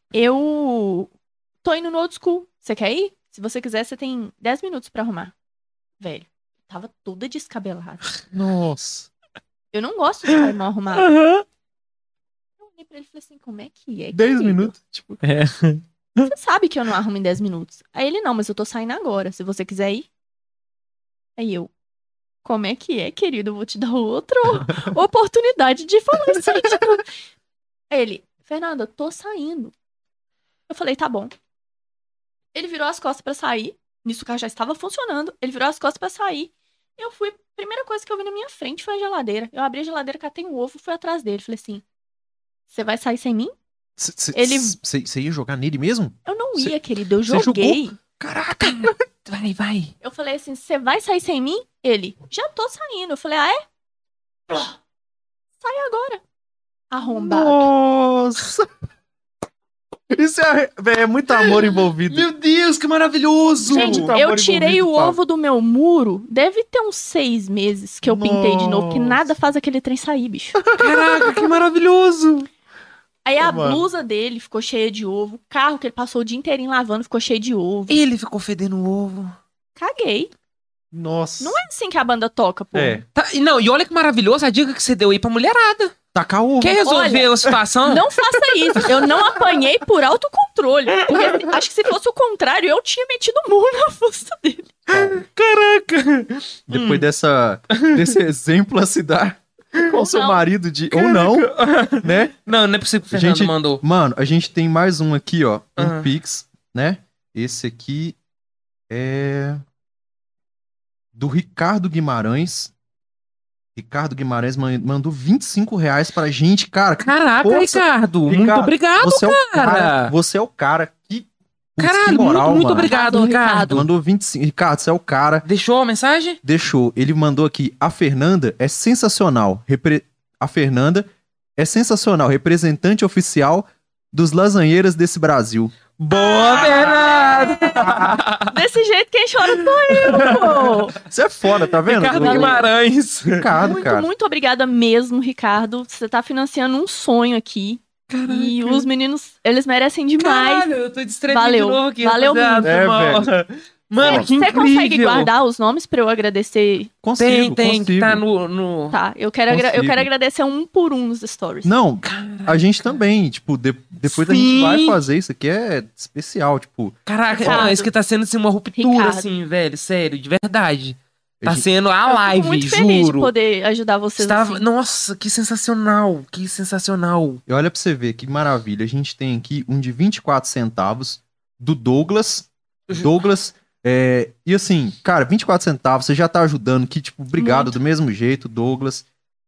eu tô indo no old school, você quer ir? Se você quiser, você tem 10 minutos pra arrumar. Velho, tava toda descabelada. Nossa. Eu não gosto de ficar mal arrumada. Aham. Eu olhei pra ele e falei assim, como é que é? 10 querido? minutos. Tipo, É. Você sabe que eu não arrumo em 10 minutos. Aí ele, não, mas eu tô saindo agora, se você quiser ir. Aí eu, como é que é, querido? Eu vou te dar outra oportunidade de falar isso aí. Aí ele, Fernanda, eu tô saindo. Eu falei, tá bom. Ele virou as costas pra sair. Nisso o carro já estava funcionando. Ele virou as costas pra sair. Eu fui, primeira coisa que eu vi na minha frente foi a geladeira. Eu abri a geladeira, catei um ovo, fui atrás dele. Falei assim, você vai sair sem mim? Ele- Você ia jogar nele mesmo? Eu não Cê- ia, querido, eu você joguei. Caraca! Vai, vai. Eu falei assim, você vai sair sem mim? Ele, já tô saindo. Eu falei, ah, é? Sai agora. Arrombado. Nossa! Isso é muito amor envolvido. Meu Deus, que maravilhoso! Gente, Tá eu amor tirei envolvido, o Pablo. ovo do meu muro, deve ter uns 6 meses que eu pintei de novo, que Nossa. nada faz aquele trem sair, bicho. Caraca, que maravilhoso! Aí a Mano. blusa dele ficou cheia de ovo, o carro que ele passou o dia inteirinho lavando ficou cheio de ovo. Ele ficou fedendo o ovo. Caguei. Nossa. Não é assim que a banda toca, pô. É. Tá, e não, e olha que maravilhoso a dica que você deu aí pra mulherada. Tacar ovo. Quer resolver Olha, a situação? Não faça isso. Eu não apanhei por autocontrole. Porque acho que se fosse o contrário, eu tinha metido o murro na fusta dele. Caraca! Depois desse exemplo a se dar com o Ou seu não. marido de... Ou não, né? Não, não é possível que o Fernando Gente, mandou. Mano, a gente tem mais um aqui, ó. Um Ah. Pix, né? Esse aqui é... do Ricardo Guimarães. Ricardo Guimarães mandou R$ 25 pra gente, cara. Caraca, Força, Ricardo, muito Ricardo, obrigado, Você é o cara. cara. Você é o cara que... Putz, Caralho, que moral, muito mano. obrigado, Arrasou, Ricardo. Ricardo. Mandou 25. Ricardo, você é o cara. Deixou a mensagem? Deixou. Ele mandou aqui. A Fernanda é sensacional. A Fernanda é sensacional. Representante oficial dos lasanheiras desse Brasil. Boa, Fernando! Desse jeito, quem chora sou eu, pô. Você é foda, tá vendo? Ricardo O- Guimarães. Ricardo, Muito, cara. muito obrigada mesmo, Ricardo. Você tá financiando um sonho aqui. E os meninos, eles merecem demais. Caralho, eu tô distraindo Valeu. de novo aqui. Valeu rapaziada. muito. Mano, que Você consegue incrível. guardar os nomes pra eu agradecer? Consigo, Tem, consigo. tá no... Tá, eu quero Consigo. agradecer um por um nos stories. Não, a gente também, tipo, depois a gente Sim. vai fazer isso aqui, é especial, tipo, Caraca, Ricardo. não, isso que tá sendo assim, uma ruptura, Ricardo. assim, velho, sério, de verdade. Tá a gente- sendo a Eu fico live, muito feliz juro. de poder ajudar vocês Estava... assim. Nossa, que sensacional, que sensacional. e olha pra você ver, que maravilha, a gente tem aqui um de 24 centavos do Douglas, e assim, cara, 24 centavos, você já tá ajudando, que tipo, obrigado Muito. do mesmo jeito, Douglas.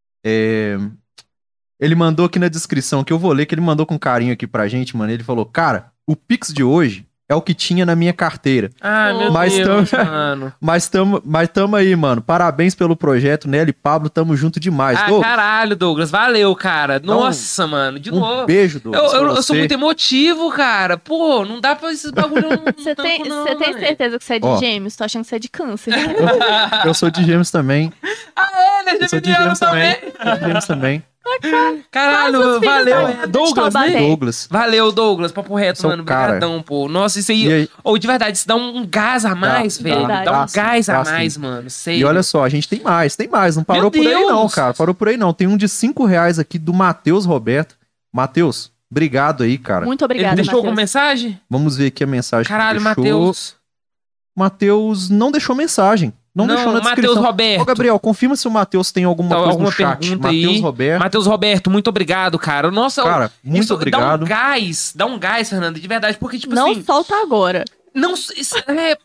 Ele mandou aqui na descrição, que eu vou ler, que ele mandou com carinho aqui pra gente, mano, ele falou, cara, o Pix de hoje é o que tinha na minha carteira. Ai, meu Mas Deus, tam- mano. Mas tamo aí, mano. Parabéns pelo projeto, Nelly e Pablo. Tamo junto demais. Ah, Douglas, caralho, Douglas, valeu, cara. Dá um- Nossa, mano, de um novo. beijo, Eu, Douglas. pra eu sou você. muito emotivo, cara. Pô, não dá pra esses bagulho não Você tem, não, você tem velho. certeza que você é de Ó. gêmeos? Tô achando que você é de câncer. Eu sou de Gêmeos também. Ele é Eu sou de geminiano Gêmeos também. Sou de Gêmeos também. Caralho, Quase os filhos valeu. da- É Douglas, da né? Taubaté. Douglas. Valeu, Douglas. Papo reto, Sou mano. o cara. Obrigadão, pô. Nossa, isso aí... E, aí- Ou de verdade, isso dá um gás a mais, Dá, velho. dá, Dá um sim, gás a dá sim. mais, mano. Sei. e olha só, a gente tem mais. Não parou Meu por aí não, Deus! cara. Parou por aí não. Tem um de R$5 aqui do Matheus Roberto. Matheus, obrigado aí, cara. Muito Ele obrigada, deixou Matheus. com mensagem? Vamos ver aqui a mensagem Caralho, que ele deixou. Matheus. Matheus não deixou mensagem. Não deixou na Matheus descrição. Roberto. Ô, Gabriel, confirma se o Matheus tem alguma Tá, coisa alguma no chat. pergunta Matheus aí? Roberto. Matheus Roberto, muito obrigado, cara. Nossa, Cara, muito isso obrigado. Dá um gás, Fernando, de verdade. Porque, tipo Não assim... solta agora. Não... isso-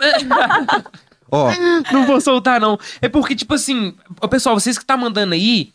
Ó, Não vou soltar, não. É porque, tipo assim, ô, pessoal, vocês que tá mandando aí,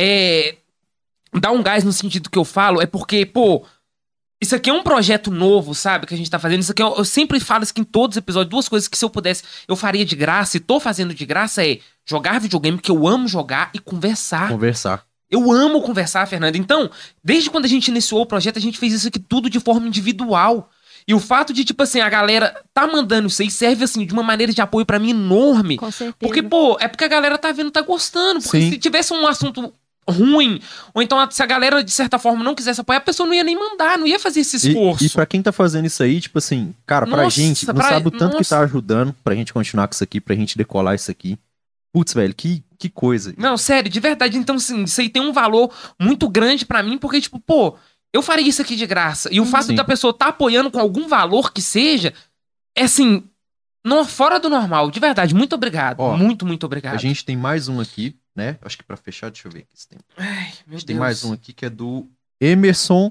dá um gás no sentido que eu falo, é porque, pô, isso aqui é um projeto novo, sabe, que a gente tá fazendo. Isso aqui, eu sempre falo isso aqui em todos os episódios, duas coisas que se eu pudesse, eu faria de graça e tô fazendo de graça é jogar videogame, que eu amo jogar, e conversar. conversar. Eu amo conversar, Fernando. Então, desde quando a gente iniciou o projeto, a gente fez isso aqui tudo de forma individual. E o fato de, tipo assim, a galera tá mandando isso aí serve, assim, de uma maneira de apoio pra mim enorme. Com certeza. Porque, pô, é porque a galera tá vendo, tá gostando. Porque Sim. se tivesse um assunto ruim, ou então se a galera, de certa forma, não quisesse apoiar, a pessoa não ia nem mandar, não ia fazer esse esforço. E pra quem tá fazendo isso aí, tipo assim, cara, pra Nossa, gente, não pra- sabe o tanto que nossa. tá ajudando pra gente continuar com isso aqui, pra gente decolar isso aqui. Putz, velho, que coisa. Não, sério, de verdade. Então, assim, isso aí tem um valor muito grande pra mim, porque, tipo, pô, eu faria isso aqui de graça. E o fato Sim. da pessoa tá apoiando com algum valor que seja, é assim, fora do normal. De verdade, muito obrigado. Ó, muito obrigado. A gente tem mais um aqui, né? Acho que pra fechar, deixa eu ver aqui se tem. Ai, meu A gente tem Deus. mais um aqui que é do Emerson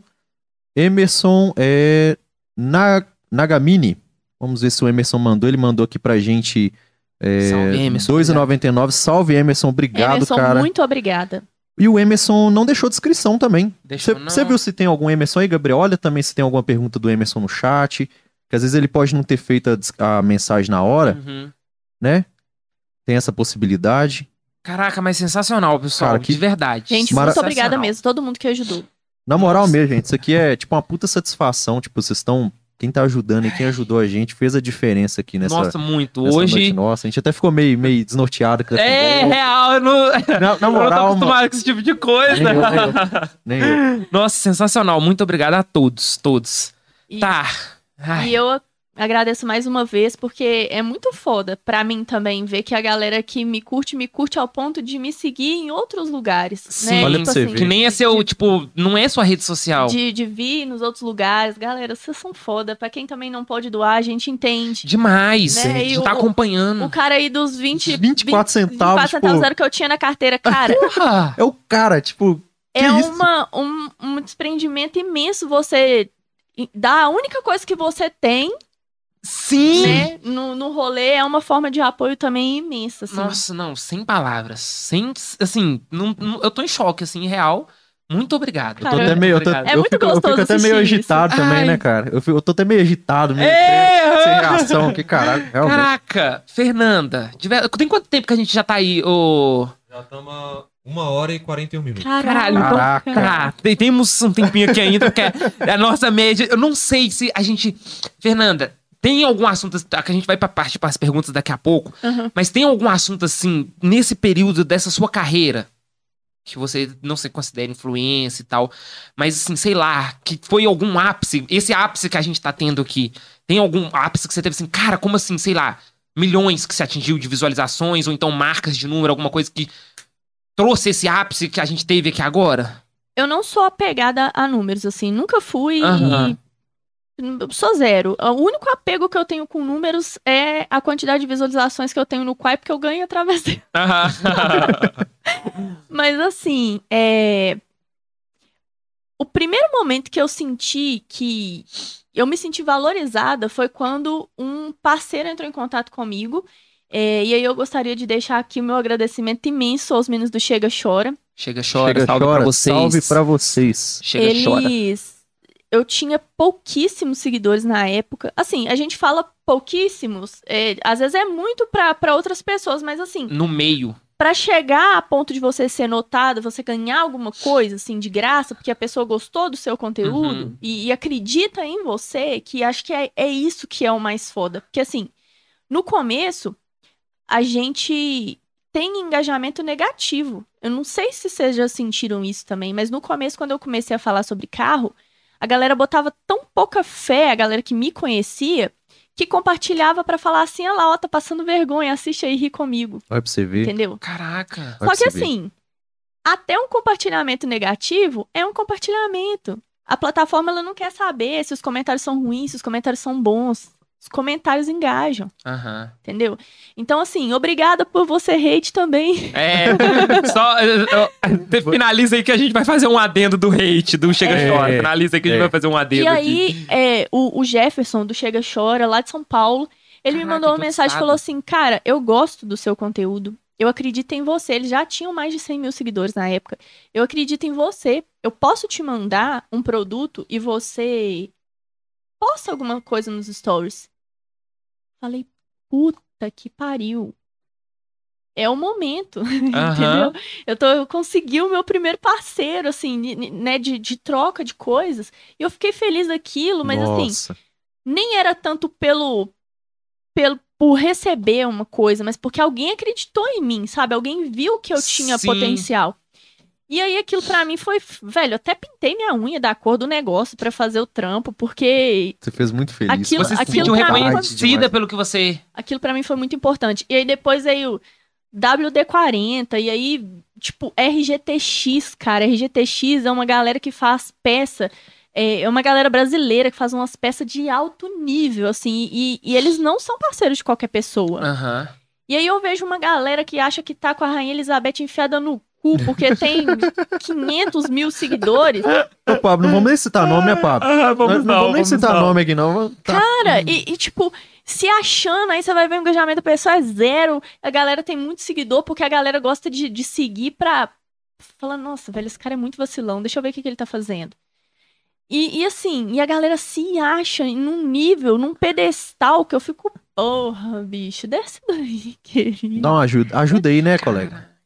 Nagamini. Vamos ver se o Emerson mandou. Ele mandou aqui pra gente Salve, Emerson, R$2,99. Salve, Emerson. Obrigado, Emerson, cara. muito obrigada. E o Emerson não deixou descrição também. Deixou, não. Você viu se tem algum Emerson aí, Gabriel? Olha também se tem alguma pergunta do Emerson no chat. Que às vezes ele pode não ter feito a mensagem na hora, Uhum. né? Tem essa possibilidade. Caraca, mas sensacional, pessoal. Cara, que- De verdade. Gente, Mara- muito obrigada Sensacional. mesmo. Todo mundo que ajudou. Na moral Nossa. mesmo, gente, isso aqui é tipo uma puta satisfação. Tipo, vocês estão. Quem tá ajudando e quem ajudou a gente fez a diferença aqui nessa. Nossa, muito. nessa Hoje. noite nossa. A gente até ficou meio desnorteado. Com essa É ideia. real, eu não, Na eu não tô moral, acostumado com esse tipo de coisa. Nem eu. Nossa, sensacional. Muito obrigado a todos, todos. E, Tá. Ai. e eu agradeço mais uma vez, porque é muito foda pra mim também ver que a galera que me curte ao ponto de me seguir em outros lugares. Sim, né? olha pra você ver. Que nem é seu, tipo, não é sua rede social. De vir nos outros lugares. Galera, vocês são foda. Pra quem também não pode doar, a gente entende. Demais. Né, A e gente tá acompanhando. O cara aí dos 24 centavos, 24 centavos tipo- era o que eu tinha na carteira. Cara, Porra! É o cara, tipo. é que isso? um desprendimento imenso você dar a única coisa que você tem, Sim! né, no rolê, é uma forma de apoio também imensa, assim. Nossa, não, sem palavras. Sem, assim, eu tô em choque, assim, real. Muito obrigado. Cara, Eu tô até meio, Obrigado. É muito eu fico gostoso até meio assistir agitado isso. também, Ai. né, cara? Eu tô até meio agitado, meio É! sem reação aqui, caralho. Realmente. Caraca, Fernanda, tem quanto tempo que a gente já tá aí, ô... Já estamos a 1h e 41 minutos. Caralho, então, Caraca. tá, temos um tempinho aqui ainda, porque a nossa média, eu não sei se a gente... Fernanda, tem algum assunto, que a gente vai pra parte para as perguntas daqui a pouco, Uhum. mas tem algum assunto, assim, nesse período dessa sua carreira, que você não se considera influência e tal, mas assim, sei lá, que foi algum ápice, esse ápice que a gente tá tendo aqui, tem algum ápice que você teve assim, cara, como assim, sei lá, milhões que você atingiu de visualizações, ou então marcas de número, alguma coisa que trouxe esse ápice que a gente teve aqui agora? Eu não sou apegada a números, assim, nunca fui Aham. e sou zero. O único apego que eu tenho com números é a quantidade de visualizações que eu tenho no Quai, porque eu ganho através dele. Mas assim, o primeiro momento que eu senti que eu me senti valorizada foi quando um parceiro entrou em contato comigo. E aí eu gostaria de deixar aqui o meu agradecimento imenso aos meninos do Chega Chora. Chega, chora, Chega, salve chora, pra vocês. salve pra vocês. Chega, chora. Eu tinha pouquíssimos seguidores na época. Assim, a gente fala pouquíssimos, às vezes é muito pra outras pessoas, mas assim, No meio. pra chegar a ponto de você ser notado, você ganhar alguma coisa, assim, de graça, porque a pessoa gostou do seu conteúdo Uhum. e acredita em você, que acho que é isso que é o mais foda. Porque assim, no começo, a gente tem engajamento negativo. Eu não sei se vocês já sentiram isso também, mas no começo, quando eu comecei a falar sobre carro, a galera botava tão pouca fé, a galera que me conhecia, que compartilhava pra falar assim, olha lá, ó, tá passando vergonha, assiste aí e ri comigo, Olha pra você ver. entendeu? Caraca. Olha Só pra que você ver. assim, até um compartilhamento negativo é um compartilhamento. A plataforma ela não quer saber se os comentários são ruins, se os comentários são bons. Os comentários engajam, Aham. entendeu? Então, assim, obrigada por você hate também. Só finaliza aí que a gente vai fazer um adendo do hate, do Chega Chora. Finaliza aí que a gente vai fazer um adendo E aqui. aí, o Jefferson, do Chega Chora, lá de São Paulo, ele me Caraca, mandou uma que mensagem e estado. falou assim, cara, eu gosto do seu conteúdo. Eu acredito em você. Eles já tinham mais de 100 mil seguidores na época. Eu acredito em você. Eu posso te mandar um produto e você posta alguma coisa nos stories. Falei, puta que pariu. É o momento, Aham. entendeu? Eu consegui o meu primeiro parceiro, assim, né, de troca de coisas. E eu fiquei feliz daquilo, mas assim, Nossa. nem era tanto por receber uma coisa, mas porque alguém acreditou em mim, sabe? Alguém viu que eu tinha Sim. potencial. E aí aquilo pra mim foi, velho, eu até pintei minha unha da cor do negócio pra fazer o trampo, porque Você fez muito feliz. Aquilo- Você se aquilo sentiu pra mim reconhecida demais. pelo que você... aquilo pra mim foi muito importante. E aí depois veio WD-40, e aí, tipo, RGTX, cara. RGTX é uma galera que faz peça, é uma galera brasileira que faz umas peças de alto nível, assim, e eles não são parceiros de qualquer pessoa. Aham. E aí eu vejo uma galera que acha que tá com a Rainha Elizabeth enfiada no cu, porque tem 500 mil seguidores. Ô, Pablo, não vamos nem citar nome, né, Pablo? Nós não vamos nem citar nome aqui, não. Tá. Cara, e tipo, se achando, aí você vai ver o engajamento da pessoa é zero. A galera tem muito seguidor, porque a galera gosta de seguir pra falar, nossa, velho, esse cara é muito vacilão, deixa eu ver o que ele tá fazendo. E assim, e a galera se acha num nível, num pedestal, que eu fico, porra, bicho, desce daí, querido. Dá uma ajuda. Ajuda aí, né, colega?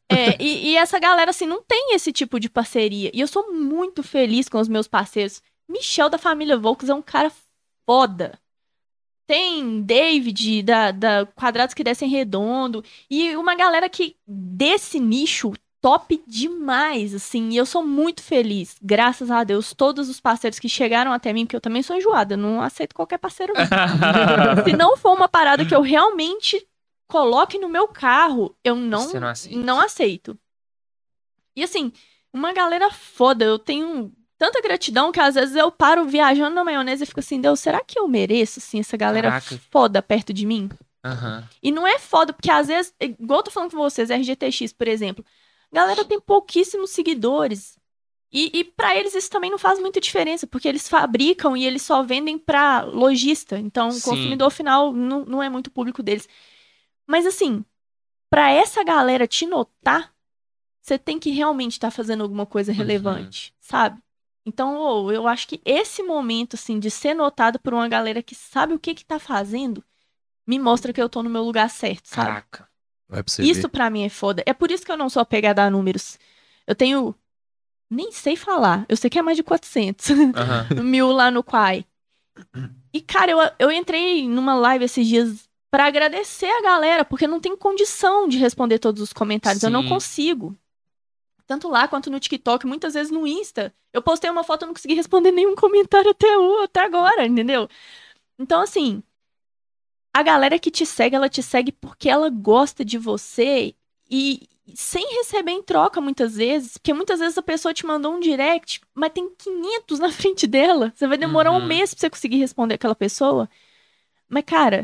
E essa galera, assim, não tem esse tipo de parceria. E eu sou muito feliz com os meus parceiros. Michel da família Volks é um cara foda. Tem David da Quadrados que Descem Redondo. E uma galera que desse nicho top demais, assim. E eu sou muito feliz. Graças a Deus, todos os parceiros que chegaram até mim, porque eu também sou enjoada. Eu não aceito qualquer parceiro, não. Se não for uma parada que eu realmente coloque no meu carro, eu Você não aceita. não aceito. E assim, uma galera foda. Eu tenho tanta gratidão que às vezes eu paro viajando na maionese e fico assim, Deus, será que eu mereço, assim, essa galera Caraca. foda perto de mim? Aham. E não é foda, porque às vezes, igual eu tô falando com vocês, RGTX, por exemplo, a galera tem pouquíssimos seguidores. E para eles isso também não faz muita diferença, porque eles fabricam e eles só vendem pra lojista. Então, o Sim. consumidor final não é muito público deles. Mas assim, pra essa galera te notar, você tem que realmente estar fazendo alguma coisa relevante, sabe? Então, eu acho que esse momento, assim, de ser notado por uma galera que sabe o que tá fazendo, me mostra que eu tô no meu lugar certo, sabe? Caraca. Vai pra você Isso ver. pra mim é foda. É por isso que eu não sou apegada a números. Eu tenho... Nem sei falar. Eu sei que é mais de 400 Aham. mil lá no Quai. E, cara, eu entrei numa live esses dias pra agradecer a galera, porque não tem condição de responder todos os comentários. Eu não Sim. consigo. Tanto lá quanto no TikTok, muitas vezes no Insta. Eu postei uma foto e não consegui responder nenhum comentário até agora, entendeu? Então, assim, a galera que te segue, ela te segue porque ela gosta de você e sem receber em troca muitas vezes, porque muitas vezes a pessoa te mandou um direct, mas tem 500 na frente dela. Você vai demorar um Uhum. mês pra você conseguir responder aquela pessoa. Mas, cara,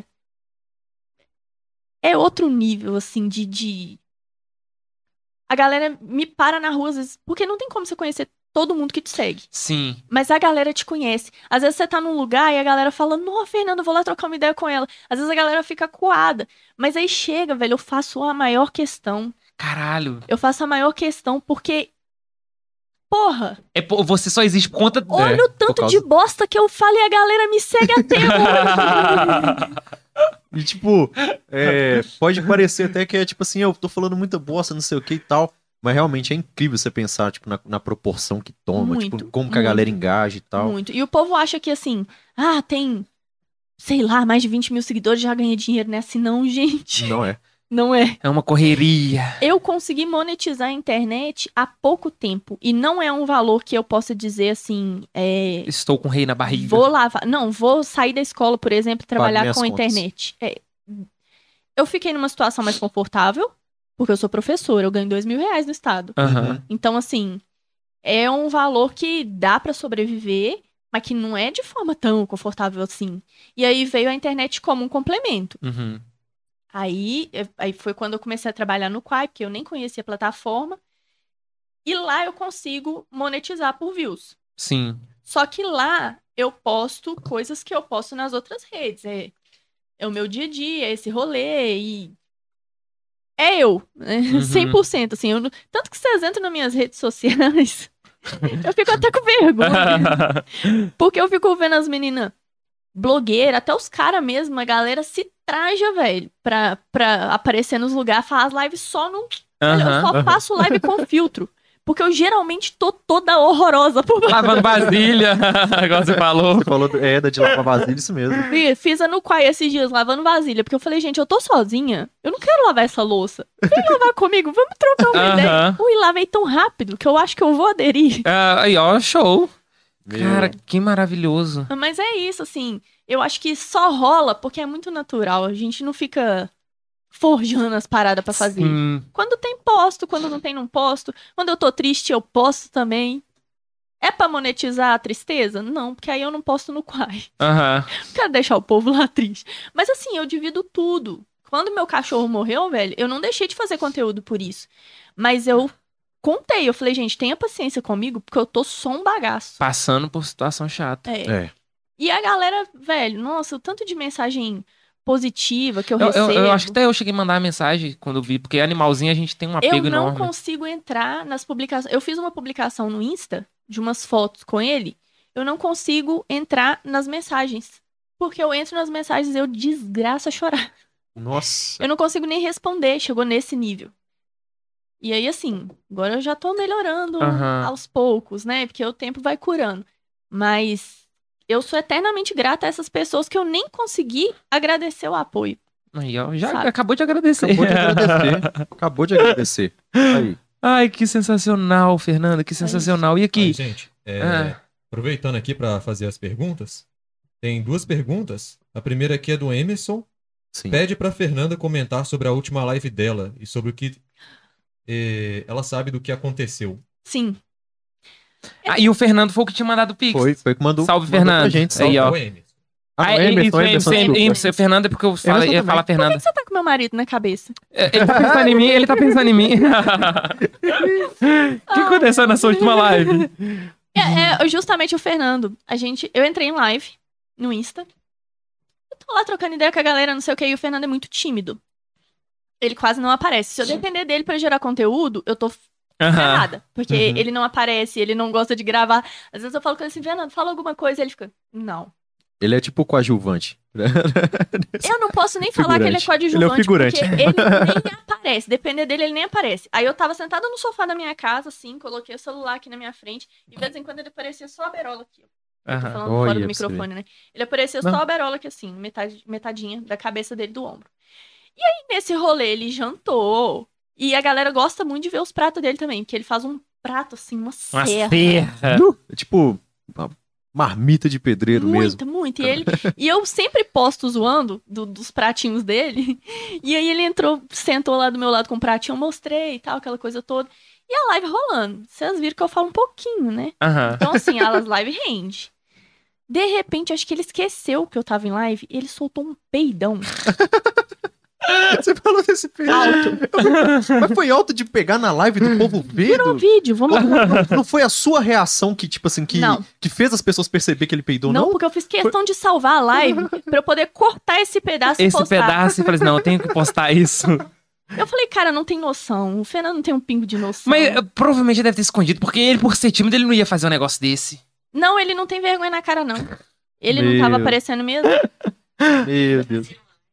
é outro nível, assim, de... A galera me para na rua às vezes, porque não tem como você conhecer todo mundo que te segue. Sim. Mas a galera te conhece. Às vezes você tá num lugar e a galera fala, não, Fernanda, eu vou lá trocar uma ideia com ela. Às vezes a galera fica acuada. Mas aí chega, velho, eu faço a maior questão. Caralho. Eu faço a maior questão porque, porra, Você só existe por conta... olha o tanto causa- de bosta que eu falo e a galera me segue até hoje. E tipo, pode parecer até que é tipo assim, eu tô falando muita bosta, não sei o que e tal. Mas realmente é incrível você pensar, tipo, na proporção que toma, Muito, tipo, como que a galera muito. engaja e tal. Muito. E o povo acha que assim, tem, sei lá, mais de 20 mil seguidores, já ganha dinheiro, né? Assim, não, gente. Não é. Não é. É uma correria. Eu consegui monetizar a internet há pouco tempo. E não é um valor que eu possa dizer assim, Estou com o rei na barriga. vou lavar. Não, vou sair da escola, por exemplo, e trabalhar minhas com a contas. internet. Eu fiquei numa situação mais confortável, porque eu sou professora, eu ganho R$ 2.000 no estado. Aham. Então, assim, é um valor que dá pra sobreviver, mas que não é de forma tão confortável assim. E aí veio a internet como um complemento. Uhum. Aí foi quando eu comecei a trabalhar no Quai, porque eu nem conhecia a plataforma. E lá eu consigo monetizar por views. Sim. Só que lá eu posto coisas que eu posto nas outras redes. É o meu dia a dia, é esse rolê e... É eu, né? Uhum. 100%, assim. Tanto que vocês entram nas minhas redes sociais, eu fico até com vergonha. Porque eu fico vendo as meninas blogueiras, até os caras mesmo, a galera se traja, velho, pra aparecer nos lugares, faz live só no... Olha, eu Aham. só faço live com filtro. Porque eu geralmente tô toda horrorosa por Lavando vasilha, igual você falou. Você falou da de lavar vasilha, isso mesmo. Fiz a no Quai esses dias, lavando vasilha. Porque eu falei, gente, eu tô sozinha. Eu não quero lavar essa louça. Vem lavar comigo, vamos trocar uma ideia. Aham. Ui, lavei tão rápido que eu acho que eu vou aderir. Aí, ó, show. Meu. Cara, que maravilhoso. Mas é isso, assim. Eu acho que só rola porque é muito natural. A gente não fica forjando as paradas pra fazer. Sim. Quando tem, posto. Quando não tem, não posto. Quando eu tô triste, eu posto também. É pra monetizar a tristeza? Não, porque aí eu não posto no Quai. Aham. Não quero deixar o povo lá triste. Mas assim, eu divido tudo. Quando meu cachorro morreu, velho, eu não deixei de fazer conteúdo por isso. Mas eu contei, eu falei, gente, tenha paciência comigo, porque eu tô só um bagaço. Passando por situação chata. É. E a galera, velho, nossa, o tanto de mensagem positiva que eu Eu recebo. acho que até eu cheguei a mandar uma mensagem quando eu vi, porque animalzinho a gente tem um Eu apego não enorme. consigo entrar nas publicações. Eu fiz uma publicação no Insta de umas fotos com ele. Eu não consigo entrar nas mensagens. Porque eu entro nas mensagens e eu desgraço a chorar. Nossa. Eu não consigo nem responder. Chegou nesse nível. E aí, assim, agora eu já tô melhorando Aham. aos poucos, né? Porque o tempo vai curando. Mas eu sou eternamente grata a essas pessoas que eu nem consegui agradecer o apoio. Aí, ó, já Sabe? acabou de agradecer. Acabou de agradecer. Acabou de agradecer. Aí. Ai, que sensacional, Fernanda, que sensacional. E Aí, aqui? gente, Ah. aproveitando aqui para fazer as perguntas, tem 2 perguntas. A primeira aqui é do Emerson. Sim. Pede pra Fernanda comentar sobre a última live dela e sobre o que ela sabe do que aconteceu. Sim. Ah, e o Fernando foi o que tinha mandado o Pix. Foi que mandou. Salve, mandou pra Fernando. gente. Aí, Salve. ó. O Emerson. Ah, É, Emerson, isso, desculpa. Fernando é porque eu Emerson ia também. falar Por que Fernanda. você tá com meu marido na cabeça? Ele tá pensando em mim, ele tá pensando em mim. O que aconteceu nessa última live? Justamente o Fernando. Eu entrei em live no Insta. Eu tô lá trocando ideia com a galera, não sei o que, e o Fernando é muito tímido. Ele quase não aparece. Se eu depender dele pra gerar conteúdo, eu tô Aham. ferrada. Porque Uhum. ele não aparece, ele não gosta de gravar. Às vezes eu falo com ele assim, Fernando, fala alguma coisa, e ele fica, não. Ele é tipo coadjuvante. Eu não posso nem falar que ele é Figurante. coadjuvante, Ele é um figurante. porque ele nem aparece. Depender dele, ele nem aparece. Aí eu tava sentada no sofá da minha casa, assim, coloquei o celular aqui na minha frente, e de vez em quando ele aparecia só a berola aqui. Ó. Eu tô Aham. falando Olha fora do pra você microfone, né? Ele aparecia Não. só a berola aqui, assim, metadinha da cabeça dele do ombro. E aí, nesse rolê, ele jantou. E a galera gosta muito de ver os pratos dele também, porque ele faz um prato, assim, uma Uma serra. serra. É tipo uma marmita de pedreiro mesmo. Muito. E eu sempre posto zoando dos pratinhos dele. E aí ele sentou lá do meu lado com o pratinho, eu mostrei e tal, aquela coisa toda. E a live rolando. Vocês viram que eu falo um pouquinho, né? Aham. Então, assim, a live rende. De repente, acho que ele esqueceu que eu tava em live e ele soltou um peidão Você falou desse peito. alto. Mas foi alto de pegar na live do povo Virou vendo? vídeo, vamos lá. Não foi a sua reação que, tipo assim, Não. que fez as pessoas perceber que ele peidou, Não, não? porque eu fiz questão de salvar a live pra eu poder cortar esse pedaço e Esse postar. pedaço, eu falei assim, não, eu tenho que postar isso. Eu falei, cara, não tem noção. O Fernando não tem um pingo de noção. Mas provavelmente deve ter escondido, porque ele, por ser tímido, ele não ia fazer um negócio desse. Não, ele não tem vergonha na cara, não. Ele não Meu. tava aparecendo mesmo. Meu Deus.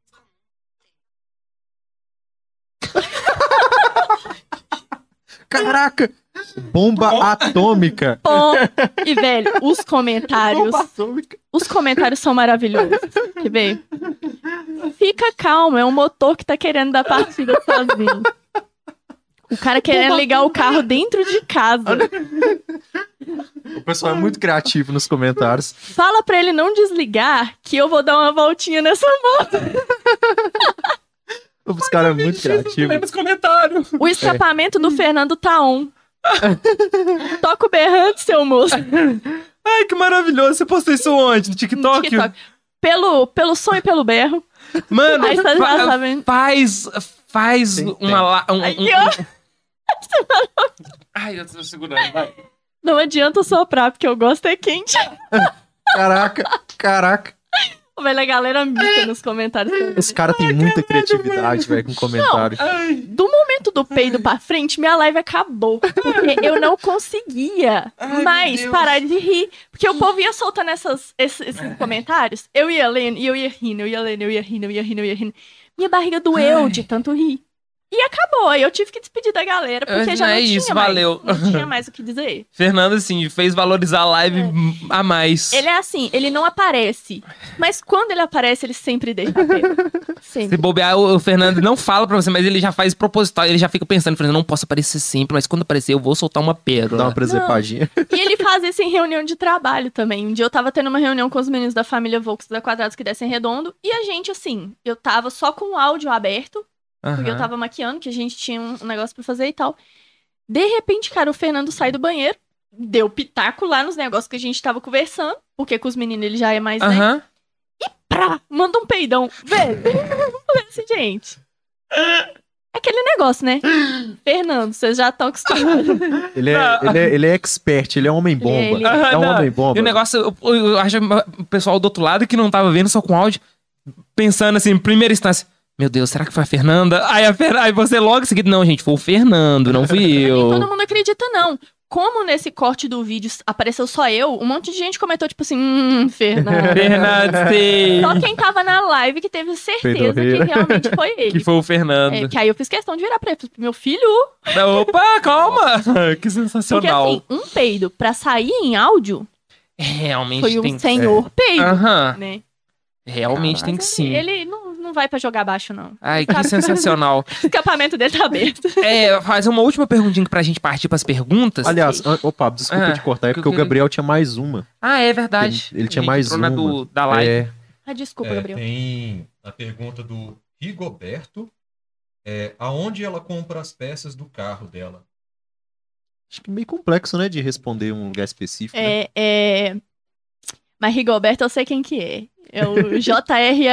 Caraca! Bomba atômica! Bom, e velho, os comentários. Bomba atômica! Os comentários são maravilhosos. Quer ver? Fica calmo, é um motor que tá querendo dar partida sozinho. O cara querendo ligar o carro dentro de casa. O pessoal é muito criativo nos comentários. Fala pra ele não desligar, que eu vou dar uma voltinha nessa moto. Os caras é muito criativos. Nos comentários. O escapamento do Fernando tá on. Toca o berrante, seu moço. Ai, que maravilhoso. Você postou isso onde? No No TikTok? TikTok. Pelo som e pelo berro. Mano, Aí você já sabe. faz Tem. Aqui, ó. Ai, eu tô segurando, vai. Não adianta soprar, porque eu gosto é quente. Caraca. Velho, a galera mica nos comentários. Esse cara tem muita criatividade, velho, com comentário. Do momento do peido pra frente, minha live acabou. Porque eu não conseguia mais parar de rir. Porque o povo ia soltando esses comentários. Eu ia lendo e eu ia rindo, eu ia lendo, eu ia rindo, eu ia rindo, eu ia rindo. Minha barriga doeu de tanto rir. E acabou. Aí eu tive que despedir da galera, porque já não tinha isso, mais. valeu. Não tinha mais o que dizer. Fernando, assim, fez valorizar a live a mais. Ele é assim, ele não aparece. Mas quando ele aparece, ele sempre deixa a pena. Se Sempre. bobear, o Fernando não fala pra você, mas ele já faz proposital, ele já fica pensando, Fernando, não posso aparecer sempre, mas quando aparecer eu vou soltar uma Dá pérola. uma presepadinha. E ele faz isso em reunião de trabalho também. Um dia eu tava tendo uma reunião com os meninos da família Volks da Quadrados que descem redondo. E a gente, assim, eu tava só com o áudio aberto. Porque eu tava maquiando, que a gente tinha um negócio pra fazer e tal. De repente, cara, o Fernando sai do banheiro, deu pitaco lá nos negócios que a gente tava conversando, porque com os meninos ele já é mais velho. Aham. Manda um peidão. Velho, eu falei assim, gente. Aquele negócio, né? Fernando, vocês já estão acostumados. Ele é expert, ele é homem-bomba. Ele- É um Não, homem-bomba. E o negócio, eu acho o pessoal do outro lado que não tava vendo só com áudio, pensando assim, em primeira instância, meu Deus, será que foi a Fernanda? Aí você logo em seguida, não, gente, foi o Fernando, não fui Nem eu. todo mundo acredita, não. como nesse corte do vídeo apareceu só eu, um monte de gente comentou, tipo assim, Fernanda. Fernando, sei. Só quem tava na live que teve certeza que Pedorreira. realmente foi ele. Que foi o Fernando. É, que aí eu fiz questão de virar pra ele. Falei, meu filho, Opa, calma. Que porque sensacional. assim, um peido pra sair em áudio Realmente foi tem um senhor peido, Aham. né? Realmente tem que Mas sim. ele não vai pra jogar baixo, não. Ai, que sensacional. O escapamento dele tá aberto. Fazer uma última perguntinha pra gente partir pras perguntas. Aliás, Pablo, desculpa te cortar, é porque o Gabriel tinha mais uma. Ah, é verdade. Ele tinha A gente mais entrou na uma. da live. É, Ah, desculpa, Gabriel. Tem a pergunta do Rigoberto. Aonde ela compra as peças do carro dela? acho que meio complexo, né, de responder um lugar específico. Né? Mas Rigoberto, eu sei quem que é. É o JR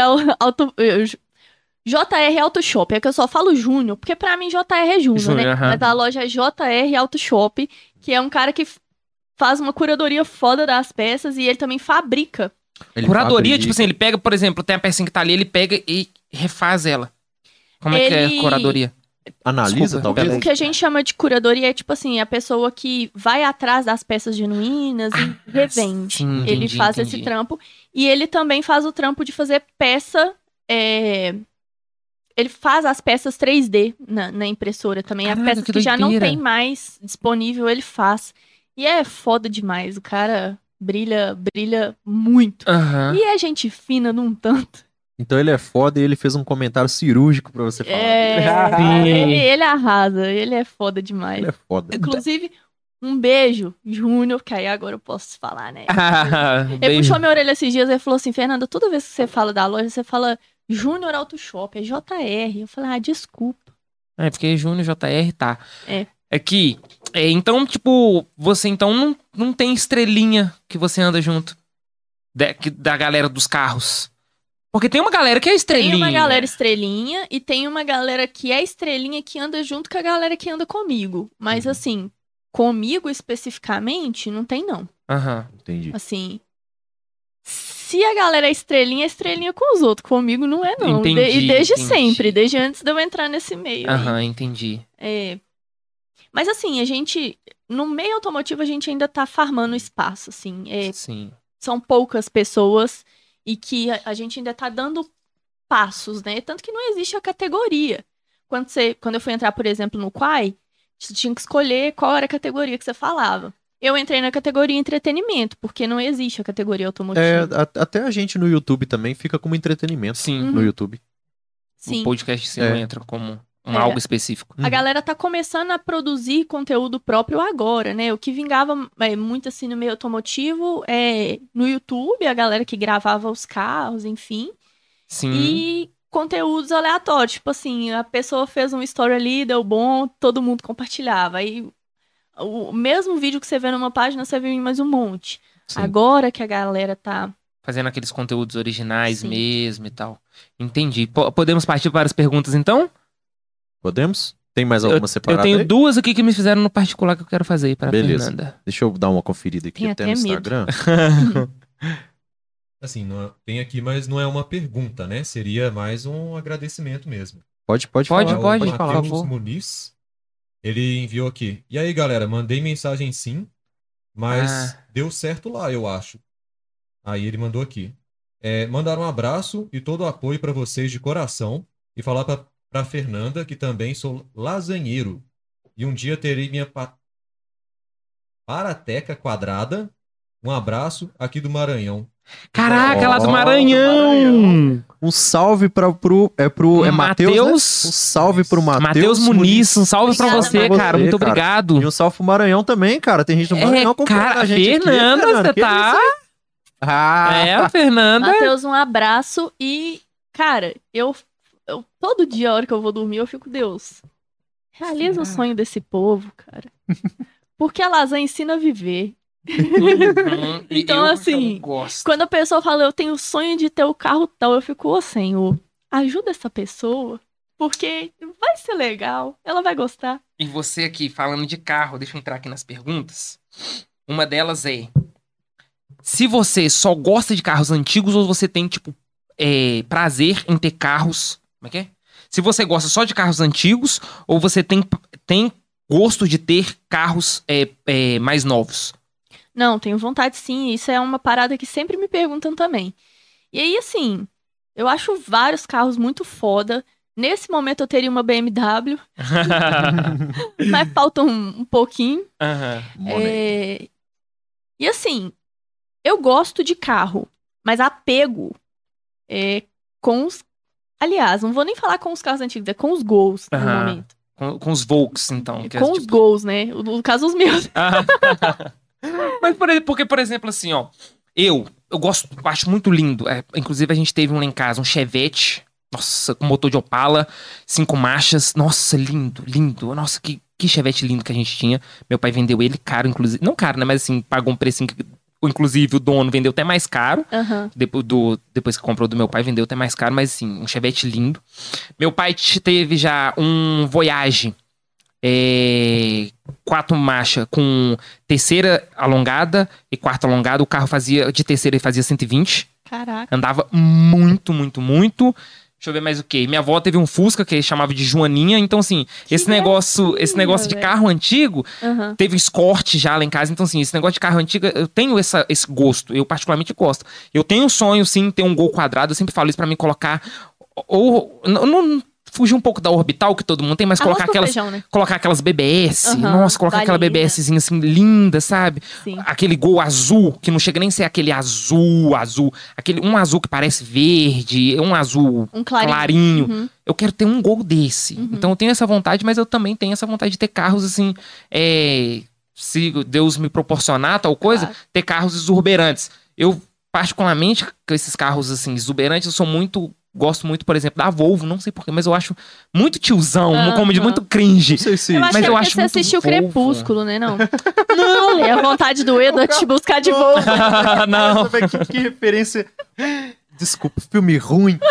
JR Auto Shop. É que eu só falo Júnior, porque pra mim JR é Júnior, Júnior, né? aham. Mas a loja é JR Auto Shop, que é um cara que faz uma curadoria foda das peças e ele também fabrica. Ele Curadoria, fabrica. tipo assim, ele pega, por exemplo, tem a pecinha que tá ali, ele pega e refaz ela. Como é que é Ele- a curadoria? Analisa, Desculpa, talvez. O que a gente chama de curadoria é tipo assim, a pessoa que vai atrás das peças genuínas e revende. Sim, Ele entendi, faz entendi. esse trampo. E ele também faz o trampo de fazer peça. Ele faz as peças 3D na impressora também. As Caraca, peças que que já não doideira. tem mais disponível, ele faz. E é foda demais. O cara brilha muito. Aham. E é gente fina num tanto. Então ele é foda e ele fez um comentário cirúrgico pra você falar. Sim. Ele arrasa. Ele é foda demais. Ele é foda. Inclusive, um beijo, Júnior, que aí agora eu posso falar, né? Ele Beijo. puxou minha orelha esses dias e falou assim, Fernanda, toda vez que você fala da loja, você fala Júnior Auto Shop, é JR. Eu falei, desculpa. É, porque Júnior JR tá. É. Aqui. Então, tipo, você então não tem estrelinha que você anda junto da galera dos carros. Porque tem uma galera que é estrelinha. Tem uma galera estrelinha e tem uma galera que é estrelinha que anda junto com a galera que anda comigo. Mas assim, comigo especificamente, não tem não. Aham. Entendi. Assim, se a galera é estrelinha com os outros. Comigo não é não. Entendi, E desde entendi. sempre, desde antes de eu entrar nesse meio. aí. Aham, entendi. Mas assim, a gente, no meio automotivo, a gente ainda tá farmando espaço, assim. Sim. São poucas pessoas e que a gente ainda tá dando passos, né? Tanto que não existe a categoria. Quando eu fui entrar, por exemplo, no Quai, você tinha que escolher qual era a categoria que você falava. Eu entrei na categoria entretenimento, porque não existe a categoria automotiva. Até a gente no YouTube também fica como entretenimento Sim. no YouTube. Sim. O podcast você É. não entra como É. algo específico. A galera tá começando a produzir conteúdo próprio agora, né? O que vingava muito assim no meio automotivo no YouTube, a galera que gravava os carros, enfim. Sim. E conteúdos aleatórios, tipo assim, a pessoa fez um story ali, deu bom, todo mundo compartilhava. Aí o mesmo vídeo que você vê numa página, você vê em mais um monte. Sim. Agora que a galera tá... Fazendo aqueles conteúdos originais Sim. mesmo e tal. Entendi. Podemos partir para as perguntas, então? Podemos? Tem mais alguma Eu separada tenho aí? duas aqui que me fizeram no particular que eu quero fazer para a Beleza. Fernanda. Deixa eu dar uma conferida aqui Tenho até até no medo. Instagram. Assim, tem aqui, mas não é uma pergunta, né? Seria mais um agradecimento mesmo. Pode Pode, falar. É o pode, falar. por Matheus favor. Muniz, ele enviou aqui. E aí, galera, mandei mensagem sim, mas deu certo lá, eu acho. Aí ele mandou aqui. Mandar um abraço e todo o apoio pra vocês de coração e falar pra Fernanda que também sou lasanheiro e um dia terei minha parateca quadrada. Um abraço aqui do Maranhão. Caraca, lá do Ó, Maranhão! Um salve pro Matheus, né? Um salve pro Matheus Muniz, um salve pra Obrigada, você, Matheus. cara. Muito Cara. obrigado. E um salve pro Maranhão também, cara. Tem gente do Maranhão acompanhando cara, a gente aqui, Fernanda, você Que tá... isso aí? Ah, É, Fernanda. Matheus, um abraço e, cara, eu todo dia, a hora que eu vou dormir, eu fico, Deus, realiza o sonho desse povo, cara. Porque a lasanha ensina a viver. Uhum. Então, Eu assim, gosto. Quando a pessoa fala, eu tenho o sonho de ter o carro tal, eu fico, ô Senhor, ajuda essa pessoa, porque vai ser legal, ela vai gostar. E você aqui, falando de carro, deixa eu entrar aqui nas perguntas. Uma delas é: se você só gosta de carros antigos ou você tem, tipo, prazer em ter carros... Como é que é? Se você gosta só de carros antigos ou você tem gosto de ter carros mais novos? Não, tenho vontade sim. Isso é uma parada que sempre me perguntam também. E aí, assim, eu acho vários carros muito foda. Nesse momento eu teria uma BMW, mas falta um pouquinho. E assim, eu gosto de carro, mas apego com os... Aliás, não vou nem falar com os carros antigos, é com os Gols no momento. Com os Volks, então. Com os Gols, né? No caso, os meus. Mas porque, por exemplo, assim, ó, eu acho muito lindo. Inclusive, a gente teve um lá em casa, um Chevette, nossa, com motor de Opala, 5 marchas. Nossa, lindo, lindo. Nossa, que Chevette lindo que a gente tinha. Meu pai vendeu ele caro, inclusive. Não caro, né? Mas assim, pagou um precinho que, inclusive, o dono vendeu até mais caro. Depois que comprou do meu pai, vendeu até mais caro. Mas assim, um Chevette lindo. Meu pai teve já um Voyage 4 marchas com terceira alongada e quarta alongada. O carro de terceira ele fazia 120. Caraca. Andava muito, muito, muito. Deixa eu ver mais o quê. Minha avó teve um Fusca que chamava de Joaninha. Então, assim, esse negócio de carro antigo, teve Escort já lá em casa. Então, assim, esse negócio de carro antigo, eu tenho esse gosto. Eu particularmente gosto. Eu tenho um sonho, sim, ter um Gol quadrado. Eu sempre falo isso pra mim colocar... Ou... Não fugir um pouco da orbital que todo mundo tem, mas colocar aquelas BBS. Nossa, colocar aquela BBSzinha assim, linda, sabe? Sim. Aquele Gol azul, que não chega nem a ser aquele azul. Um azul que parece verde, um azul clarinho. Eu quero ter um Gol desse. Então eu tenho essa vontade, mas eu também tenho essa vontade de ter carros assim, se Deus me proporcionar tal coisa, ter carros exuberantes. Eu, particularmente, com esses carros assim, exuberantes, gosto muito, por exemplo, da Volvo, não sei porquê, mas eu acho muito tiozão, como de muito cringe. Não sei se... Mas eu acho que você assistiu Crepúsculo, né, não? Não! É a vontade do Edo te buscar de Volvo. Não. Que referência... Desculpa, filme ruim.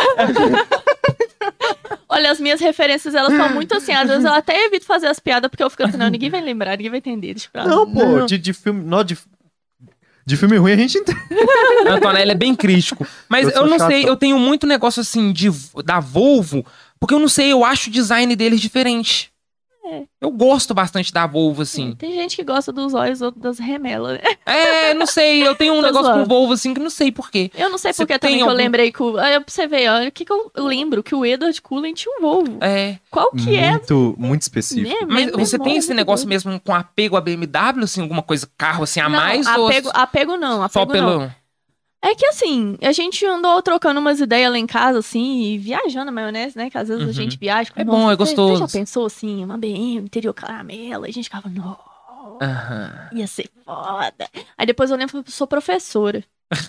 Olha, as minhas referências, elas são muito assim, às vezes eu até evito fazer as piadas, porque eu fico assim, não, ninguém vai lembrar, ninguém vai entender. Deixa pra lá. Não, pô, de filme... Não, de filme ruim a gente entende. Antonella é bem crítico. Mas eu não sei, eu tenho muito negócio assim da Volvo, porque eu não sei, eu acho o design deles diferente. Eu gosto bastante da Volvo, assim. Tem gente que gosta dos olhos, outros das remelas, né? Não sei, eu tenho um negócio com Volvo, assim, que não sei porquê. Eu não sei porque também que eu lembrei que pra você ver, olha, o que eu lembro? Que o Edward Cullen tinha um Volvo. Qual que Muito específico. Mas você tem esse negócio mesmo com apego a BMW, assim, alguma coisa, carro, assim, a mais? Apego não. Só pelo... É que assim, a gente andou trocando umas ideias lá em casa, assim, e viajando na maionese, né? Que às vezes a gente viaja. É bom, é gostoso. Você já pensou assim, uma BM, interior caramelo, e a gente ficava, nossa, ia ser foda. Aí depois eu lembro que eu sou professora.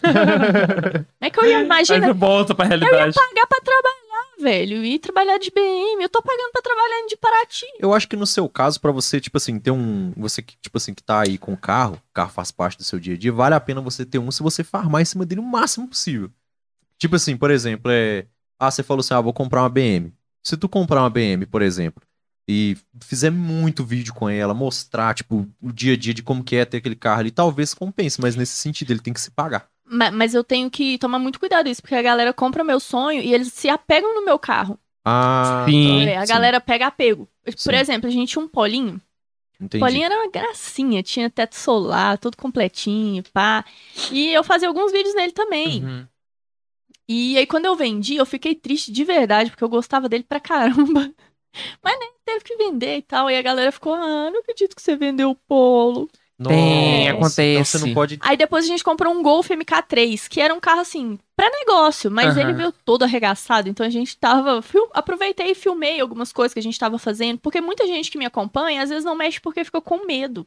É que eu ia, imagina, Aí volta pra realidade. Eu ia pagar pra trabalhar, velho, e trabalhar de BM, eu tô pagando pra trabalhar de Paraty. Eu acho que no seu caso, pra você, tipo assim, ter você que, tipo assim, que tá aí com o carro faz parte do seu dia a dia, vale a pena você ter um se você farmar em cima dele o máximo possível. Tipo assim, por exemplo, você falou assim, vou comprar uma BM. Se tu comprar uma BM, por exemplo, e fizer muito vídeo com ela, mostrar, tipo, o dia a dia de como que é ter aquele carro ali, talvez compense, mas nesse sentido ele tem que se pagar. Mas eu tenho que tomar muito cuidado isso, porque a galera compra meu sonho e eles se apegam no meu carro. Sim. A galera pega apego. Por exemplo, a gente tinha um Polinho. Entendi. Polinho era uma gracinha, tinha teto solar, tudo completinho, pá. E eu fazia alguns vídeos nele também. E aí quando eu vendi, eu fiquei triste de verdade, porque eu gostava dele pra caramba. Mas né, teve que vender e tal. E a galera ficou, não acredito que você vendeu o Polo. Acontece. Então você não pode... Aí depois a gente comprou um Golf MK3, que era um carro assim, pra negócio, mas ele veio todo arregaçado, então a gente aproveitei e filmei algumas coisas que a gente tava fazendo, porque muita gente que me acompanha, às vezes não mexe porque ficou com medo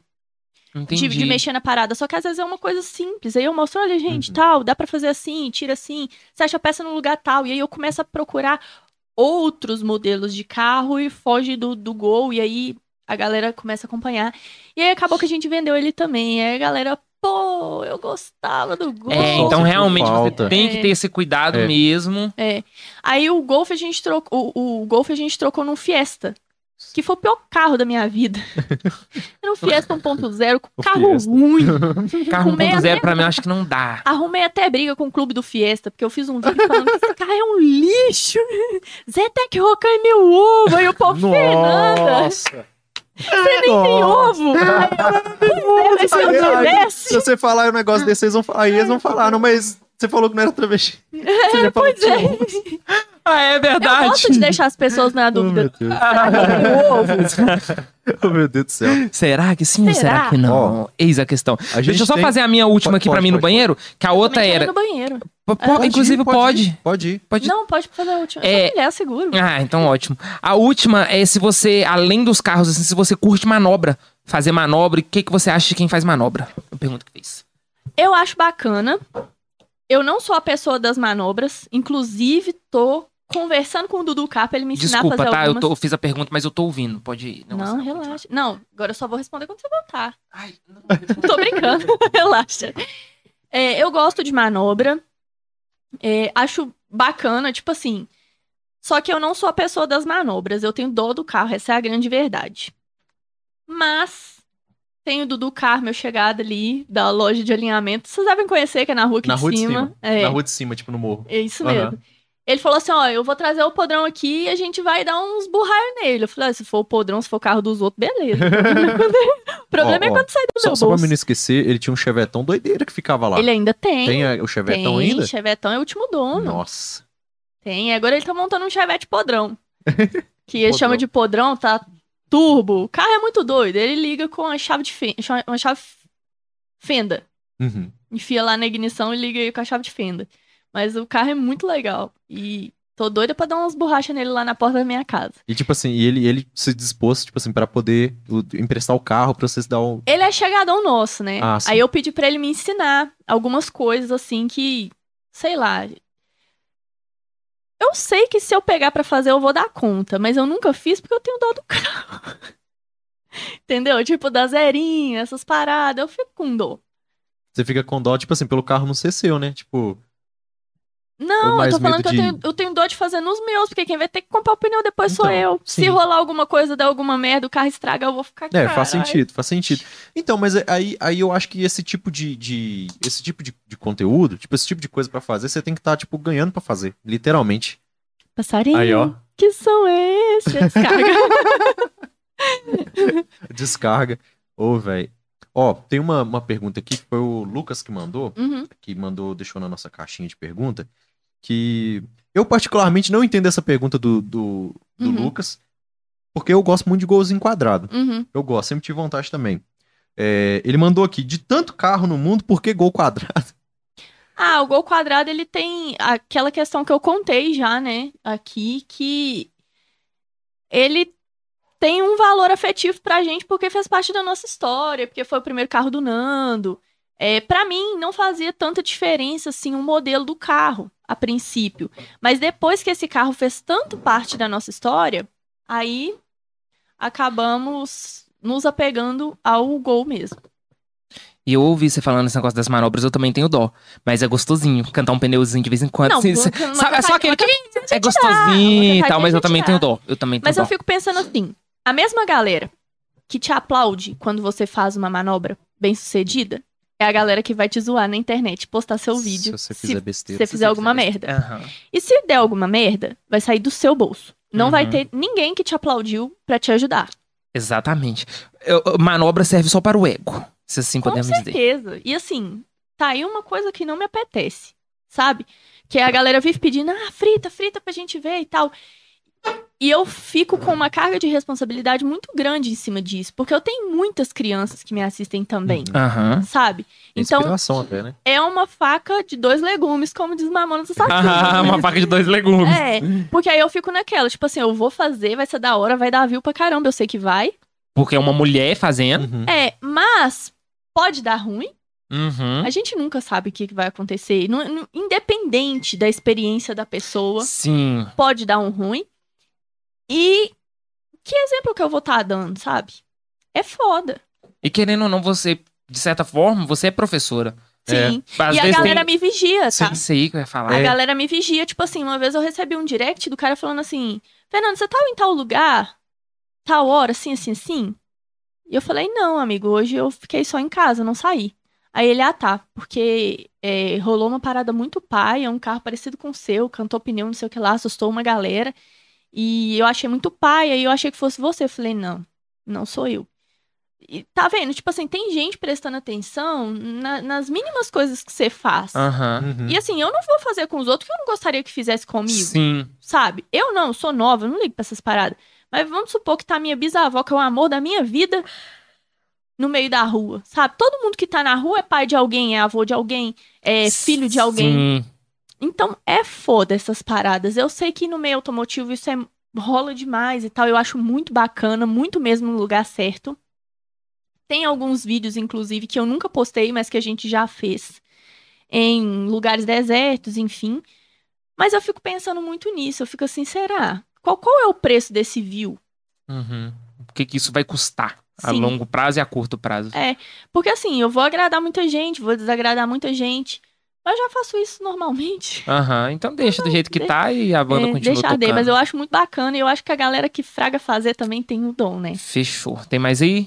de mexer na parada, só que às vezes é uma coisa simples, aí eu mostro, olha gente, tal, dá pra fazer assim, tira assim, você acha a peça no lugar tal, e aí eu começo a procurar outros modelos de carro e foge do Gol, e aí a galera começa a acompanhar. E aí acabou que a gente vendeu ele também. E aí a galera, eu gostava do Golf. Então realmente você tem que ter esse cuidado mesmo. Aí o Golf a gente trocou. O Golf a gente trocou num Fiesta. Que foi o pior carro da minha vida. Era um Fiesta 1.0, com carro ruim. Carro 1.0 pra mim eu acho que não dá. Arrumei até briga com o clube do Fiesta, porque eu fiz um vídeo falando que esse carro é um lixo. Zetec Rocan é meu ovo. Aí o povo, Fernanda. Nossa. Você nem tem ovo! Mas se eu tivesse... Se você falar um negócio desse, eles vão falar, não, mas você falou que não era travesti. Você já falou que tinha ovo. Ah, é Eu verdade. gosto de deixar as pessoas na dúvida. Meu Deus. Será que eu tenho ovo? Oh, meu Deus do céu. Será que sim ou Será? será que não? Eis a questão. A gente Deixa eu só tem- fazer a minha última aqui pra mim no pode. banheiro, que a outra Também quero ir era... no banheiro. Inclusive pode. ir, Pode ir. Pode. Não, pode fazer a última. É. Eu sou mulher, seguro. Ah, então ótimo. A última é se você, além dos carros, assim, se você curte manobra. Fazer manobra, e o que você acha de quem faz manobra? Eu pergunto o que fez. Eu acho bacana. Eu não sou a pessoa das manobras. Inclusive, tô conversando com o Dudu K pra ele me ensinar Desculpa, a fazer tá? algumas... Eu fiz a pergunta, mas eu tô ouvindo. Pode ir. Não, relaxa. Não, agora eu só vou responder quando você voltar. Ai, não. Tô brincando, relaxa. Eu gosto de manobra. Acho bacana, tipo assim. Só que eu não sou a pessoa das manobras. Eu tenho dó do carro, essa é a grande verdade. Mas tenho o Dudu Car, meu chegado ali, da loja de alinhamento. Vocês devem conhecer, que é na rua aqui Na de rua de cima. cima. É, Na rua de cima, tipo no morro. é isso Aham. mesmo. Ele falou assim, ó, eu vou trazer o podrão aqui e a gente vai dar uns burraios nele. Eu falei, se for o podrão, se for o carro dos outros, beleza. O problema é quando sai do meu Só pra bolso. mim não esquecer, ele tinha um chevetão doideira que ficava lá. Ele ainda tem. Tem o chevetão Tem, ainda? Chevetão é o último dono. Nossa. Tem, agora ele tá montando um Chevette podrão. Que ele Podrão. chama de podrão, tá turbo. O carro é muito doido. Ele liga com a chave de uma chave fenda. Uhum. Enfia lá na ignição e liga aí com a chave de fenda. Mas o carro é muito legal. E tô doida pra dar umas borrachas nele lá na porta da minha casa. E tipo assim, ele se dispôs, tipo assim, pra poder emprestar o carro pra vocês dar um... Ele é chegadão nosso, né? Ah, sim. Aí eu pedi pra ele me ensinar algumas coisas assim que, sei lá. Eu sei que se eu pegar pra fazer eu vou dar conta, mas eu nunca fiz porque eu tenho dó do carro. Entendeu? Tipo, dar zerinho, essas paradas, eu fico com dó. Você fica com dó, tipo assim, pelo carro não ser seu, né? Tipo, Não, eu mais tô falando medo que de- eu tenho dó de fazer nos meus, porque quem vai ter que comprar o pneu depois sou Então, eu. Se sim. rolar alguma coisa, der alguma merda, o carro estragar, eu vou ficar faz "Caralho". sentido, faz sentido. Então, mas aí eu acho que esse tipo de conteúdo, tipo, esse tipo de coisa pra fazer, você tem que estar, tipo, ganhando pra fazer, literalmente. Passarinho, Aí, ó. que som é esse? Descarga. Descarga. Ô, velho. Ó, tem uma pergunta aqui que foi o Lucas que mandou, Uhum. deixou na nossa caixinha de pergunta, que eu particularmente não entendo essa pergunta do Uhum. Lucas, porque eu gosto muito de golzinho quadrado. Uhum. Eu gosto, sempre tive vontade também. Ele mandou aqui, de tanto carro no mundo, por que gol quadrado? Ah, o Gol Quadrado, ele tem aquela questão que eu contei já, né, aqui, que ele tem um valor afetivo pra gente porque fez parte da nossa história, porque foi o primeiro carro do Nando. Pra mim, não fazia tanta diferença, assim, o modelo do carro, a princípio. Mas depois que esse carro fez tanto parte da nossa história, aí acabamos nos apegando ao Gol mesmo. E eu ouvi você falando esse negócio das manobras, eu também tenho dó. Mas é gostosinho, cantar um pneuzinho de vez em quando. Não, Assim, uma sabe, é só aquele que é gostosinho uma e tal, cantadinha mas eu a também gente tenho dá. dó. Eu também tenho Mas dó. eu fico pensando assim, a mesma galera que te aplaude quando você faz uma manobra bem sucedida, é a galera que vai te zoar na internet, postar seu vídeo. Se você fizer besteira. você fizer alguma merda. Aham. E se der alguma merda, vai sair do seu bolso. Não vai Uhum. ter ninguém que te aplaudiu pra te ajudar. Exatamente. Manobra serve só para o ego, se assim Com podemos dizer. certeza. E assim, tá aí uma coisa que não me apetece, sabe? Que a galera vive pedindo, frita pra gente ver e tal. E eu fico com uma carga de responsabilidade muito grande em cima disso, porque eu tenho muitas crianças que me assistem também, Aham. sabe? Então, Inspiração até, né? é uma faca de 2 legumes, como diz Mamonas Assassinas. Uma faca de 2 legumes. Porque aí eu fico naquela, tipo assim, eu vou fazer, vai ser da hora, vai dar view pra caramba, eu sei que vai. Porque é uma mulher fazendo. Uhum. Mas pode dar ruim. Uhum. A gente nunca sabe o que vai acontecer. Independente da experiência da pessoa, Sim. pode dar um ruim. E que exemplo que eu vou estar dando, sabe? É foda. E querendo ou não, você, de certa forma, você é professora. Sim. Às E a vezes galera tem... me vigia, tá? Isso aí que eu ia falar. A galera me vigia, tipo assim, uma vez eu recebi um direct do cara falando assim, Fernando, você tava em tal lugar, tal hora, assim, assim, assim? E eu falei, não, amigo, hoje eu fiquei só em casa, não saí. Aí ele, tá, porque rolou uma parada muito paia, um carro parecido com o seu, cantou pneu, não sei o que lá, assustou uma galera. E eu achei muito paia, e eu achei que fosse você. Eu falei, não, Não sou eu. E tá vendo? Tipo assim, tem gente prestando atenção nas mínimas coisas que você faz. Aham. Uhum. E assim, eu não vou fazer com os outros que eu não gostaria que fizesse comigo. Sim. Sabe? Eu não, sou nova, eu não ligo pra essas paradas. Mas vamos supor que tá minha bisavó, que é o amor da minha vida, no meio da rua, sabe? Todo mundo que tá na rua é pai de alguém, é avô de alguém, é filho de alguém. Sim. Então é foda essas paradas. Eu sei que no meio automotivo isso rola demais e tal. Eu acho muito bacana, muito mesmo no lugar certo. Tem alguns vídeos, inclusive, que eu nunca postei, mas que a gente já fez em lugares desertos, enfim. Mas eu fico pensando muito nisso. Eu fico assim, será? Qual é o preço desse view? Uhum. O que que isso vai custar a Sim. longo prazo e a curto prazo? É, porque assim, eu vou agradar muita gente, vou desagradar muita gente. Mas eu já faço isso normalmente. Aham, então deixa do jeito que tá e a banda continua Deixa tocando. mas eu acho muito bacana e eu acho que a galera que fraga fazer também tem o dom, né? Fechou. Tem mais aí?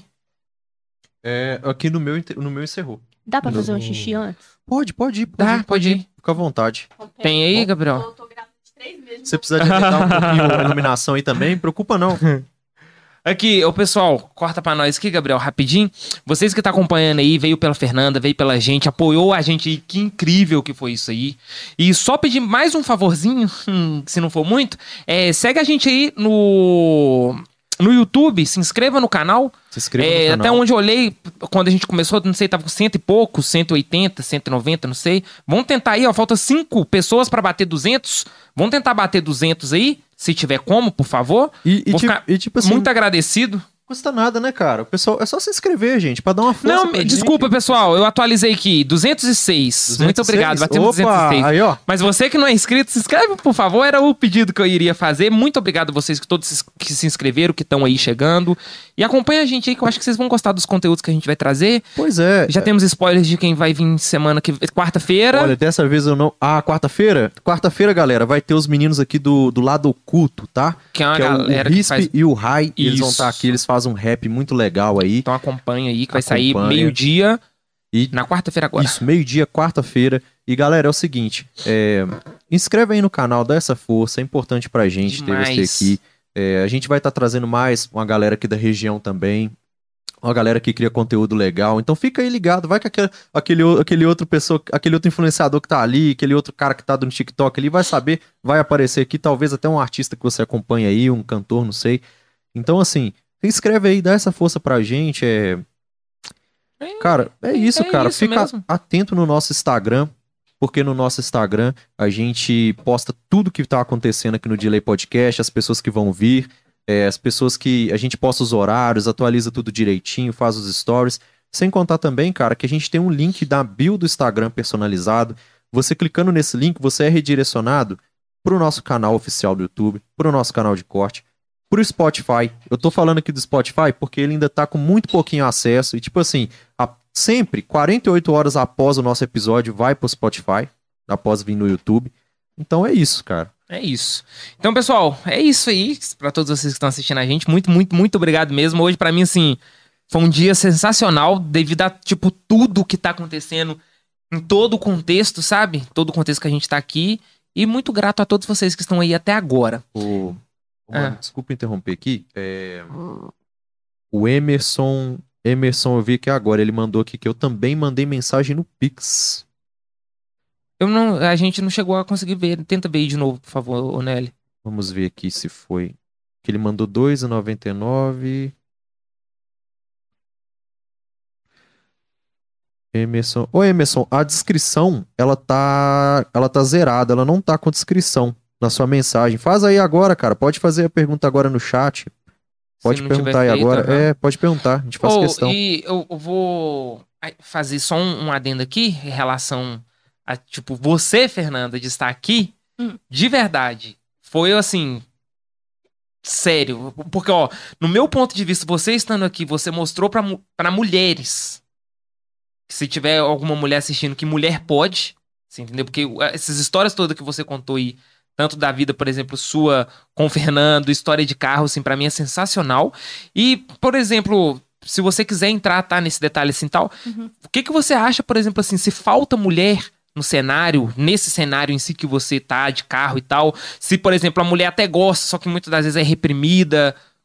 Aqui no meu encerrou. Dá pra No- fazer um xixi antes? Pode ir. Dá, pode ir. Fica à vontade. Tem aí, Gabriel? Tô grávida de 3 meses. Se você precisar de aumentar um pouquinho a iluminação aí também, preocupa não. Aqui, ô pessoal, corta pra nós aqui, Gabriel, rapidinho. Vocês que tá acompanhando aí, veio pela Fernanda, veio pela gente, apoiou a gente aí, que incrível que foi isso aí. E só pedir mais um favorzinho, se não for muito, segue a gente aí no YouTube, se inscreva no canal. Se inscreva no canal. Até onde eu olhei, quando a gente começou, não sei, tava com 100 e pouco, 180, 190, não sei. Vamos tentar aí, ó, falta 5 pessoas pra bater 200. Vamos tentar bater 200 aí, se tiver como, por favor. Vou ficar tipo assim, muito agradecido. custa nada, né, cara? O pessoal, é só se inscrever, gente, pra dar uma força Não, pra gente. desculpa, pessoal, eu atualizei aqui, 206. Muito obrigado, batemos 206. Aí, ó. Mas você que não é inscrito, se inscreve, por favor, era o pedido que eu iria fazer. Muito obrigado a vocês todos que se inscreveram, que estão aí chegando. E acompanha a gente aí, que eu acho que vocês vão gostar dos conteúdos que a gente vai trazer. Pois é. Já temos spoilers de quem vai vir quarta-feira. Olha, dessa vez eu não... Quarta-feira? Quarta-feira, galera, vai ter os meninos aqui do lado oculto, tá? Que é uma Que é galera o que Risp faz... e o Rai. Eles vão Isso. estar aqui, eles fazem um rap muito legal aí. Então acompanha aí, que vai sair Acompanha. meio-dia E na quarta-feira agora. Isso, meio-dia, quarta-feira. E galera, é o seguinte: inscreve aí no canal, dá essa força, é importante pra gente ter Demais. você aqui. A gente vai estar trazendo mais uma galera aqui da região também. Uma galera que cria conteúdo legal. Então fica aí ligado, vai que aquele outro influenciador que tá ali, aquele outro cara que tá no TikTok ali, vai saber, vai aparecer aqui, talvez até um artista que você acompanha aí, um cantor, não sei. Então, assim, se inscreve aí, dá essa força pra gente. Cara, é isso, cara. isso Fica mesmo. atento no nosso Instagram, porque no nosso Instagram a gente posta tudo que tá acontecendo aqui no Delay Podcast, as pessoas que vão vir, as pessoas que... A gente posta os horários, atualiza tudo direitinho, faz os stories. Sem contar também, cara, que a gente tem um link da bio do Instagram personalizado. Você clicando nesse link, você é redirecionado pro nosso canal oficial do YouTube, pro nosso canal de corte, pro Spotify. Eu tô falando aqui do Spotify porque ele ainda tá com muito pouquinho acesso. E tipo assim, sempre 48 horas após o nosso episódio vai pro Spotify, após vir no YouTube. Então é isso, cara. É isso. Então, pessoal, é isso aí. Pra todos vocês que estão assistindo a gente, muito, muito, muito obrigado mesmo. Hoje, pra mim, assim, foi um dia sensacional devido a, tipo, tudo que tá acontecendo em todo o contexto, sabe? Todo o contexto que a gente tá aqui. E muito grato a todos vocês que estão aí até agora. Mano, desculpa interromper aqui. O Emerson, eu vi aqui agora, ele mandou aqui que eu também mandei mensagem no Pix. A gente não chegou a conseguir ver. Tenta ver aí de novo, por favor, ô Nelly. Vamos ver aqui se foi. Que ele mandou R$2,99. Emerson. Ô Emerson, a descrição, ela tá zerada, ela não tá com descrição na sua mensagem. Faz aí agora, cara. Pode fazer a pergunta agora no chat. Pode perguntar aí agora. Pode perguntar, a gente faz questão. E eu vou fazer só um adendo aqui em relação a, tipo, você, Fernanda, de estar aqui, de verdade, foi assim, sério. Porque, ó, no meu ponto de vista, você estando aqui, você mostrou pra mulheres, que se tiver alguma mulher assistindo, que mulher pode, você entendeu? Porque essas histórias todas que você contou aí, tanto da vida, por exemplo, sua com o Fernando, história de carro, assim, pra mim é sensacional. E, por exemplo, se você quiser entrar, tá, nesse detalhe assim, tal, o que você acha, por exemplo, assim, se falta mulher no cenário, nesse cenário em si que você tá, de carro e tal, se, por exemplo, a mulher até gosta, só que muitas das vezes é reprimida,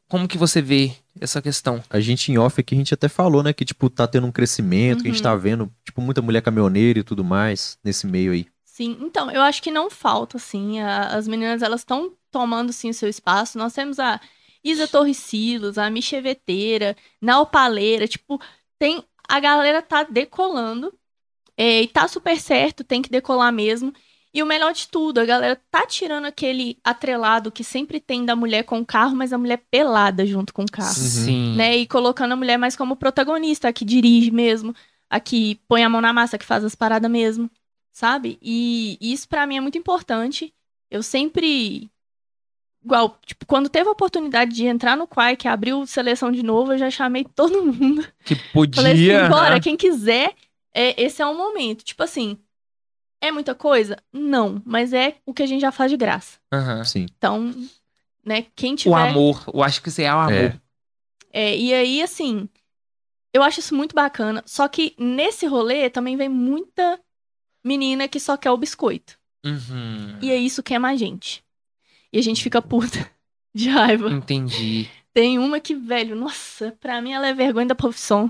Como que você vê essa questão? A gente em off aqui, a gente até falou, né, que, tipo, tá tendo um crescimento, que a gente tá vendo, tipo, muita mulher caminhoneira e tudo mais nesse meio aí. Sim, então, eu acho que não falta, assim, as meninas, elas estão tomando, sim, o seu espaço. Nós temos a Isa Torres Silos, a Micheveteira, Naupaleira, tipo, a galera tá decolando, e tá super certo, tem que decolar mesmo. E o melhor de tudo, a galera tá tirando aquele atrelado que sempre tem da mulher com o carro, mas a mulher pelada junto com o carro. Sim. Né? E colocando a mulher mais como protagonista, a que dirige mesmo, a que põe a mão na massa, a que faz as paradas mesmo, sabe? E isso pra mim é muito importante. Eu sempre... Igual, tipo, quando teve a oportunidade de entrar no Quai, que abriu seleção de novo, eu já chamei todo mundo. Que podia. Falei assim, bora, né? quem quiser, esse é o momento. Tipo assim, é muita coisa? Não, mas é o que a gente já faz de graça. Aham. Sim. Então, né, quem tiver... O amor. Eu acho que isso é o amor. E aí, assim, eu acho isso muito bacana. Só que nesse rolê também vem muita menina que só quer o biscoito. Uhum. E é isso que queima a gente. E a gente fica puta de raiva. Entendi. Tem uma que, velho, nossa, pra mim ela é vergonha da profissão.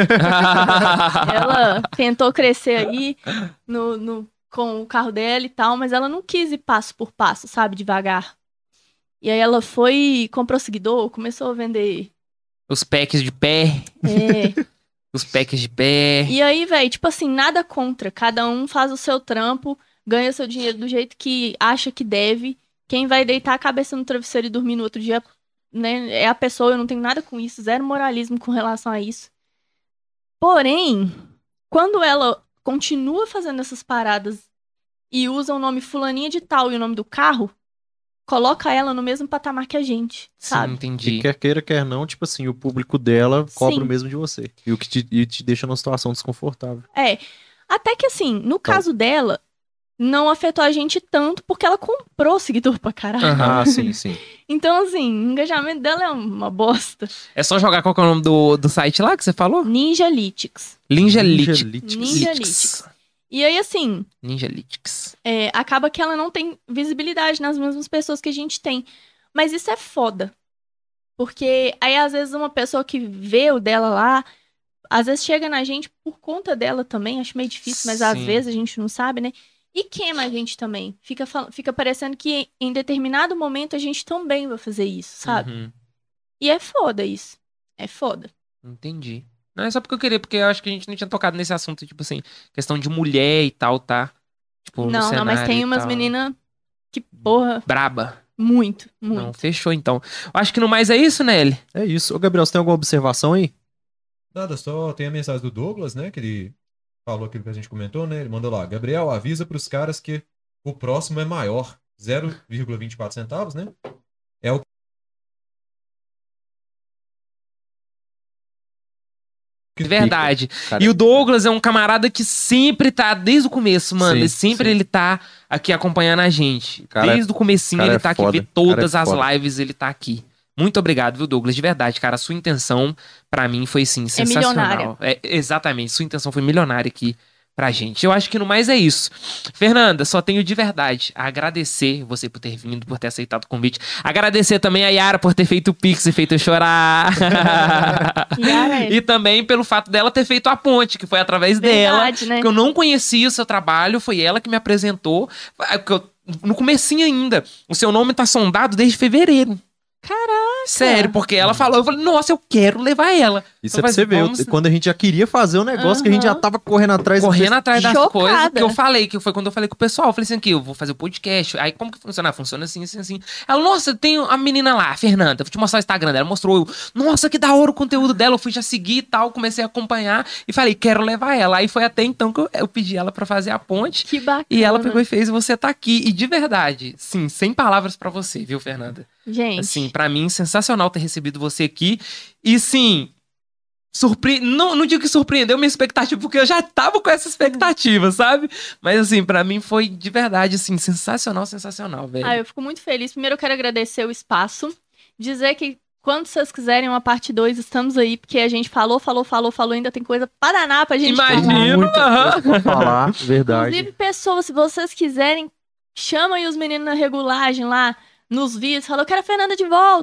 Ela tentou crescer aí com o carro dela e tal, mas ela não quis ir passo por passo, sabe, devagar. E aí ela foi, comprou seguidor, começou a vender. Os packs de pé. Os packs de pé. E aí, velho, tipo assim, nada contra. Cada um faz o seu trampo, ganha seu dinheiro do jeito que acha que deve. Quem vai deitar a cabeça no travesseiro e dormir no outro dia, né, é a pessoa. Eu não tenho nada com isso, zero moralismo com relação a isso. Porém, quando ela continua fazendo essas paradas e usa o nome fulaninha de tal e o nome do carro, coloca ela no mesmo patamar que a gente, Sim, sabe? entendi. E quer queira, quer não, tipo assim, o público dela cobra Sim. o mesmo de você. E o que te deixa numa situação desconfortável. Até que assim, no caso dela, não afetou a gente tanto porque ela comprou seguidor pra caralho. Aham. Ah, sim, sim. Então, assim, o engajamento dela é uma bosta. É só jogar qual que é o nome do site lá que você falou? Ninjalytics. Ninjalytics. Ninjalytics. E aí, assim, Ninjalytics. acaba que ela não tem visibilidade nas mesmas pessoas que a gente tem. Mas isso é foda. Porque aí, às vezes, uma pessoa que vê o dela lá, às vezes chega na gente por conta dela também. Acho meio difícil, mas às Sim. vezes a gente não sabe, né? E queima a gente também. Fica parecendo que em determinado momento a gente também vai fazer isso, sabe? Uhum. E é foda isso. É foda. Entendi. Não é só porque eu queria, porque eu acho que a gente não tinha tocado nesse assunto, tipo assim, questão de mulher e tal, tá? Tipo, no Não, mas cenário tem e umas tal. meninas que, porra, Braba. muito. Não, fechou então. Eu acho que no mais é isso, Nelly. É isso. Ô, Gabriel, você tem alguma observação aí? Nada, só tem a mensagem do Douglas, né? Que ele falou aquilo que a gente comentou, né? Ele mandou lá: Gabriel, avisa pros caras que o próximo é maior. 0,24 centavos, né? É o que Verdade. Cara, E o Douglas é um camarada que sempre tá, desde o começo, mano. Sim, Ele sempre sim. ele tá aqui acompanhando a gente. Cara, desde o comecinho cara ele é tá aqui, foda, vê todas cara é as foda. lives, ele tá aqui. Muito obrigado, viu, Douglas? De verdade, cara. A sua intenção, pra mim, foi, sim, sensacional. Exatamente. Sua intenção foi milionária aqui pra gente. Eu acho que no mais é isso. Fernanda, só tenho de verdade a agradecer você por ter vindo, por ter aceitado o convite. Agradecer também a Yara por ter feito o Pix e feito eu chorar. Yara, E também pelo fato dela ter feito a ponte, que foi através dela. verdade, né? Porque eu não conhecia o seu trabalho, foi ela que me apresentou. No comecinho ainda. O seu nome tá sondado desde fevereiro. Caraca! Sério, porque ela falou, eu falei, nossa, eu quero levar ela. Isso Então, é pra você ver. vamos- Quando a gente já queria fazer um negócio, que a gente já Aham. tava correndo atrás. Correndo atrás das Chocada. coisas que eu falei, que foi quando eu falei com o pessoal. Eu falei assim, aqui, eu vou fazer o podcast. Aí, como que funciona? Ah, funciona assim, assim, assim. Ela, nossa, tem a menina lá, a Fernanda. Vou te mostrar o Instagram dela. Mostrou eu. Nossa, que da hora o conteúdo dela. Eu fui já seguir e tal, comecei a acompanhar. E falei, quero levar ela. Aí foi até então que eu pedi ela pra fazer a ponte. Que bacana. E ela pegou e fez, e você tá aqui. E de verdade, sim, sem palavras pra você, viu, Fernanda? Gente, Assim, pra mim, sensacional ter recebido você aqui. E sim, não digo que surpreendeu minha expectativa, porque eu já tava com essa expectativa, sabe? Mas assim, pra mim foi de verdade, assim, sensacional, sensacional, velho. eu fico muito feliz. Primeiro eu quero agradecer o espaço. Dizer que quando vocês quiserem uma parte 2, estamos aí, porque a gente falou, ainda tem coisa pra danar pra gente falar. Imagino, Muita aham. coisa pra falar, verdade. Inclusive, pessoas, se vocês quiserem, chamem os meninos na regulagem lá, nos vídeos. Falou, eu quero a Fernanda de volta.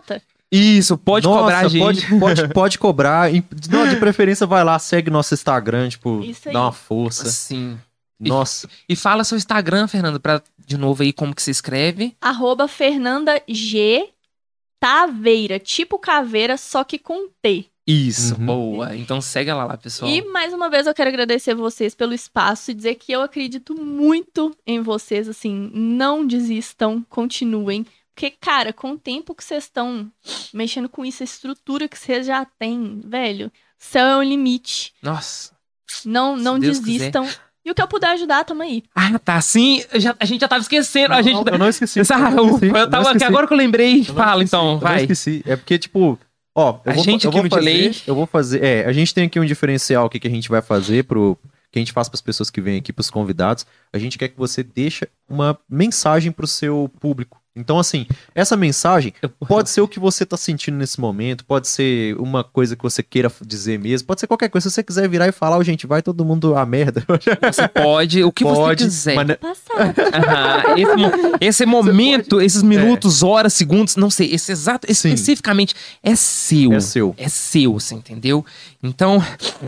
Isso, pode Nossa, cobrar a gente. Pode cobrar. Não, de preferência, vai lá, segue nosso Instagram, tipo, Isso aí. dá uma força. Sim. Nossa. E fala seu Instagram, Fernando, de novo aí como que se escreve. @Fernanda G Taveira, tipo caveira, só que com T. Isso, Uhum. boa. Então segue ela lá, pessoal. E mais uma vez eu quero agradecer vocês pelo espaço e dizer que eu acredito muito em vocês, assim, não desistam, continuem. Porque, cara, com o tempo que vocês estão mexendo com isso, a estrutura que vocês já têm, velho, céu é o limite. Nossa. Não Deus desistam. E o que eu puder ajudar, tamo aí. Ah, tá. Sim, a gente já tava esquecendo. Eu não esqueci. Eu tava aqui agora que eu lembrei. Fala então, Eu não vai. esqueci. É porque, tipo, ó, A gente aqui no delay. Eu vou fazer. A gente tem aqui um diferencial aqui que a gente vai fazer que a gente faz para as pessoas que vêm aqui, para os convidados. A gente quer que você deixe uma mensagem pro seu público. Então, assim, essa mensagem pode ser o que você tá sentindo nesse momento, pode ser uma coisa que você queira dizer mesmo, pode ser qualquer coisa. Se você quiser virar e falar, gente, vai todo mundo a merda. Você pode, o que Pode, você quiser. mas Passado. Aham, esse momento, esses minutos, horas, segundos, não sei, esse exato, Sim. especificamente é seu. É seu. É seu, você entendeu? Então,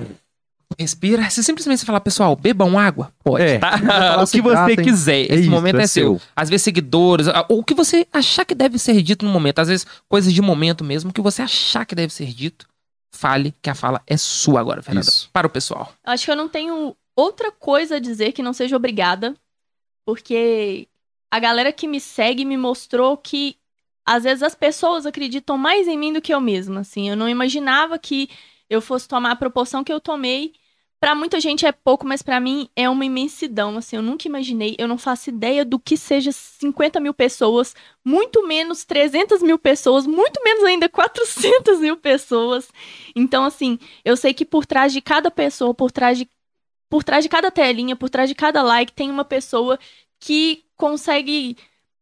respira. Se simplesmente você falar, pessoal, bebam água, pode, tá? falar, O se que você hidratem. quiser. É Esse isso, momento é é seu. Às vezes seguidores, ou o que você achar que deve ser dito no momento. Às vezes coisas de momento mesmo, o que você achar que deve ser dito, fale, que a fala é sua agora, Fernanda. Isso. Para o pessoal. Eu acho que eu não tenho outra coisa a dizer que não seja obrigada, porque a galera que me segue me mostrou que às vezes as pessoas acreditam mais em mim do que eu mesma, assim. Eu não imaginava que eu fosse tomar a proporção que eu tomei. Pra muita gente é pouco, mas pra mim é uma imensidão, assim. Eu nunca imaginei, eu não faço ideia do que seja 50 mil pessoas, muito menos 300 mil pessoas, muito menos ainda 400 mil pessoas. Então, assim, eu sei que por trás de cada pessoa, por trás de cada telinha, por trás de cada like, tem uma pessoa que consegue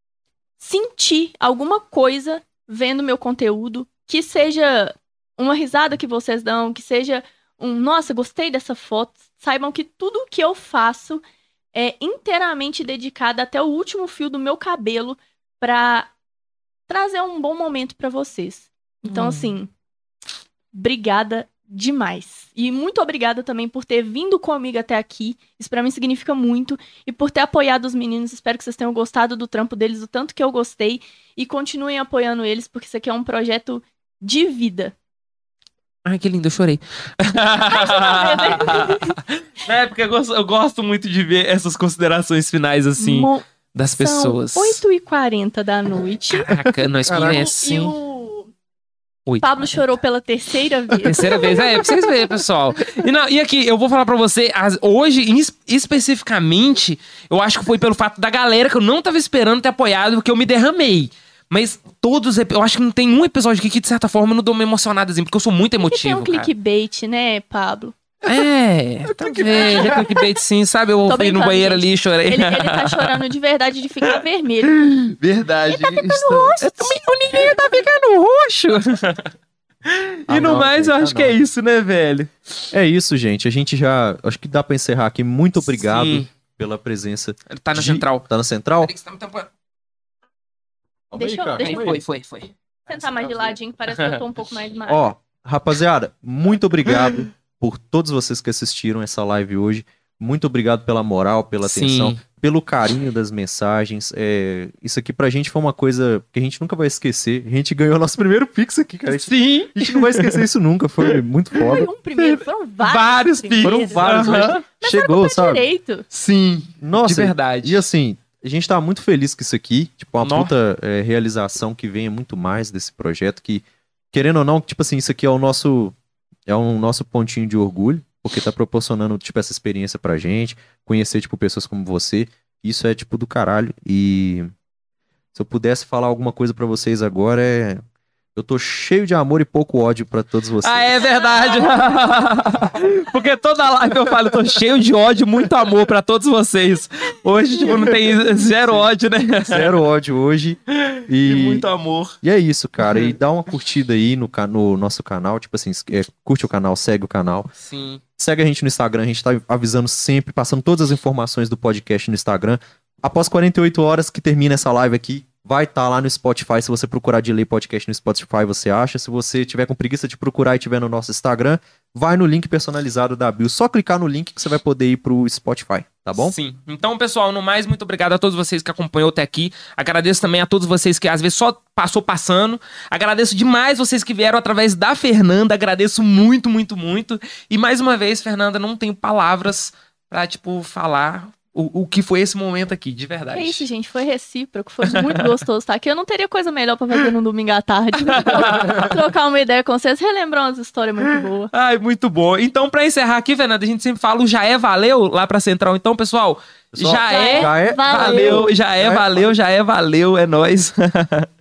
sentir alguma coisa vendo meu conteúdo, que seja uma risada que vocês dão, que seja nossa, gostei dessa foto. Saibam que tudo que eu faço é inteiramente dedicado até o último fio do meu cabelo pra trazer um bom momento pra vocês. Então, assim, obrigada demais. E muito obrigada também por ter vindo comigo até aqui. Isso pra mim significa muito. E por ter apoiado os meninos. Espero que vocês tenham gostado do trampo deles, o tanto que eu gostei. E continuem apoiando eles, porque isso aqui é um projeto de vida. Ai, que lindo, eu chorei. É, porque eu gosto muito de ver essas considerações finais, assim, das pessoas. São 8h40 da noite. Caraca, nós E conhecemos. o Oito, Pablo 40. chorou pela terceira vez. Terceira vez, pra vocês verem, pessoal. E aqui, eu vou falar pra você, hoje, especificamente, eu acho que foi pelo fato da galera que eu não tava esperando ter apoiado, porque eu me derramei. Mas eu acho que não tem um episódio aqui que, de certa forma, eu não dou uma emocionada, assim, porque eu sou muito Porque tem emotivo, um cara. clickbait, né, Pablo? Talvez, é clickbait sim, sabe? Eu Tô fui no brincando, banheiro gente. ali e chorei. Ele tá chorando de verdade de ficar vermelho. Verdade. O Nininho tá ficando roxo. E no não, mais, eu gente, acho que é não. isso, né, velho? É isso, gente. A gente já. Acho que dá pra encerrar aqui. Muito obrigado Sim. pela presença. Ele tá na de- central. Tá na central? Peraí que você tá me tampando. Deixa eu Aí, foi. sentar mais de ladinho, que parece que eu tô um pouco mais magra. Ó, rapaziada, muito obrigado por todos vocês que assistiram essa live hoje. Muito obrigado pela moral, pela atenção, Sim. pelo carinho das mensagens. Isso aqui pra gente foi uma coisa que a gente nunca vai esquecer. A gente ganhou nosso primeiro Pix aqui, cara. Sim. A gente não vai esquecer isso nunca. Foi muito Não foi foda. um primeiro, foram vários. Vários primeiros. Foram vários, Aham. mas chegou, sabe? Direito. Sim. Nossa, De verdade. E assim, a gente tá muito feliz com isso aqui. Tipo, uma Nó. puta realização que venha muito mais desse projeto. Que, querendo ou não, tipo assim, isso aqui é um nosso pontinho de orgulho. Porque tá proporcionando, tipo, essa experiência pra gente. Conhecer, tipo, pessoas como você. Isso é, tipo, do caralho. E se eu pudesse falar alguma coisa pra vocês agora eu tô cheio de amor e pouco ódio pra todos vocês. Ah, é verdade. Porque toda live eu falo, eu tô cheio de ódio, muito amor pra todos vocês. Hoje, tipo, não tem zero ódio, né? Zero ódio hoje. E muito amor. E é isso, cara. E dá uma curtida aí no nosso canal. Tipo assim, curte o canal, segue o canal. Sim. Segue a gente no Instagram. A gente tá avisando sempre, passando todas as informações do podcast no Instagram. Após 48 horas que termina essa live aqui, vai estar lá no Spotify. Se você procurar Delay Podcast no Spotify, você acha. Se você tiver com preguiça de procurar e tiver no nosso Instagram, vai no link personalizado da bio. Só clicar no link que você vai poder ir pro Spotify, tá bom? Sim. Então, pessoal, no mais, muito obrigado a todos vocês que acompanhou até aqui. Agradeço também a todos vocês que às vezes só passando. Agradeço demais vocês que vieram através da Fernanda. Agradeço muito, muito, muito. E mais uma vez, Fernanda, não tenho palavras pra, falar o que foi esse momento aqui, de verdade. É isso, gente. Foi recíproco. Foi muito gostoso estar aqui. Eu não teria coisa melhor pra fazer no domingo à tarde. Trocar uma ideia com vocês, relembrar umas histórias muito boas. Ai, muito bom. Então, pra encerrar aqui, Fernanda, a gente sempre fala o já é valeu lá pra Central. Então, pessoal, Pessoal, já é valeu. valeu, já é valeu, já é valeu. É nóis.